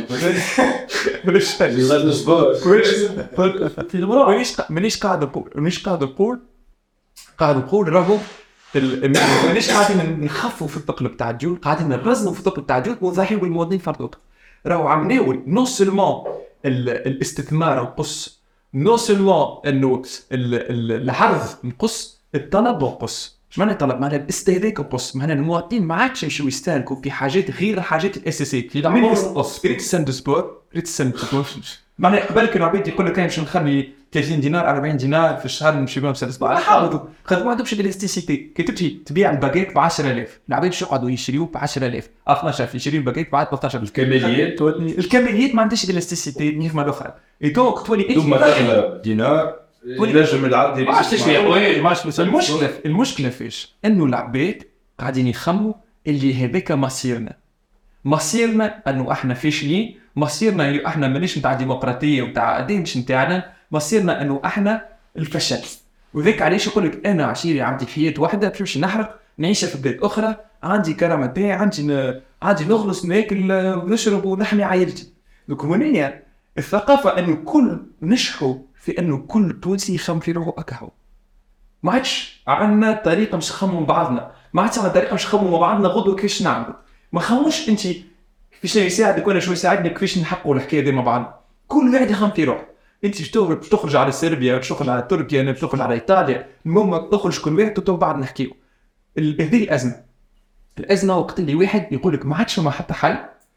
مش غير الاسبوع في البراء مانيش مانيش قاعد نقول مانيش قاعد نقول قاعد نقول راهو مانيش قاعدين نخفوا في الثقل بتاع الديون قاعدين نرزموا في الثقل بتاع الديون ونضحيوا بالمواطنين فردوك. راهو عملوا نو سولمون الاستثمار نقص نو سولمون انه العرض نقص الطلب نقص. اش معنى الطلب؟ معنى الاستهلاك نقص. معنى المواطنين ما عادش يمشيو يستهلكوا في حاجات غير الحاجات الاساسيه في نقص ريت سند سبور ريت سند معنى قبل كانوا عباد يقول لك باش نخلي ثلاثين دينار أربعين دينار في الشهر نمشي بهم سند سبور حاولوا خاطر ما عندهمش الاستيسيتي. كي تمشي تبيع الباكيت ب عشرة آلاف العباد شو يقعدوا يشريوه ب عشرة آلاف اثناش ألف يشريوا الباكيت ب ثلاثة عشر. الكماليات الكماليات ما عندهاش الاستيسيتي نيفما الاخرى دونك تولي ثم دخل دينار نجم العرض ما عادش شويه ما عادش. المشكله المشكله فيش انه العباد قاعدين يخموا اللي هذاك مصيرنا مصيرنا انه احنا فاشلين مصيرنا احنا مانيش نتاع ديمقراطيه وتاع دينش نتاعنا مصيرنا انه احنا الفشل. وذاك علاش يقول لك انا عشيري عندي حياه واحده باش نحرق نعيش في بلاد اخرى عندي كرامه تاعي عندي ن... عندي نغلس ناكل ونشرب ونحمي عائلتي. دوك هنا الثقافه انه كل نشحوا في انه كل تونسي يخمم في روحه اكهو. ما عادش عندنا طريقه باش نخمموا بعضنا ما عادش عندنا طريقه باش نخمموا بعضنا غدوه كيفاش نعملوا. ما خموش انت كيفاش يساعدك وانا شو يساعدني كيفاش نحققوا الحكايه دي مع بعض. كل واحد يخمم في روحه. انت باش تخرج على صربيا باش تخرج على تركيا انا باش تخرج على ايطاليا المهم تخرج كل واحد وتو بعض نحكيو. هذه الازمه الازمه وقت اللي واحد يقول لك ما عادش ما حتى حل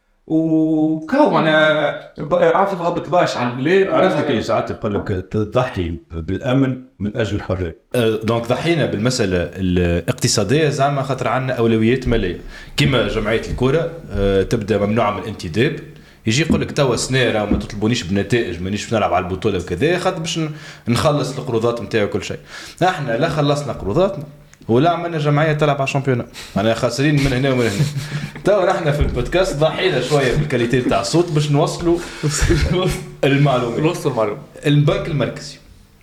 وكاو انا عارف هبط باش على الليل. عرفت كي ساعات يقول لك تضحي بالامن من اجل الحريه. دونك ضحينا بالمساله الاقتصاديه زعما خاطر عندنا اولويات ماليه كما جمعيه الكره تبدا ممنوعه من الانتداب يجي يقول لك توا سنه راه ما تطلبونيش بنتائج مانيش نلعب على البطوله وكذا خاطر باش نخلص القروضات نتاعي وكل شيء. احنا لا خلصنا قروضاتنا ولا عملنا جمعيه تلعب على الشامبيون. انا خاسرين من هنا ومن هنا. توا نحن في البودكاست ضحينا شويه بالكاليتي تاع الصوت باش نوصلوا المعلومه نوصل المعلومه. البنك المركزي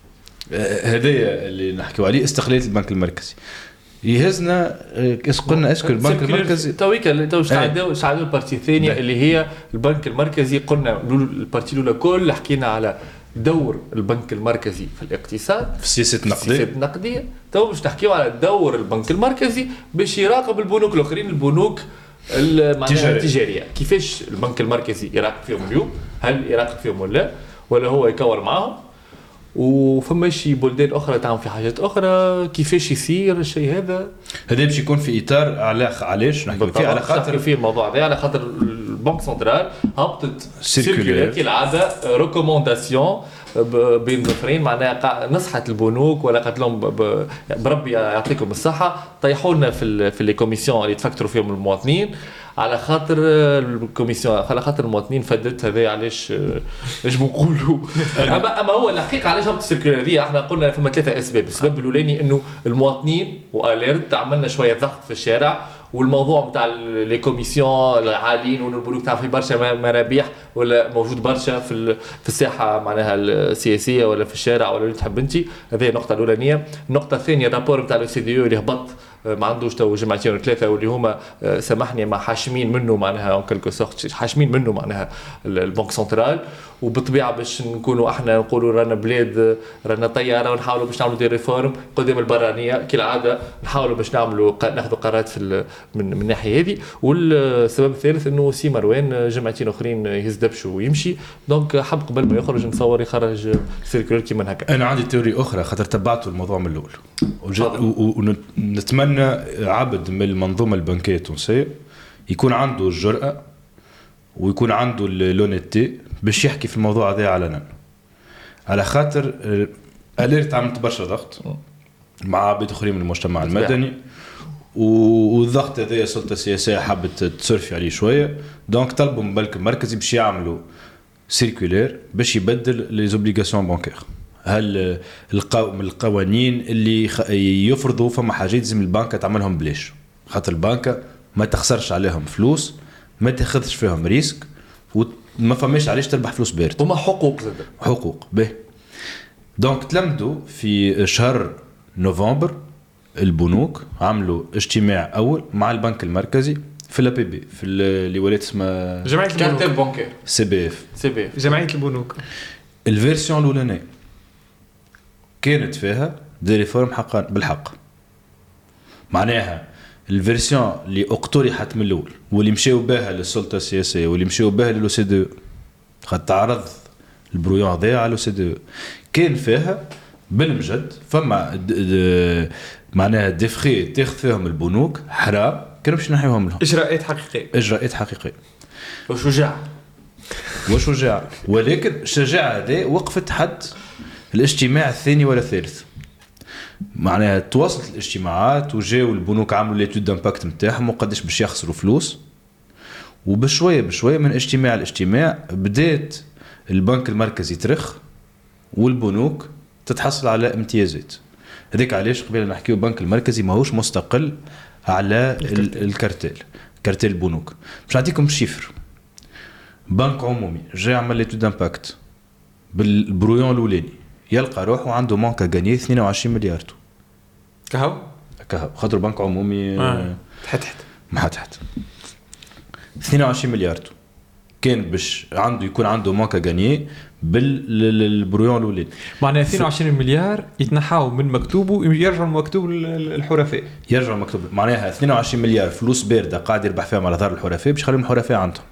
هذايا اللي نحكيو عليه استقلاليه البنك المركزي. يهزنا اش قلنا اسكو البنك المركزي تويكا تو شعدوا شعدوا البارتي الثانيه اللي هي البنك المركزي. قلنا البارتي الاولى كل حكينا على دور البنك المركزي في الاقتصاد في السياسه النقديه السياسه النقديه. تو باش نحكيو على دور البنك المركزي باش يراقب البنوك الاخرين، البنوك التجاريه. كيفاش البنك المركزي يراقب فيهم اليوم؟ هل يراقب فيهم ولا ولا هو يكور معاهم؟ وفما شي بلدان اخرى تعمل في حاجات اخرى، كيفاش يصير الشيء هذا؟ هذا باش يكون في اطار على علاش نحكي فيه، على خاطر في الموضوع هذا على خاطر البنك سنترال هبطت سيركولير كالعاده ريكومونداسيون بين ظفرين، معناها نصحت البنوك ولا قالت لهم بربي يعطيكم الصحه طيحوا لنا في في لي كوميسيون اللي تفكروا فيهم المواطنين، على خاطر الكوميسيون على خاطر المواطنين فدت هذا. علاش ايش بنقولوا؟ اما اما هو الحقيقه علاش هبطت السيركولير هذه؟ احنا قلنا فما ثلاثه اسباب. السبب الاولاني انه المواطنين واليرت عملنا شويه ضغط في الشارع، والموضوع نتاع لي كوميسيون العاليين وانه البنوك تعرف في برشا مرابيح ولا موجود برشا في في الساحه معناها السياسيه ولا في الشارع ولا اللي تحب انت. هذه النقطه الاولانيه. النقطه الثانيه الرابور نتاع السي دي او اللي هبط ما عندوش تو جمعتين ولا ثلاثه، واللي هما سامحني ما حاشمين منه معناها اون كلكو سورت حاشمين منه معناها البنك سنترال. وبالطبيعه باش نكونوا احنا نقولوا رانا بلاد رانا طياره ونحاولوا باش نعملوا دي ريفورم قدام البرانيه كالعاده، نحاولوا باش نعملوا ناخذوا قرارات في من من الناحيه هذه. والسبب الثالث انه سي مروان جمعتين اخرين يهز دبشه ويمشي، دونك حب قبل ما يخرج نتصور يخرج سيركولير كيما هكا. انا عندي تيوري اخرى خاطر تبعتوا الموضوع من الاول، ونتمنى عبد من المنظومه البنكيه التونسيه يكون عنده الجرأه ويكون عنده اللونيتي باش يحكي في الموضوع هذا علنا، على خاطر اليرت عملت برشا ضغط مع عباد اخرين من المجتمع المدني، والضغط هذا السلطه السياسيه حبت تسرفي عليه شويه، دونك طلبوا من البنك المركزي باش يعملوا سيركولير باش يبدل لي زوبليغاسيون بانكير. هل القوانين اللي يفرضوا فما حاجات لازم البنكه تعملهم بلاش، خاطر البنكه ما تخسرش عليهم فلوس، ما تاخذش فيهم ريسك، وما فماش علاش تربح فلوس بارد. هما حقوق زاد حقوق به. دونك تلمدوا في شهر نوفمبر البنوك عملوا اجتماع اول مع البنك المركزي في لا بي بي في اللي ولات اسمها جمعيه كارتيل بانكير سي بي اف سي بي اف جمعيه البنوك. الفيرسيون الاولانيه كانت فيها دي ريفورم حقا بالحق، معناها الفيرسيون اللي اقترحت من الاول واللي مشاو بها للسلطه السياسيه واللي مشاو بها للو سي دي خاطر تعرض البرويون هذا على لو سي دي كان فيها بالمجد فما معناها ديفخي تاخذ فيهم البنوك حرام كانوا باش نحيوهم لهم اجراءات حقيقيه اجراءات حقيقيه وشجاع وشجاع. ولكن الشجاعه هذه وقفت حد الاجتماع الثاني ولا الثالث، معناها تواصلت الاجتماعات وجاو البنوك عملوا ليتود امباكت نتاعهم وقداش باش يخسروا فلوس، وبشويه بشويه من اجتماع لاجتماع بدات البنك المركزي ترخ والبنوك تتحصل على امتيازات. هذيك علاش قبل نحكيو البنك المركزي ماهوش مستقل على الكارتيل كارتيل البنوك. باش نعطيكم شيفر، بنك عمومي جاي عمل ليتود امباكت بالبرويون الاولاني يلقى روحه عنده مانكا غاني اثنين وعشرين مليار تو كهو كهو خاطر بنك عمومي آه. تحت تحت ما تحت اثنين وعشرين مليار تو كان باش عنده يكون عنده مانكا غاني بالبرويون الاولاني، معناها اثنين وعشرين مليار يتنحاو من مكتوبه ويرجعوا المكتوب الحرفاء يرجعوا المكتوب، معناها اثنين وعشرين مليار فلوس بارده قاعد يربح فيهم على ظهر الحرفاء باش يخليهم الحرفاء عندهم.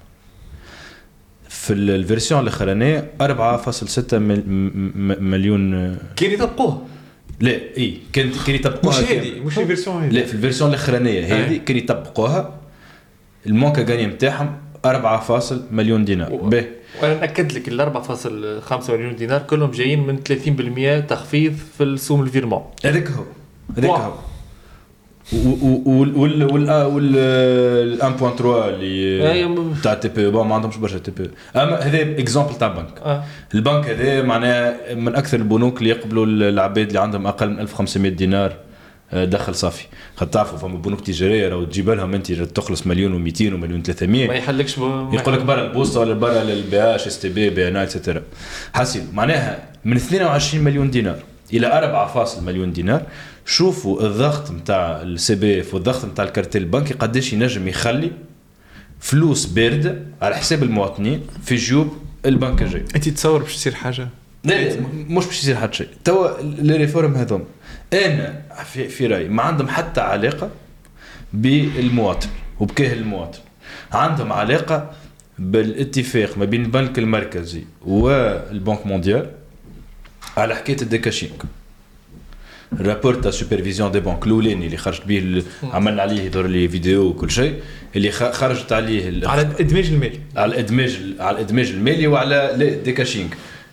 في الفيرسيون الاخرانيه أربعة فاصلة ستة مليون كان يطبقوه. لا اي كان كان يطبقوها مش هذه مش الفيرسيون هذه، لا في الفيرسيون الاخرانيه هذه كان يطبقوها المونكا غاني نتاعهم أربعة فاصلة مليون دينار. و... به وانا ناكد لك ال أربعة فاصلة خمسة مليون دينار كلهم جايين من ثلاثين بالمئة تخفيض في السوم الفيرمون. هذاك هو هذاك هو وال وال وال الان بوان ثلاثة اللي تاع تي بي ما عندهمش برشا تي بي، اما هذا اكزامبل تاع بنك. آه. البنك هذا معناها من اكثر البنوك اللي يقبلوا العباد اللي عندهم اقل من ألف وخمسمائة دينار دخل صافي. خاطر تعرفوا فما بنوك تجاريه راهو تجيب لهم انت تخلص مليون ومئتين ومليون ثلاثمائة ما يحلكش يقول لك برا البوسطه ولا برا للبي اش اس تي بي بي ان اي اتسترا حاسين، معناها من اثنين وعشرين مليون دينار الى أربعة فاصلة مليون دينار. شوفوا الضغط نتاع السي بي اف والضغط نتاع الكارتيل البنكي قداش ينجم يخلي فلوس بارده على حساب المواطنين في جيوب البنك الجاي. انت تصور باش تصير حاجه؟ لا مش باش يصير حتى شيء. توا لي ريفورم هذوم انا في, في رايي ما عندهم حتى علاقه بالمواطن وبكاهل المواطن، عندهم علاقه بالاتفاق ما بين البنك المركزي والبنك مونديال على حكايه الديكاشينغ. الرابور تاع سوبرفيزيون دي بنك الاولاني اللي خرجت به عملنا عليه دور لي فيديو وكل شيء اللي خرجت عليه على الادماج المالي على الادماج على الادماج المالي وعلى الديكاشينغ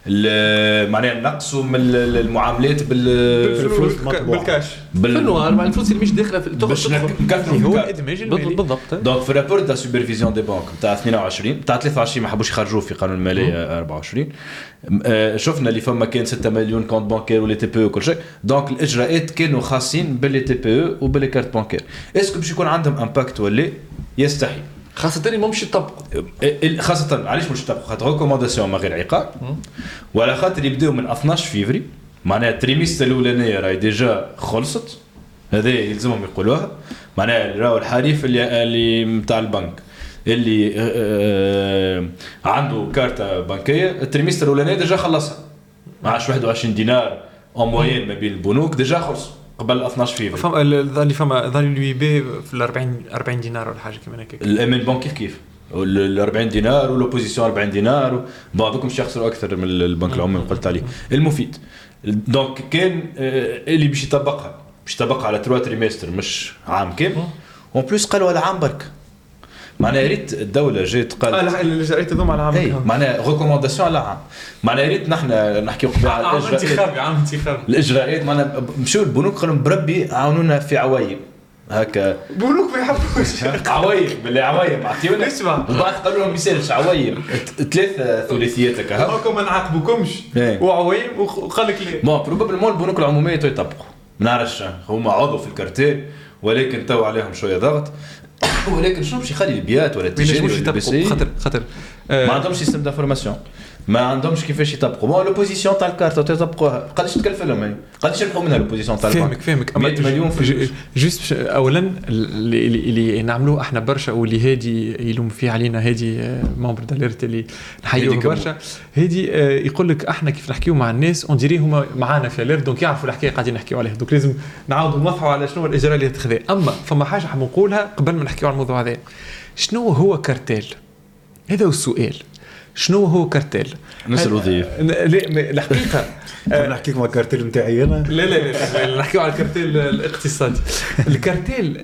معناها نقصوا من المعاملات بالفلوس بالكاش بال... بالنوار مع الفلوس اللي مش داخله في باش هو الادماج المالي بالضبط. دونك في الرابور تاع سوبرفيزيون دي بنك تاع اثنين وعشرين تاع ثلاثة وعشرين ما حبوش يخرجوه في قانون الماليه أربعة وعشرين آه شفنا اللي فما كان ستة مليون كونت بانكير ولي تي بي او وكل شيء. دونك الاجراءات كانوا خاصين باللي تي بي او وباللي كارت بانكير. اسكو باش يكون عندهم امباكت ولا يستحيل؟ خاصة اللي مش يطبقوا، خاصة علاش مش يطبقوا؟ خاطر ريكومونداسيون ما غير عقاب، وعلى خاطر يبداو من اثناش فيفري معناها التريميستر الاولانيه راهي ديجا خلصت. هذا يلزمهم يقولوها معناها راهو الحريف اللي اللي نتاع البنك اللي آه عنده كارتة بنكيه التريميستر الاولانيه ديجا خلصها ما عادش واحد وعشرين دينار اون موين ما بين البنوك ديجا خلصوا قبل اثناش فيفري. فما اللي فما ظل لي بي في ال أربعين أربعين دينار ولا حاجه كيما هكاك. الامين بنك كيف كيف ال أربعين دينار والأوبوزيسيون أربعين دينار بعضكم مش يخسروا اكثر من البنك العمومي اللي قلت عليه. المفيد دونك كان اللي باش يطبقها باش يطبقها على ثلاثة تريمستر مش عام كامل. اون بليس قالوا على عام برك معناها ريت الدوله جات قالت اه الجرائد هذوما على عام معناها ريكومونداسيون على عام معناها ريت نحن نحكيو قبل على الاجراءات انتخابي عام انتخابي الاجراءات معناها مشاو البنوك قالوا بربي عاونونا في عوايم هكا بنوك ما يحبوش عوايم بالله عوايم عطيونا اسمع وبعد قالوا لهم يسالش عوايم ثلاثه ثلاثيات هكا هاكم ما نعاقبكمش وعوايم وقال لك ليه ما بروبابلمون البنوك العموميه يطبقوا ما نعرفش هما عضو في الكارتيل ولكن تو عليهم شويه ضغط ولكن شنو باش يخلي البيات ولا التجاري ولا البي خاطر خاطر آه ما عندهمش سيستم دانفورماسيون ما عندهمش كيفاش يطبقوا. ما لوبوزيسيون تاع الكارت تطبقوها قداش تكلف لهم يعني قداش يربحوا منها لوبوزيسيون تاع البنك؟ فهمك فهمك مئة مليون في جوست اولا اللي اللي نعملوه احنا برشا واللي هادي يلوم فيه علينا هادي ممبر داليرت اللي نحيوه برشا هادي يقول لك احنا كيف نحكيو مع الناس اون ديري هما معانا في اليرت دونك يعرفوا الحكايه قاعدين نحكيو عليها دونك لازم نعاودوا نوضحوا على شنو الاجراء اللي اتخذها. اما فما حاجه حاب نقولها قبل ما نحكيو على الموضوع هذا شنو هو كارتيل؟ هذا هو السؤال. شنو هو كارتيل؟ نسأل وظيف لا الحقيقه نحكيك مع الكارتيل نتاعي انا لا لا لا نحكيو على الكارتيل الاقتصادي. الكارتيل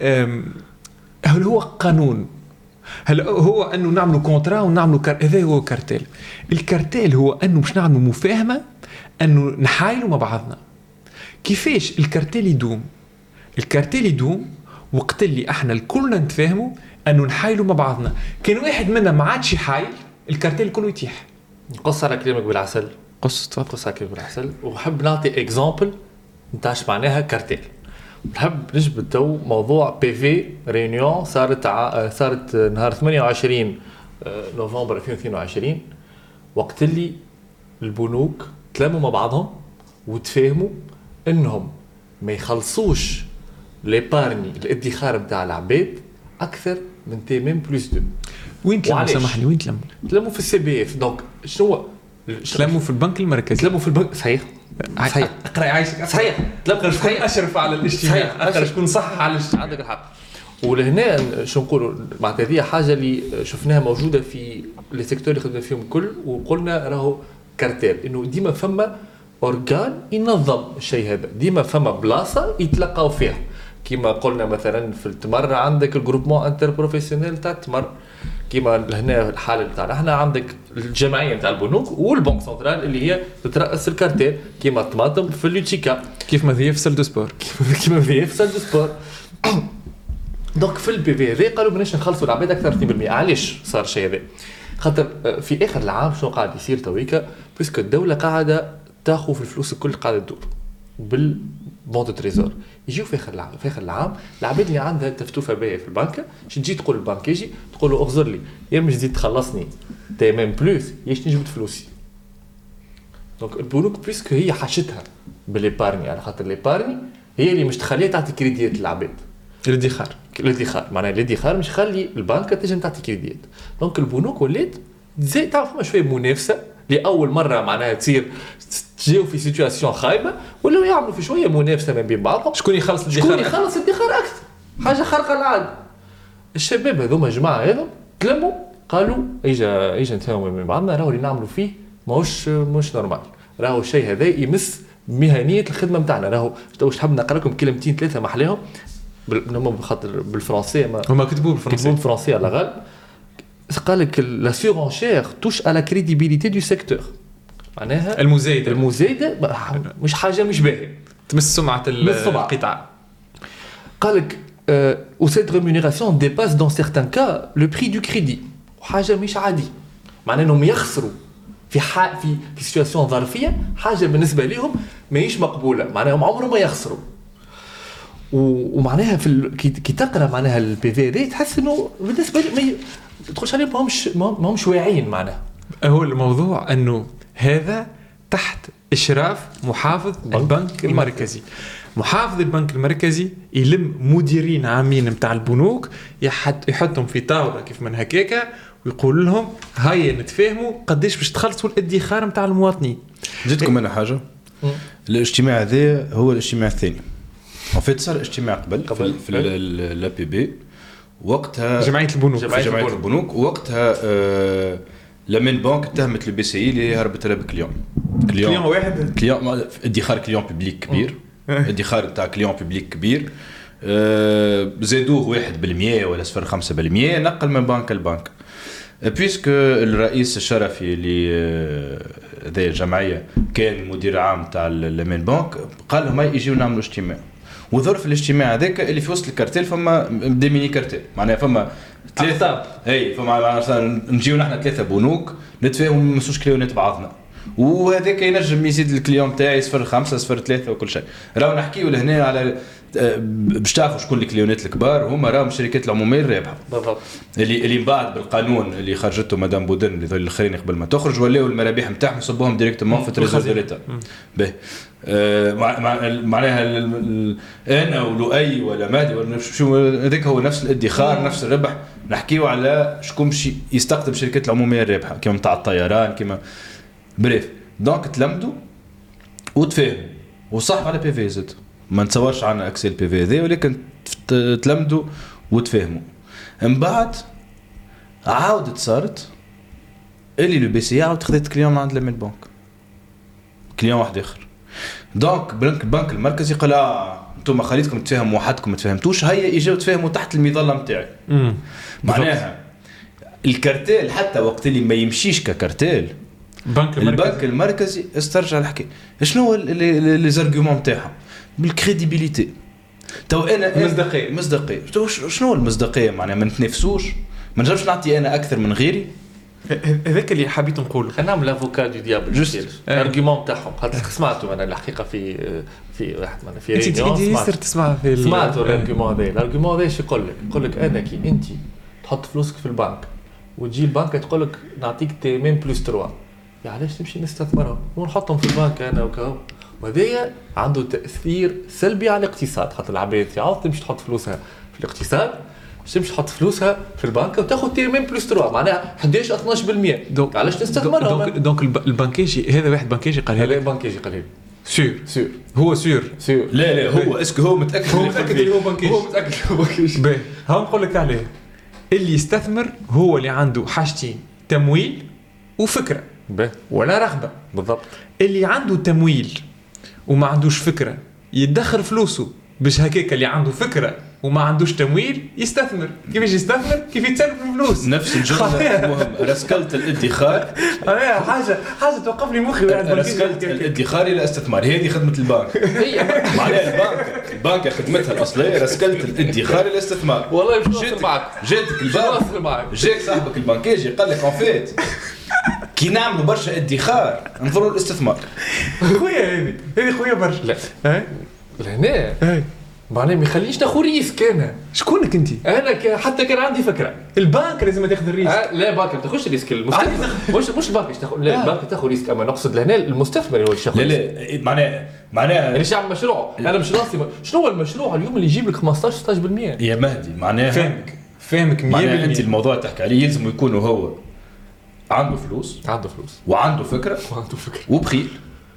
هل هو قانون؟ هل هو انه نعملوا كونترا ونعملوا كار... هذا هو كارتيل. الكارتيل هو انه باش نعملوا مفاهمه انه نحايلوا مع بعضنا. كيفاش الكارتيل يدوم؟ الكارتيل يدوم وقت اللي احنا الكل نتفاهموا انه نحايلوا مع بعضنا. كان واحد منا ما عادش يحايل الكارتيل كله يتيح. قص على كلامك بالعسل قص تفضل قص على كلامك بالعسل وحب نعطي اكزامبل نتاعش معناها كارتيل. نحب نجبد تو موضوع بي في ريونيون صارت ع... صارت نهار ثمانية وعشرين نوفمبر ألفين واثنين وعشرين وقت اللي البنوك تلاموا مع بعضهم وتفاهموا انهم ما يخلصوش ليبارني الادخار نتاع العباد اكثر من تمام بلس دو. وين تلموا سامحني وين تلموا؟ تلموا في السي بي اف. دونك شنو تلموا في البنك المركزي؟ تلموا في البنك صحيح صحيح اقرا عايشك صحيح تلقى شكون اشرف على الاجتماع اقرا شكون صح على الاجتماع. عندك الحق. ولهنا شو نقولوا معناتها هذه حاجه اللي شفناها موجوده في لي سيكتور اللي خدمنا فيهم الكل وقلنا راهو كارتيل انه ديما فما اورغان ينظم الشيء هذا ديما فما بلاصه يتلقاو فيها كما قلنا مثلا في التمر عندك الجروبمون انتر بروفيسيونيل تاع التمر كما هنا الحاله تاعنا احنا عندك الجمعيه نتاع البنوك والبنك سنترال اللي هي تترأس الكارتيل كما الطماطم في اللوتشيكا كيف ما ذي في سال دو سبور كيف ما ذي في سال دو سبور. دونك في البي في هذا قالوا بلاش نخلصوا العباد اكثر اثنين بالمئة. علاش صار الشيء هذا؟ خاطر في اخر العام شنو قاعد يصير تويكا باسكو الدوله قاعده تاخذ في الفلوس الكل قاعده تدور بال بونت تريزور. يجيو في اخر العام في اخر العام العباد اللي عندها تفتوفه باهيه في البنك شي تجي تقول البنك يجي تقول له اغزر لي يا مش تزيد تخلصني تمام بلوس ياش نجبد فلوسي دونك البنوك بيسك هي حاشتها بالإيبارني على خاطر الإيبارني هي اللي مش تخليها تعطي كريديات للعباد. الادخار الادخار معناها الادخار مش خلي البنك تنجم تعطي كريديات. دونك البنوك ولات زي تعرف فما شويه منافسه لاول مره معناها تصير تجيو في سيتواسيون خايبه ولا يعملوا في شويه منافسه ما بين بعضهم. شكون يخلص الادخار؟ شكون يخلص الادخار اكثر؟ حاجه خارقه للعاده. الشباب هذوما جماعه هذو تلموا قالوا اجا اجا نتفاهموا من بعضنا راهو اللي نعملوا فيه ماهوش مش نورمال، راهو الشيء هذا يمس مهنيه الخدمه نتاعنا. راهو واش حاب نقرا لكم كلمتين ثلاثه محلاهم بخاطر بالفرنسيه ما هما كتبوا بالفرنسيه كتبوا بالفرنسيه على غالب. قال لك لا سورانشير توش على كريديبيليتي دو سيكتور، معناها المزايده المزايده مش حاجه مش باهيه تمس سمعه القطاع. قال لك و cette rémunération dépasse dans certains cas le prix du crédit، وحاجه مش عادي معناها انهم يخسروا في ح... في في سيتواسيون ظرفيه حاجه بالنسبه لهم ماهيش مقبوله، معناها عمرهم ما يخسروا. ومعناها في ال... كي تقرا معناها البي في دي تحس انه بالنسبه لي ما ي... تدخلش عليهم ما همش ما همش واعيين. معناها هو الموضوع انه هذا تحت اشراف محافظ البنك المركزي. محافظ البنك المركزي يلم مديرين عامين نتاع البنوك يحط يحطهم في طاوله كيف من هكاكا ويقول لهم هيا نتفاهموا قداش باش تخلصوا الادخار نتاع المواطنين. جدكم انا حاجه الاجتماع هذا هو الاجتماع الثاني. وفيت صار اجتماع قبل قبل في لا بي بي وقتها جمعيه البنوك جمعيه البنوك وقتها آه لمن بنك اتهمت البي سي اي اللي هربت لها بكليون كليون واحد كليون ادخار كليون ببليك كبير ادخار تاع كليون ببليك كبير آه زادوه واحد بالمية ولا صفر خمسة بالمية نقل من بنك لبنك. بيسك الرئيس الشرفي اللي ذي الجمعيه كان مدير عام تاع لمن بنك قال لهم يجيو نعملوا اجتماع. وظرف الاجتماع هذاك اللي في وسط الكارتيل فما دي ميني كارتيل معناها فما ثلاثه اي فما مثلا نجيو نحن ثلاثه بنوك نتفاهموا ما نمسوش كليونات بعضنا وهذاك ينجم يزيد الكليون تاعي صفر خمسة صفر ثلاثة وكل شيء. راهو نحكيو لهنا على باش تعرفوا شكون الكليونات الكبار هما راهم الشركات العموميه الرابحه بالضبط اللي اللي بعد بالقانون اللي خرجته مدام بودن اللي ذول الاخرين قبل ما تخرج ولاو المرابح نتاعهم يصبوهم ديريكتومون في تريزور ديتا باهي معناها انا ولؤي ولا مادي ولا شو هذاك هو نفس الادخار نفس الربح. نحكيو على شكون باش يستقطب الشركات العموميه الرابحه كما نتاع الطيران كما بريف. دونك تلمدوا وتفاهموا وصح على بي في زد ما نتصورش عنا اكسل بي في ذي ولكن تلمدوا وتفاهموا. من بعد عاودت صارت اللي لو بي سي عاود خذت كليون من عند لمن بنك كليون واحد اخر. دونك بنك البنك المركزي قال اه انتم خليتكم تفهموا وحدكم ما تفهمتوش هيا اجاو تفهموا تحت المظله نتاعي. معناها الكارتيل حتى وقت اللي ما يمشيش ككارتيل البنك المركزي, البنك المركزي استرجع الحكي شنو هو لي زارغومون نتاعهم بالكريديبيليتي. تو انا مصداقيه مصداقيه شنو المصداقيه معناها ما نتنافسوش ما نجمش نعطي انا اكثر من غيري. هذاك اللي حبيت نقوله. خلينا نعمل افوكاد دو ديابل جوست الارغيومون تاعهم خاطر سمعتوا انا الحقيقه في في واحد من في ريونيون سمعت تسمع في سمعتوا الارغيومون هذا. الارغيومون هذا ايش يقول لك؟ يقول لك انا كي انت تحط فلوسك في البنك وتجي البنك تقول لك نعطيك تي ميم بلس ثلاثة علاش تمشي نستثمرهم ونحطهم في البنك انا وكاو. وهذا عنده تاثير سلبي على الاقتصاد خاطر العباد تعاود تمشي تحط فلوسها في الاقتصاد تمشي تحط فلوسها في البنك وتاخذ تي ميم بلس ثلاثة معناها احداش اثناش بالمية. دونك علاش تستثمرهم؟ دونك دونك البنكيجي هذا واحد بنكيجي قال هذا بنكيجي قال سور سور هو سور سور لا لا هو اسكو هو متاكد هو متاكد اللي هو بنكيجي هو متاكد هو بنكيجي. باهي ها نقول لك عليه اللي يستثمر هو اللي عنده حاجتين تمويل وفكره باهي ولا رغبه. بالضبط. اللي عنده تمويل وما عندوش فكره يدخر فلوسه باش هكاك اللي عنده فكره وما عندوش تمويل يستثمر. كيفاش يستثمر؟ كيف يتسلف الفلوس. نفس الجمله مهم رسكلت الادخار هي حاجه حاجه توقف لي مخي. رسكلت الادخار الى استثمار هذه خدمه البنك. معناها البنك البنك خدمتها الاصليه رسكلت الادخار الى استثمار. والله مش نوصل معك جاتك البنك جاك صاحبك البنكيجي قال لك انفيت كي نعملوا برشا ادخار نظروا الاستثمار. خويا هذه هذه خويا برشا. لا لهنا معناه ما يخليش تاخذ ريسك. انا شكونك انت؟ انا ك... حتى كان عندي فكره. البنك لازم تاخذ الريسك. آه لا البنك ما تاخذش ريسك المستثمر. مش مش البنك اللي تاخذ، لا البنك تاخذ ريسك، اما نقصد لهنا المستثمر هو اللي ياخذ. لا لا معناها معناها اللي يعمل مشروع. انا مش راسي شنو هو المشروع اليوم اللي يجيب لك خمسطاش ستطاش بالمية يا مهدي. معناها فاهمك فاهمك مية معناها بالمية. انت الموضوع تحكي عليه يلزم يكون هو عنده فلوس عنده فلوس وعنده فكره وعنده فكره وبخيل.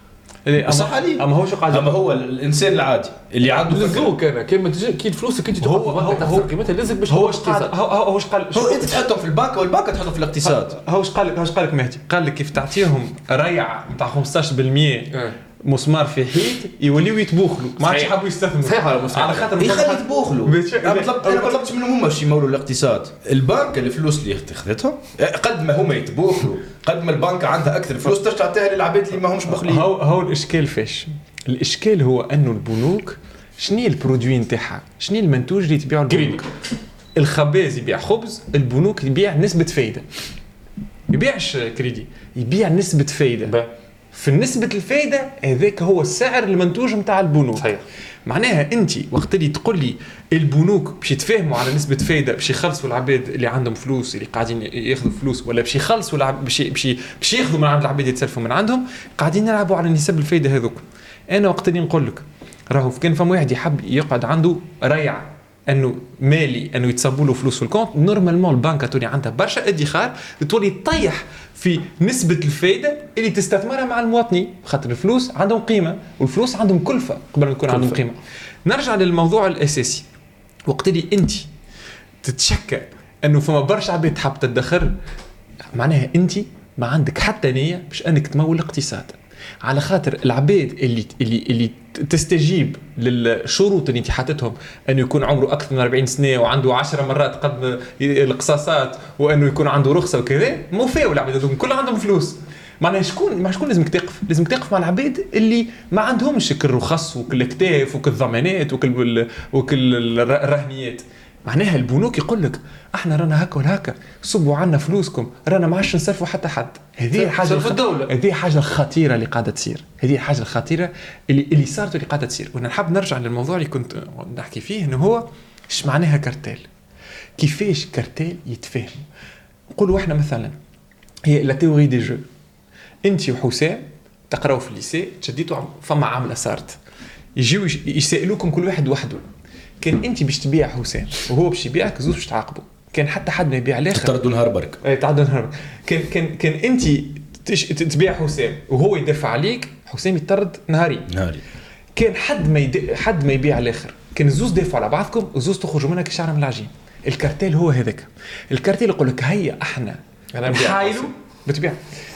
صح عليه. اما هو شو قاعد اما هو الانسان العادي اللي عنده فكره لزوك. انا كيما تجي كي فلوسك انت هو- تحط هو- في هو- قيمتها لازم باش هو تحط ايش قال اقتصاد. هو هو ايش قال هو انت تحطهم في البنك والبنك تحطهم في الاقتصاد. هو ايش قال لك هو ايش قال لك ايش قال لك مهدي؟ قال لك كيف تعطيهم نتاع خمسطاش بالمية آه. مسمار في حيط يوليو يتبوخلوا ما عادش صحيح. يحبوا يستثمروا. صحيح ولا مش على خاطر يخلي تبوخلوا. بتش- انا ما طلبت انا ما طلبتش منهم هما باش يمولوا الاقتصاد. البنك الفلوس اللي اخذتهم قد ما هما يتبوخلوا قد ما البنك عندها اكثر فلوس ترجع تعطيها للعباد اللي ما همش بخلين. هو هو الاشكال فاش؟ الاشكال هو انه البنوك شنو البرودوي نتاعها؟ شنو المنتوج اللي تبيعه البنوك؟ الخباز يبيع خبز، البنوك يبيع نسبة فايدة. يبيعش كريدي، يبيع نسبة فايدة. في نسبة الفايدة هذاك هو السعر المنتوج نتاع البنوك. صحيح. معناها انت وقت اللي تقول لي البنوك باش يتفاهموا على نسبة فايدة باش يخلصوا العباد اللي عندهم فلوس اللي قاعدين ياخذوا فلوس، ولا باش يخلصوا العب باش باش باش ياخذوا من عند العباد يتسلفوا من عندهم، قاعدين يلعبوا على نسب الفايدة هذوك. انا وقت اللي نقول لك راهو كان فما واحد يحب يقعد عنده ريع انه مالي انه يتصبوا له فلوس في الكونت، نورمالمون البنك تولي عندها برشا ادخار تولي تطيح في نسبة الفايدة اللي تستثمرها مع المواطنين، خاطر الفلوس عندهم قيمة والفلوس عندهم كلفة قبل ما يكون عندهم قيمة. نرجع للموضوع الأساسي، وقت اللي أنت تتشكى أنه فما برشا عباد تحب تدخر، معناها أنت ما عندك حتى نية باش أنك تمول الاقتصاد، على خاطر العباد اللي اللي اللي تستجيب للشروط اللي انت حاطتهم انه يكون عمره اكثر من أربعين سنه وعنده عشر مرات قد القصاصات وانه يكون عنده رخصه وكذا، مو فاو العباد هذوك كل عندهم فلوس. معناها شكون مع شكون لازمك تقف؟ لازمك تقف مع العباد اللي ما عندهمش كل الرخص وكل الكتاف وكل الضمانات وكل وكل الرهنيات. معناها البنوك يقول لك احنا رانا هكا ولا هكا، صبوا عنا فلوسكم، رانا ما عادش نصرفوا حتى حد. هذه حاجه في الدوله، هذه حاجه خطيره اللي قاعده تصير، هذه الحاجه الخطيره اللي اللي صارت واللي قاعده تصير. وانا نحب نرجع للموضوع اللي كنت نحكي فيه، انه هو ايش معناها كارتيل، كيفاش كارتيل يتفاهم. نقولوا احنا مثلا هي لا تيوري دي جو، انت وحسام تقراوا في الليسي تشديتوا فما عامله صارت، يجيو يسالوكم كل واحد وحده، كان انت باش تبيع حسام وهو باش يبيعك، زوج باش تعاقبوا، كان حتى حد ما يبيع الاخر تردوا نهار برك. اي تعدوا نهار. كان كان كان انت تش... تبيع حسام وهو يدافع عليك، حسام يطرد نهاري نهاري. كان حد ما يد... حد ما يبيع الاخر، كان الزوز دافعوا على بعضكم وزوز تخرجوا منها كشعر من العجين. الكارتيل هو هذاك، الكارتيل يقول لك هيا احنا نحايلوا بتبيع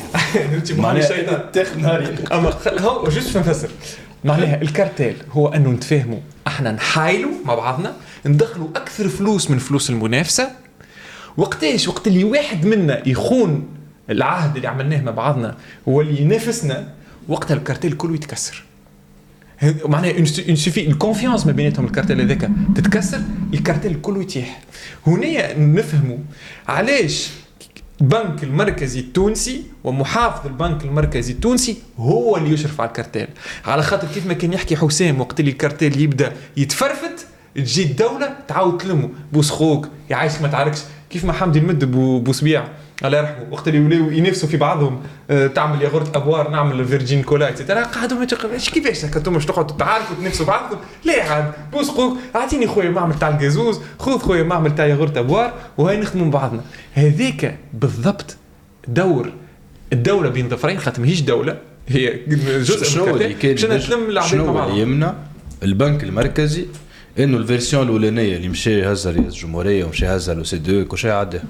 معناها تاخذ نهاري. اما هو جوست نفسر معناها الكارتيل هو انه نتفاهموا احنا نحايلوا مع بعضنا، ندخلوا اكثر فلوس من فلوس المنافسه. وقتاش وقت اللي واحد منا يخون العهد اللي عملناه مع بعضنا واللي ينافسنا، وقتها الكارتيل كله يتكسر. معناها اون سوفي الكونفيونس ما بيناتهم، الكارتيل هذاك تتكسر، الكارتيل كله يتيح. هنا نفهموا علاش البنك المركزي التونسي ومحافظ البنك المركزي التونسي هو اللي يشرف على الكارتيل، على خاطر كيف ما كان يحكي حسام وقت اللي الكارتيل يبدا يتفرفت، تجي الدوله تعاود تلمه، بوس خوك يعيش ما تعركش، كيف ما حمدي المد بوسبيع الله يرحمه وقت اللي ولاو ينافسوا في بعضهم، أه تعمل ياغورت ابوار نعمل فيرجين كولا ايتترا، قعدوا ما ايش كيفاش هكا انتم باش تقعدوا تعاركوا تنافسوا بعضكم؟ لا عاد بوس خوك اعطيني خويا معمل تاع الجازوز، خذ خويا معمل تاع ياغورت ابوار، وهاي نخدموا بعضنا. هذيك بالضبط دور الدوله بين ظفرين، خاطر ماهيش دوله، هي جزء شنو اللي كان شنو اللي يمنع البنك المركزي انه الفيرسيون الاولانيه اللي مشى هزها رئيس الجمهوريه ومشى هزها لو سي دو كل شيء عداه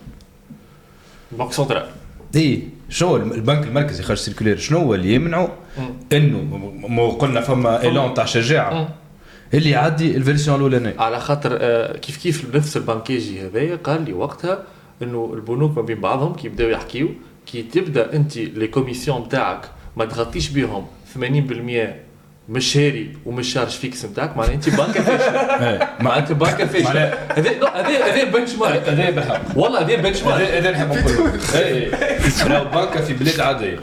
بنك سنترال اي شنو البنك المركزي خرج سيركولير، شنو هو اللي يمنعه انه ما قلنا فما ايلون تاع شجاعه اللي يعدي الفيرسيون الاولانيه؟ على خاطر آه كيف كيف نفس البنكيجي هذايا قال لي وقتها انه البنوك ما بين بعضهم كي يبداو يحكيو، كي تبدا انت لي كوميسيون نتاعك ما تغطيش بهم ثمانين بالمية مش شاري ومش شارج فيكس نتاعك، معناها انت بنكه فاشله. معناتها بنكه فاشله. هذا هذا هذا بنش مارك، هذا بالحق والله هذا بنش مارك، هذا نحب نقول اي راهو بنكه في بلاد عاديه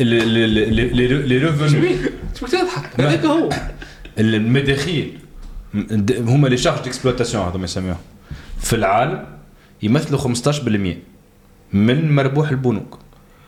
لي ريفوني شو تضحك، هذاك هو المداخيل هما لي شارج ديكسبلوتاسيون هذوما يسميوهم في العالم يمثلوا خمسطاش بالمية من مربوح البنوك.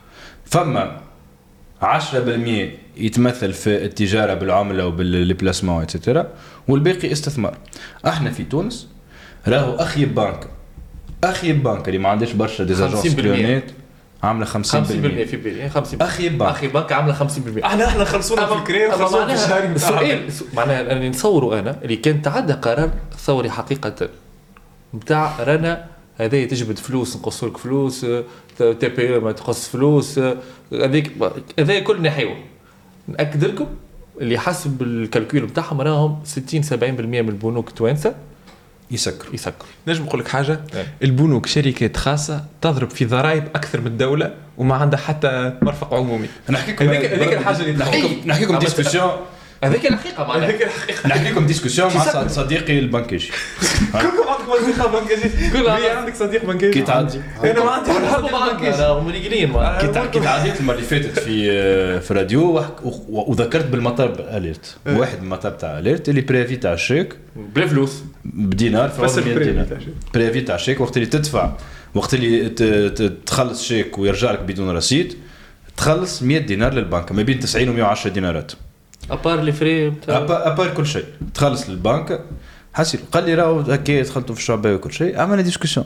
فما عشرة بالمية يتمثل في التجاره بالعمله وبالبلاسمون اتسيتيرا، والباقي استثمار. احنا في تونس راهو اخي بنك اخي بنك اللي ما عندهاش برشا ديزاجونس كليونات عامله خمسين بالمية في بالمية خمسين بالمية اخي بنك اخي بنك عامله خمسين بالمية. احنا احنا خلصونا في الكريم وخلصونا في الشهر. السؤال معناها اللي نصوروا انا اللي كان تعدى قرار ثوري حقيقه نتاع رانا هذا تجبد فلوس نقص لك فلوس تي بي ما تقص فلوس هذيك هذا كل نحيوه. ناكد لكم اللي حسب الكالكول نتاعهم راهم ستين سبعين بالمية من البنوك التوانسه يسكروا يسكروا. نجم نقول لك حاجه، البنوك شركات خاصه تضرب في ضرائب اكثر من الدوله وما عندها حتى مرفق عمومي. نحكي لكم هذيك هذيك الحاجه اللي نحكي لكم نحكي لكم ديسكوسيون هذيك الحقيقه معناها هذيك الحقيقه. نحكي لكم ديسكوسيون مع صديقي البنكاجي. كلكم عندكم صديق بنكاجي، كل عندك صديق بنكاجي. كي تعدي انا ما عندي حد بنكاجي، هم رجلين كي كي تعديت المره اللي فاتت في في راديو وذكرت بالمطار اليرت واحد من المطار تاع اليرت اللي بريفي تاع الشيك بلا فلوس بدينار في بس مية دينار بريفي تاع الشيك. وقت اللي تدفع وقت اللي تخلص شيك ويرجع لك بدون رصيد تخلص مية دينار للبنك، ما بين تسعين و مية وعشرة دينارات ابار لي فري ابار كل شيء تخلص للبنك. حسيت قال لي راهو هكا دخلتوا في الشعبيه وكل شيء. عملنا ديسكوسيون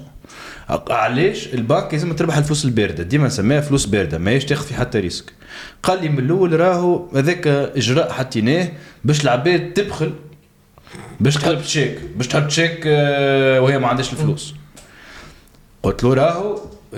علاش البنك لازم تربح الفلوس البارده، ديما نسميها فلوس بارده ماهيش تاخذ في حتى ريسك. قال لي من الاول راهو هذاك اجراء حطيناه باش العباد تبخل باش تحط شيك باش تحط شيك وهي ما عندهاش الفلوس. قلت له راهو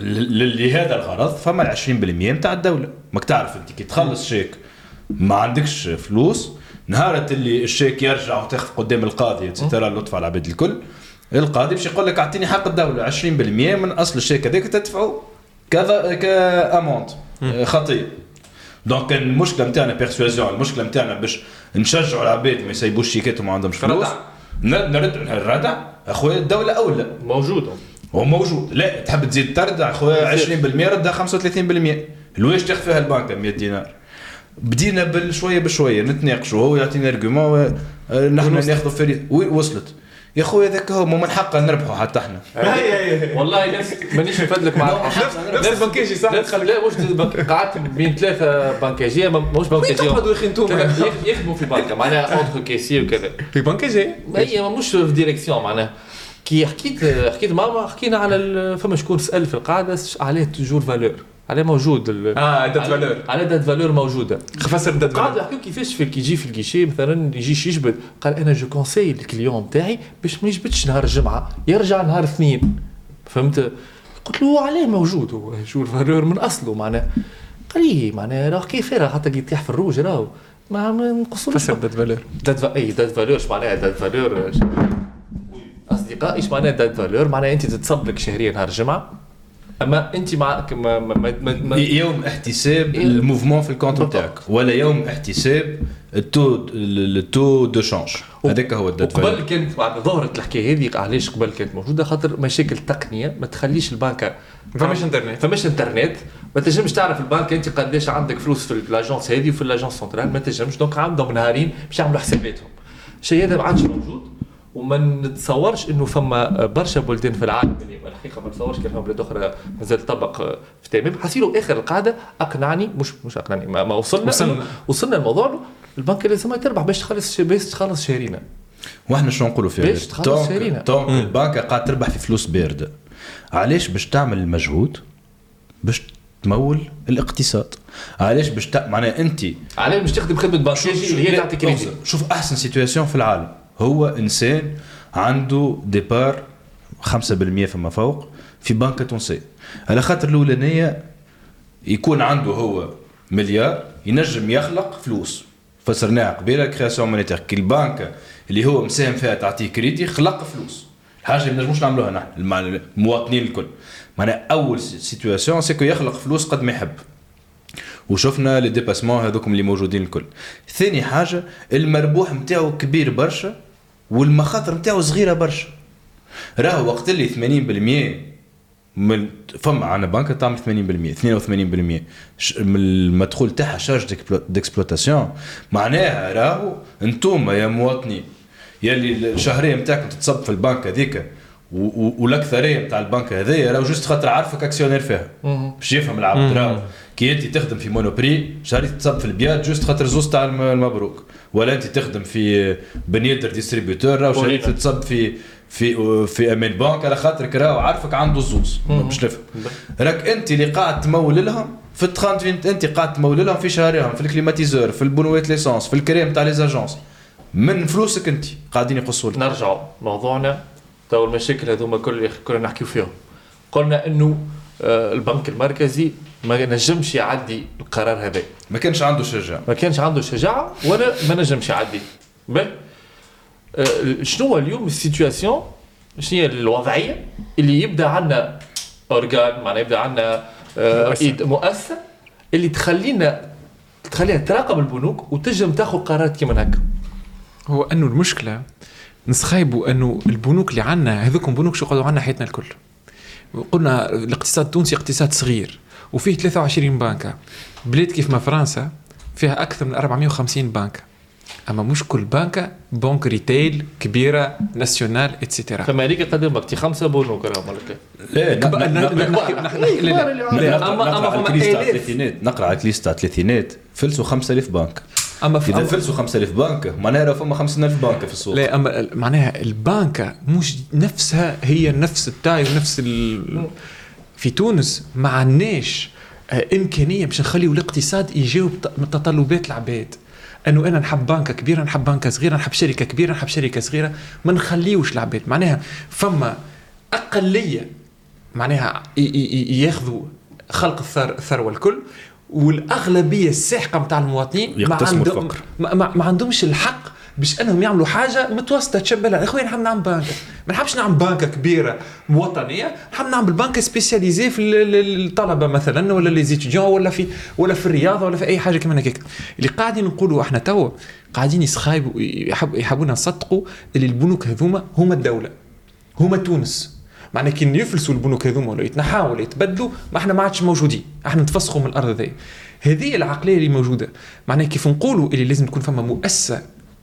لهذا الغرض فما عشرين بالمية نتاع الدوله. ماك تعرف انت كي تخلص شيك ما عندكش فلوس نهارة اللي الشيك يرجع وتاخذ قدام القاضي ترى اللطف على العباد الكل، القاضي باش يقول لك اعطيني حق الدوله عشرين بالمية من اصل الشيك هذاك تدفعه كذا كامونت خطير. دونك المشكله نتاعنا بيرسوازيون، المشكله نتاعنا باش نشجعوا العباد ما يسيبوش شيكاتهم ما عندهمش فلوس نرد الردع. اخويا الدوله اولى موجود هو موجود، لا تحب تزيد تردع اخويا عشرين بالمية ردها خمسة وثلاثين بالمية. لويش تاخذ فيها البنك مية دينار؟ بدينا بالشويه بشويه نتناقشوا هو يعطينا ارغيومون نحن ناخذوا في وين وصلت يا خويا ذاك هو مو من حقنا نربحوا حتى احنا. والله نفس مانيش نفدلك معك نفس البنكاجي صح. لا واش قعدت بين ثلاثه بنكاجيه ماهوش بنكاجيه تقعدوا يا اخي انتم يخدموا في بنكه معناها اونتر كيسي وكذا في بنكاجي هي مش في ديريكسيون. معناها كي حكيت حكيت ماما حكينا على فما شكون سأل في القاعده عليه توجور فالور على موجود اه دات فالور على دات فالور موجوده. خفسر دات فالور قاعد يحكيو كيفاش في كي يجي في الكيشي مثلا يجيش يجبد قال انا جو كونساي الكليون تاعي باش ما يجبدش نهار الجمعه يرجع نهار الاثنين. فهمت؟ قلت له عليه موجود هو جور فالور من اصله. معناه قال لي معناه راه كيف راه حتى كي يطيح في الروج راهو ما نقصوش. فسر دات فالور دات اي دات فالور ايش معناها دات فالور اصدقائي ايش معناها دات فالور؟ معناها انت تتصب لك شهريا نهار الجمعه اما انت معك ما ما ما ما يوم احتساب الموفمون في الكونت تاعك ولا يوم احتساب التو التو دو شانج هذاك هو الدات فالور. قبل كانت بعد ظهرت الحكايه هذه علاش قبل كانت موجوده خاطر مشاكل تقنيه ما تخليش البنك فماش انترنت فماش انترنت ما تنجمش تعرف البنك انت قداش عندك فلوس في لاجونس هذه وفي لاجونس سنترال ما تنجمش. دونك عندهم نهارين باش يعملوا حساباتهم. الشيء هذا ما عادش موجود وما نتصورش انه فما برشا بلدان في العالم اللي الحقيقه ما نتصورش كيف بلاد اخرى مازال طبق في تمام. حسيلو اخر القاعده اقنعني مش مش اقنعني ما, ما وصلنا وصلنا, وصلنا الموضوع البنك لازم تربح باش تخلص باش تخلص شهرينا. واحنا شنو نقولوا فيها باش تخلص شهرينا طونك البنك قاعد تربح في فلوس بارده. علاش باش تعمل المجهود باش تمول الاقتصاد؟ علاش باش تع... معناها انت علاش باش تخدم خدمه بنكاجي اللي هي تعطي كريدي؟ شوف احسن سيتوياسيون في العالم هو انسان عنده ديبار خمسة بالمية فما فوق في بنكة تونسية على خاطر الأولانية يكون عنده هو مليار ينجم يخلق فلوس. فسرناها قبيلة كرياسيون مونيتير كي البنكة اللي هو مساهم فيها تعطيه كريدي خلق فلوس. حاجة اللي نجموش نعملوها نحن المواطنين الكل. معناها أول سيتوياسيون سيكو يخلق فلوس قد ما يحب وشفنا لي ديباسمون هذوكم اللي موجودين الكل. ثاني حاجة المربوح متاعه كبير برشا والمخاطر نتاعو صغيره برشا. راهو وقت اللي ثمانين بالمية من فما عنا بنك تعمل ثمانين بالمية اثنين وثمانين بالمية من المدخول تاعها شارج ديكسبلوتاسيون. معناها راهو انتوما يا مواطنين يلي الشهريه نتاعك تتصب في البنك هذيك والاكثريه نتاع البنك هذايا راهو جوست خاطر عارفك اكسيونير فيها باش يفهم العبد. راهو كي انت تخدم في مونوبري شهريه تتصب في البيات جوست خاطر زوز تاع المبروك، ولا انت تخدم في بنيدر ديستريبيوتور راهو شهريه تتصب في في في امين بنك على خاطرك راهو عارفك عنده الزوز باش تفهم. راك انت اللي قاعد تمول لهم في التخانت، انت قاعد تمول لهم في شهرهم في الكليماتيزور في البونوات ليسانس في الكريم تاع لي زاجونس من فلوسك انت قاعدين يقصوا لك. نرجعوا موضوعنا تو المشاكل هذوما كل كنا نحكيو فيهم. قلنا انه البنك المركزي ما نجمش يعدي القرار هذا، ما كانش عنده شجاعه ما كانش عنده شجاعه ولا ما نجمش يعدي. شنو اليوم السيتواسيون، شنو هي الوضعيه اللي يبدا عندنا اورغان معنا يبدا عندنا مؤسسه اللي تخلينا تخليها تراقب البنوك وتنجم تاخذ قرارات كيما هكا؟ هو انه المشكله نسخايبوا انه البنوك اللي عندنا هذوكم بنوك شو قالوا عندنا حياتنا الكل. قلنا الاقتصاد التونسي اقتصاد صغير وفيه ثلاثة وعشرين بنكه، بلاد كيف ما فرنسا فيها اكثر من أربعمائة وخمسين بنكه، اما مش كل بنكه بنك ريتيل كبيره ناسيونال اتسيتيرا. فما هذيك قدام وقتي خمسه بنوك راهم مالك لا لا اما اما فما الثلاثينات نقرا على ليست تاع الثلاثينات فلسوا خمسة آلاف بنك. اما اذا فلسوا خمسة آلاف بنك معناها فما خمسين ألف بنك في السوق. لا اما معناها البنكه مش نفسها هي نفس التاي ونفس ال... في تونس ما عندناش امكانيه باش نخليو الاقتصاد يجاوب متطلبات العباد. انه انا نحب بنكه كبيره نحب بنكه صغيره نحب شركه كبيره نحب شركه صغيره، ما نخليوش العباد. معناها فما اقليه معناها ياخذوا خلق الثروه الكل، والاغلبيه الساحقه نتاع المواطنين ما عندهم ما, ما عندهمش الحق باش انهم يعملوا حاجه متوسطه تشبه. اخويا نحب نعمل بنكه، ما نحبش نعمل بنكه كبيره وطنيه، نحب نعمل بنكه سبيسياليزي في الطلبه مثلا ولا لي زيتيديون ولا في ولا في الرياضه ولا في اي حاجه كما هكاك. اللي قاعدين نقولوا احنا توا قاعدين يسخايبوا يحب يحبونا نصدقوا اللي البنوك هذوما هما الدوله هما تونس. معنى كي يفلسوا البنوك هذوما ولا يتنحاوا ولا يتبدلوا ما احنا ما عادش موجودين، احنا نتفسخوا من الارض ذي. هذه العقليه اللي موجوده. معنى كيف نقولوا اللي لازم تكون فما مؤسسه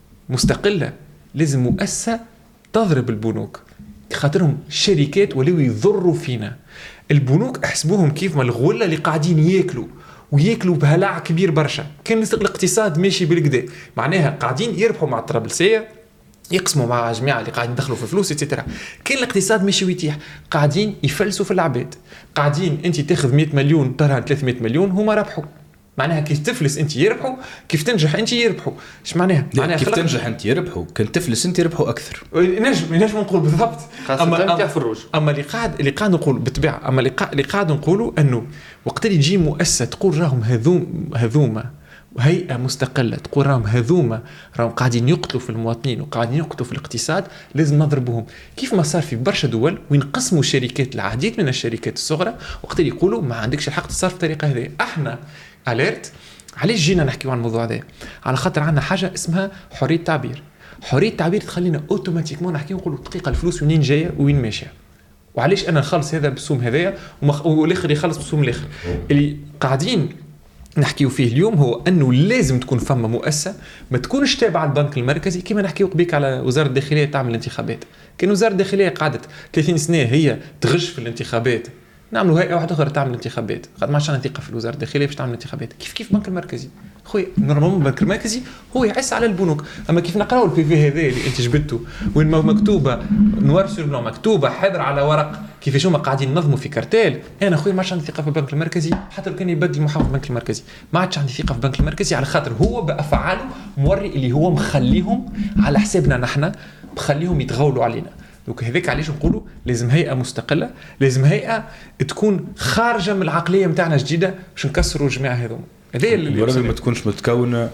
مستقله، لازم مؤسسه تضرب البنوك خاطرهم شركات ولو يضروا فينا. البنوك احسبوهم كيف ما الغله اللي قاعدين ياكلوا وياكلوا بهلع كبير برشا. كان الاقتصاد ماشي بالكدا معناها قاعدين يربحوا مع الطرابلسيه يقسموا مع جماعه اللي قاعدين يدخلوا في فلوس اتسيتيرا. كان الاقتصاد ماشي ويتيح قاعدين يفلسوا في العباد. قاعدين انت تاخذ مئة مليون ترهن ثلاثمئة مليون هما ربحوا. معناها كيف تفلس انت يربحوا، كيف تنجح انت يربحوا. ايش معناها؟ معناها كيف تنجح انت يربحوا، كان تفلس انت يربحوا اكثر. نجم نجم نقول بالضبط. اما اما في الروج. اما اللي قاعد اللي قاعد نقول بالطبيعه، اما اللي قاعد نقولوا انه وقت اللي تجي مؤسسه تقول راهم هذوم هذوما هيئه مستقله تقول راهم هذوما راهم قاعدين يقتلوا في المواطنين وقاعدين يقتلوا في الاقتصاد، لازم نضربوهم. كيف ما صار في برشا دول وين قسموا الشركات العديد من الشركات الصغرى وقت اللي يقولوا ما عندكش الحق تصرف بالطريقه هذه. احنا اليرت علاش جينا نحكيو عن الموضوع هذا؟ على خاطر عندنا حاجه اسمها حريه التعبير. حريه التعبير تخلينا اوتوماتيكمون نحكيو نقولوا دقيقه الفلوس وين جايه وين ماشيه، وعلاش انا نخلص هذا بالسوم هذايا والاخر يخلص بالسوم الاخر. اللي قاعدين نحكيو فيه اليوم هو انه لازم تكون فما مؤسسه ما تكونش تابعه البنك المركزي. كما نحكيو قبيك على وزاره الداخليه تعمل الانتخابات، كان وزاره الداخليه قعدت ثلاثين سنه هي تغش في الانتخابات، نعملوا هيئه واحده اخرى تعمل انتخابات. قد ما عادش عندنا ثقه في وزاره الداخليه باش تعمل انتخابات. كيف كيف البنك المركزي خويا نورمالمون البنك المركزي هو يعس على البنوك. اما كيف نقراو البي في هذا اللي انت جبته وين مكتوبه نوار سور بلون مكتوبه حاضر على ورق كيفاش هما قاعدين ينظموا في كارتيل. انا خويا ما عادش عندي ثقه في البنك المركزي حتى لو كان يبدل محافظ البنك المركزي. ما عادش عندي ثقه في البنك المركزي على خاطر هو بافعاله موري اللي هو مخليهم على حسابنا نحن، مخليهم يتغولوا علينا. دوك هذاك علاش نقولوا لازم هيئه مستقله، لازم هيئه تكون خارجه من العقليه نتاعنا جديده باش نكسروا الجماعه هذوما. هذا اللي ما تكونش متكونه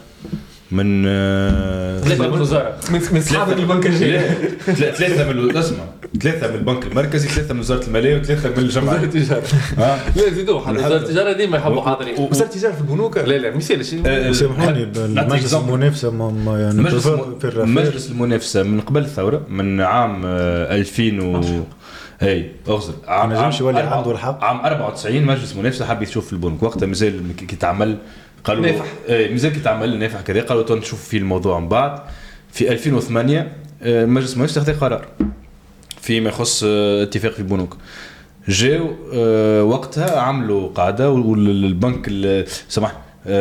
من ثلاثه من وزاره من من اصحاب البنكيه، ثلاثه من اسمع ثلاثه من البنك المركزي، ثلاثه من وزاره الماليه، وثلاثه من الجمعيه التجاره. لا زيدوا وزاره التجاره ديما يحبوا حاضرين. وزاره التجاره في البنوك لا لا مثال سامحوني مجلس المنافسه ما يعني مجلس المنافسه من قبل الثوره من عام ألفين و اي اغزر عام نجمش يولي عنده الحق. عام أربعة وتسعين مجلس منافسه حب يشوف في البنوك وقتها مازال كي تعمل قالوا نافع اي مازال كي تعمل نافع كذا قالوا تو نشوف في الموضوع من بعد. في ألفين وثمانية مجلس المنافسه ياخذ قرار فيما يخص اتفاق في البنوك. جاو وقتها عملوا قاعده والبنك سمح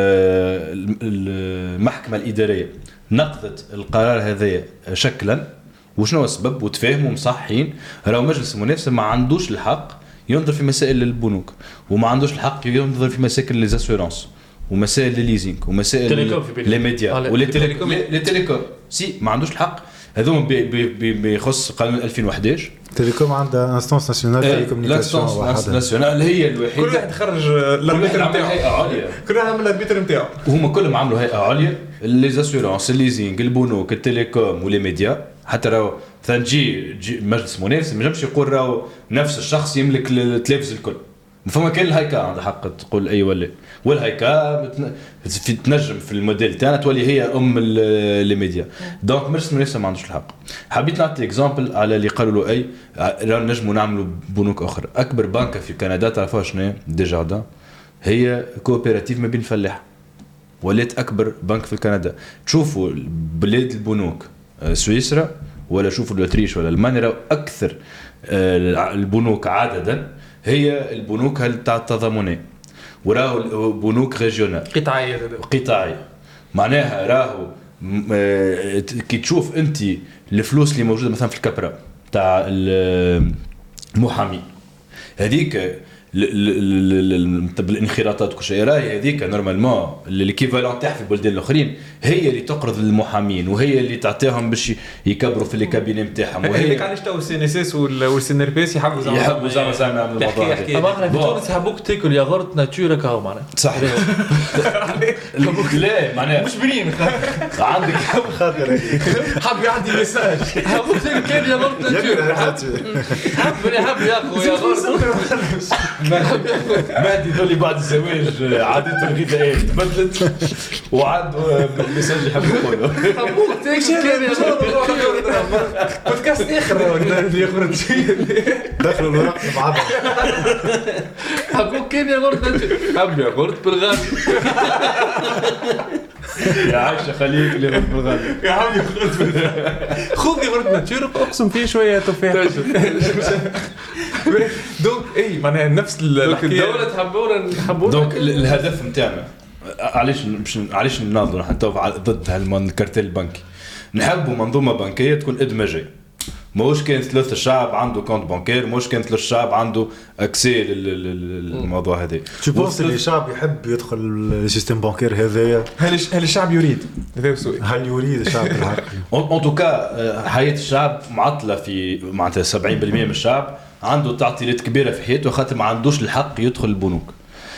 المحكمه الاداريه نقضت القرار هذا شكلا. وشنو السبب؟ وتفاهموا مصحين راهو مجلس المنافسه ما عندوش الحق ينظر في مسائل البنوك وما عندوش الحق ينظر في مسائل ليزاسورانس ومسائل الليزينغ ومسائل لي ميديا ولي تيليكوم. سي ما عندوش الحق هذوما بيخص قانون ألفين وإحداش. تيليكوم عندها انستانس ناسيونال تيليكومونيكاسيون واحده ناسيونال هي الوحيده. كل واحد خرج الاربيتر نتاعو هيئه عليا كل واحد عمل الاربيتر نتاعو وهم كلهم عملوا هيئه عليا ليزاسورانس الليزينغ البنوك التيليكوم ولي ميديا. حتى راهو تنجي مجلس منافس ما جابش يقول راهو نفس الشخص يملك التلفز الكل. فما كان الهيكا عندها حق تقول اي ولا والهيكا في تنجم في الموديل تاعنا تولي هي ام لي ميديا. دونك مجلس المنافسه ما عندوش الحق. حبيت نعطي اكزامبل على اللي قالوا له اي راه نجموا نعملوا بنوك اخرى. اكبر بنك في كندا تعرفوها شنو؟ ديجاردان. هي كوبيراتيف ما بين الفلاح ولات اكبر بنك في كندا. تشوفوا بلاد البنوك سويسرا ولا شوفوا الأتريش ولا المانيا راهو اكثر البنوك عددا هي البنوك تاع التضامنيه وراهو بنوك ريجيونال قطاعيه قطاعيه. معناها راهو كي تشوف انت الفلوس اللي موجوده مثلا في الكبرة تاع المحامي هذيك بالانخراطات كل شيء راهي هذيك نورمالمون ليكيفالون تاع في البلدان الاخرين هي اللي تقرض للمحامين وهي اللي تعطيهم باش يكبروا في الكابيني نتاعهم. وهي علاش تو السي ان اس اس والسي ار بي اس يحبوا زعما يحبوا زعما زعما يعملوا الموضوع هذا. اما احنا في تونس يحبوك تاكل ياغورت ناتور كاو معناها صحيح. لا معناها مش برين عندك خاطر حب يعدي ميساج حبوك تاكل كان ياغورت ناتور حب حب ياكل ياغورت مهدي ذولي بعد الزواج عادته الغذائيه تبدلت وعنده ميساج يحب يقوله حبوك تاكل بودكاست اخر ياخذ دخلوا الورق مع بعض. حبوك كان ياغورت حب ياغورت بالغاز يا عايشه خليك اللي ياغورت بالغاز يا حبيبي خذ ياغورت ناتور اقسم فيه شويه تفاح. دونك اي معناها نفس الدوله تحبونا نحبونا. دونك الهدف نتاعنا علاش باش علاش نناضلوا حتى ضد هالكارتيل البنكي. نحبوا منظومه بنكيه تكون ادمجيه. موش كان ثلاث الشعب عنده كونت بانكير موش كان ثلاث الشعب عنده اكسي للموضوع هذا. تو بونس اللي الشعب يحب يدخل السيستم بانكير هذايا؟ هل هل الشعب يريد؟ هذا السؤال. هل يريد الشعب الحق؟ اون توكا حياه الشعب معطله في معناتها سبعين بالمئة من الشعب عنده تعطيلات كبيره في حياته خاطر ما عندوش الحق يدخل البنوك.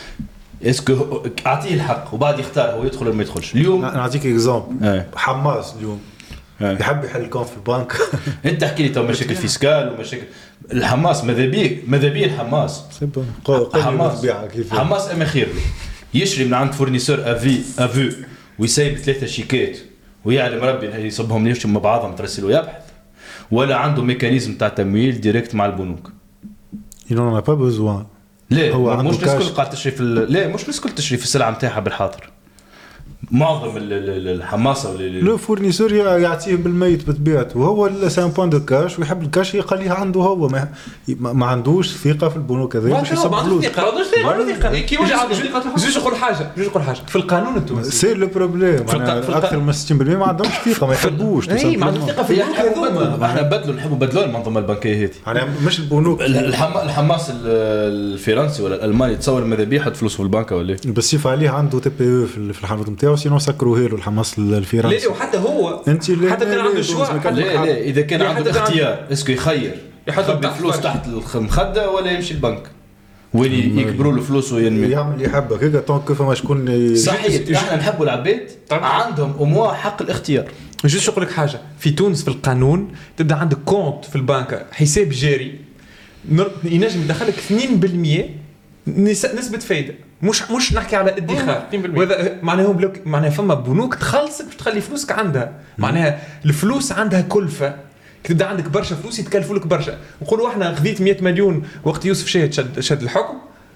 اسكو اعطيه الحق وبعد يختار هو يدخل ولا ما يدخلش. اليوم نعطيك اكزامبل اه. حماس اليوم اه. يحب يحل كونت في البنك. انت تحكي لي تو مشاكل فيسكال ومشاكل الحماس ماذا بيه ماذا بيه الحماس حماس حماس اما خير له يشري من عند فورنيسور افي افو ويسيب ثلاثه شيكات ويعلم ربي يصبهم ليش مع بعضهم ترسل ويبحث ولا عنده ميكانيزم تاع تمويل ديريكت مع البنوك. ينون ما با بوزوان. لا هو مش الناس الكل قاعد تشري في لا مش الناس الكل تشري في السلعه نتاعها بالحاطر. معظم الحماسه ولا لو فورنيسور يعطيه بالميت بطبيعته وهو سان بوان دو كاش ويحب الكاش يقليه عنده هو ما, ما عندوش ثقه في البنوك هذا مش يسبب فلوس. ما عندوش ثقه كيما جوج نقول حاجه جوج نقول حاجه في القانون التونسي سي لو بروبليم اكثر من ستين بالمئة ما عندهمش ثقه ما يحبوش. اي ما عندهمش ثقه في البنوك هذوما. احنا بدلوا نحبوا بدلوا المنظومه البنكيه هذه يعني مش البنوك. الحماس الفرنسي ولا الالماني تصور ماذا بيه يحط فلوسه في البنك ولا بس يفعل عليه عنده تي بي او في الحانوت نتاعو سينو سكروه له الحماس الفرنسي. لا وحتى هو انت حتى كان عنده شواء لا لا اذا كان عنده اختيار اسكو يخير يحط الفلوس تحت المخده ولا يمشي البنك وين يكبروا له فلوس وينمي يعمل اللي يحبه هكا طونك فما شكون صحيح. احنا نحبوا العباد عندهم اموا حق الاختيار. جوست نقول لك حاجه في تونس في القانون تبدا عندك كونت في البنك حساب جاري ينجم يدخلك اثنين بالمئة نسبه فايده مش مش نحكي على ادخار وهذا معناه بلوك معناه فما بنوك تخلصك باش تخلي فلوسك عندها. معناها الفلوس عندها كلفه تبدا عندك برشا فلوس يتكلفوا لك برشا. نقولوا احنا خذيت مئة مليون وقت يوسف شاهد شد, شد الحكم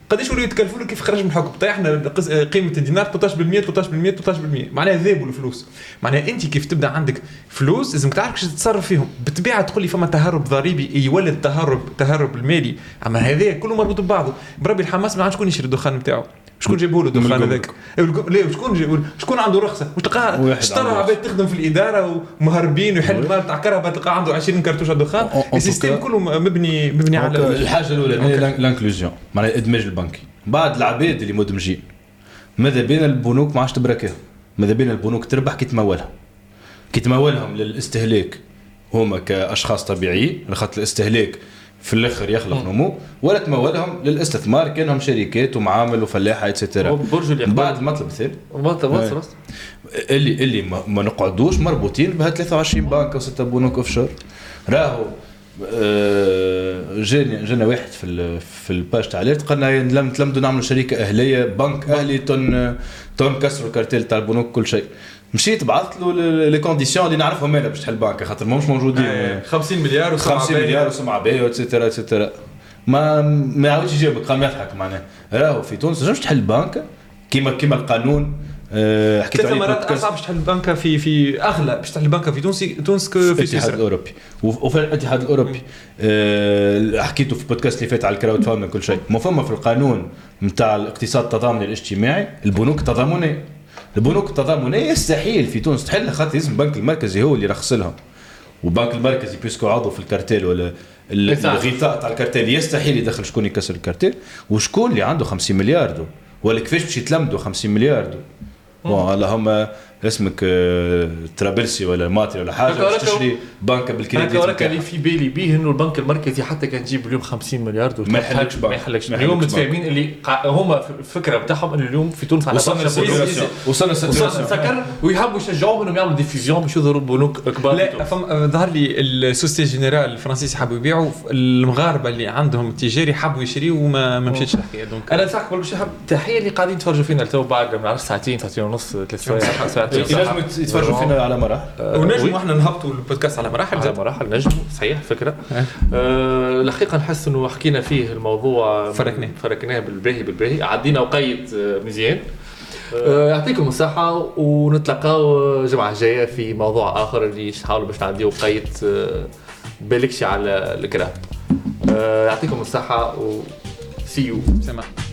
قداش يوليو يتكلفوا له كيف خرج من الحكم طيحنا قيمه الدينار ثلاثة عشر بالمئة ثلاثة عشر بالمئة ثلاثة عشر بالمئة معناها ذابوا الفلوس. معناها انت كيف تبدا عندك فلوس لازم تعرف كيفاش تتصرف فيهم. بالطبيعه تقول لي فما تهرب ضريبي يولد تهرب تهرب المالي، اما هذا كله مربوط ببعضه. بربي الحماس ما عادش شكون يشري الدخان نتاعو، شكون جابوا له الدخان هذاك؟ لا شكون جابوا شكون عنده رخصه؟ واش تلقاه اشترى عباد تخدم في الاداره ومهربين ويحل مال تاع كهرباء، تلقاه عنده عشرين كرتوش دخان. السيستم كله مبني مبني على الحاجه الاولى لانكلوزيون، معناها الادماج البنكي. بعد العباد اللي مدمجين ماذا بين البنوك ما عادش تبركاهم، ماذا بين البنوك تربح كي تمولها، كي تمولهم للاستهلاك هما كاشخاص طبيعيين لخاطر الاستهلاك في الاخر يخلق نمو، ولا تمولهم للاستثمار كانهم شركات ومعامل وفلاحه اتسيتيرا. بعد المطلب الثاني اللي اللي ما, ما نقعدوش مربوطين بها ثلاثة وعشرين بنك او ستة بنوك اوفشور. راهو آه جاني جانا واحد في في الباج تاع اليرت قالنا لم تلمدوا نعملوا شركه اهليه بنك اهلي تن تن كسروا الكارتيل تاع البنوك كل شيء. مشيت بعثت له لي كونديسيون اللي نعرفهم انا باش تحل بنك خاطر ماهمش موجودين. خمسين مليار وسمعه خمسين مليار وسمعه باهيه اتسيتيرا اتسيتيرا. ما ما يعاودش يجاوبك، قام يضحك معناها. راهو في تونس ما تحل بنك كيما كيما القانون. أه حكيت عليه مرات اصعب باش تحل البنكه في في اغلى باش تحل البنكه في تونس تونس في الاتحاد الاوروبي وفي الاتحاد الاوروبي. أه حكيته في بودكاست اللي فات على الكراود فاوندنج كل شيء. ما فما في القانون نتاع الاقتصاد التضامني الاجتماعي البنوك التضامنيه. البنوك التضامنيه يستحيل في تونس تحل خاطر لازم البنك المركزي هو اللي يرخص لهم، والبنك المركزي بيسكو عضو في الكارتيل ولا الغطاء تاع الكارتيل يستحيل يدخل شكون يكسر الكارتيل وشكون اللي عنده خمسين مليار دو ولا كيفاش باش يتلمدوا خمسين مليار دو. بون اللهم اسمك ترابلسي ولا ماتري ولا حاجه باش تشري بنك بالكريديت. هكا اللي في بالي بيه انه البنك المركزي حتى كان تجيب اليوم خمسين مليار دولار ما يحلكش ما يحلكش. اليوم متفاهمين اللي هما الفكره بتاعهم انه اليوم في تونس على وصلنا وصلنا سكر ويحبوا يشجعوهم انهم يعملوا ديفيزيون باش يظهروا بنوك كبار. لا فهم ظهر لي السوسيتي جينيرال الفرنسيس حبوا يبيعوا، المغاربه اللي عندهم التجاري حبوا يشريوا وما ما مشيتش الحكايه. دونك انا نصحك باش تحيه اللي قاعدين يتفرجوا فينا التو بعد ما نعرف ساعتين ساعتين ونص ثلاث ساعات لازم يتفرجوا فينا على مراحل ونجموا احنا نهبطوا البودكاست على مراحل على مراحل نجموا صحيح فكره. أه الحقيقه نحس انه حكينا فيه الموضوع فركناه فركناه بالباهي بالباهي عدينا وقيد مزيان. أه يعطيكم الصحه ونتلاقاو الجمعه الجايه في موضوع اخر اللي نحاولوا باش نعديو قيد بالكشي على الكرا. أه يعطيكم الصحه و سي يو.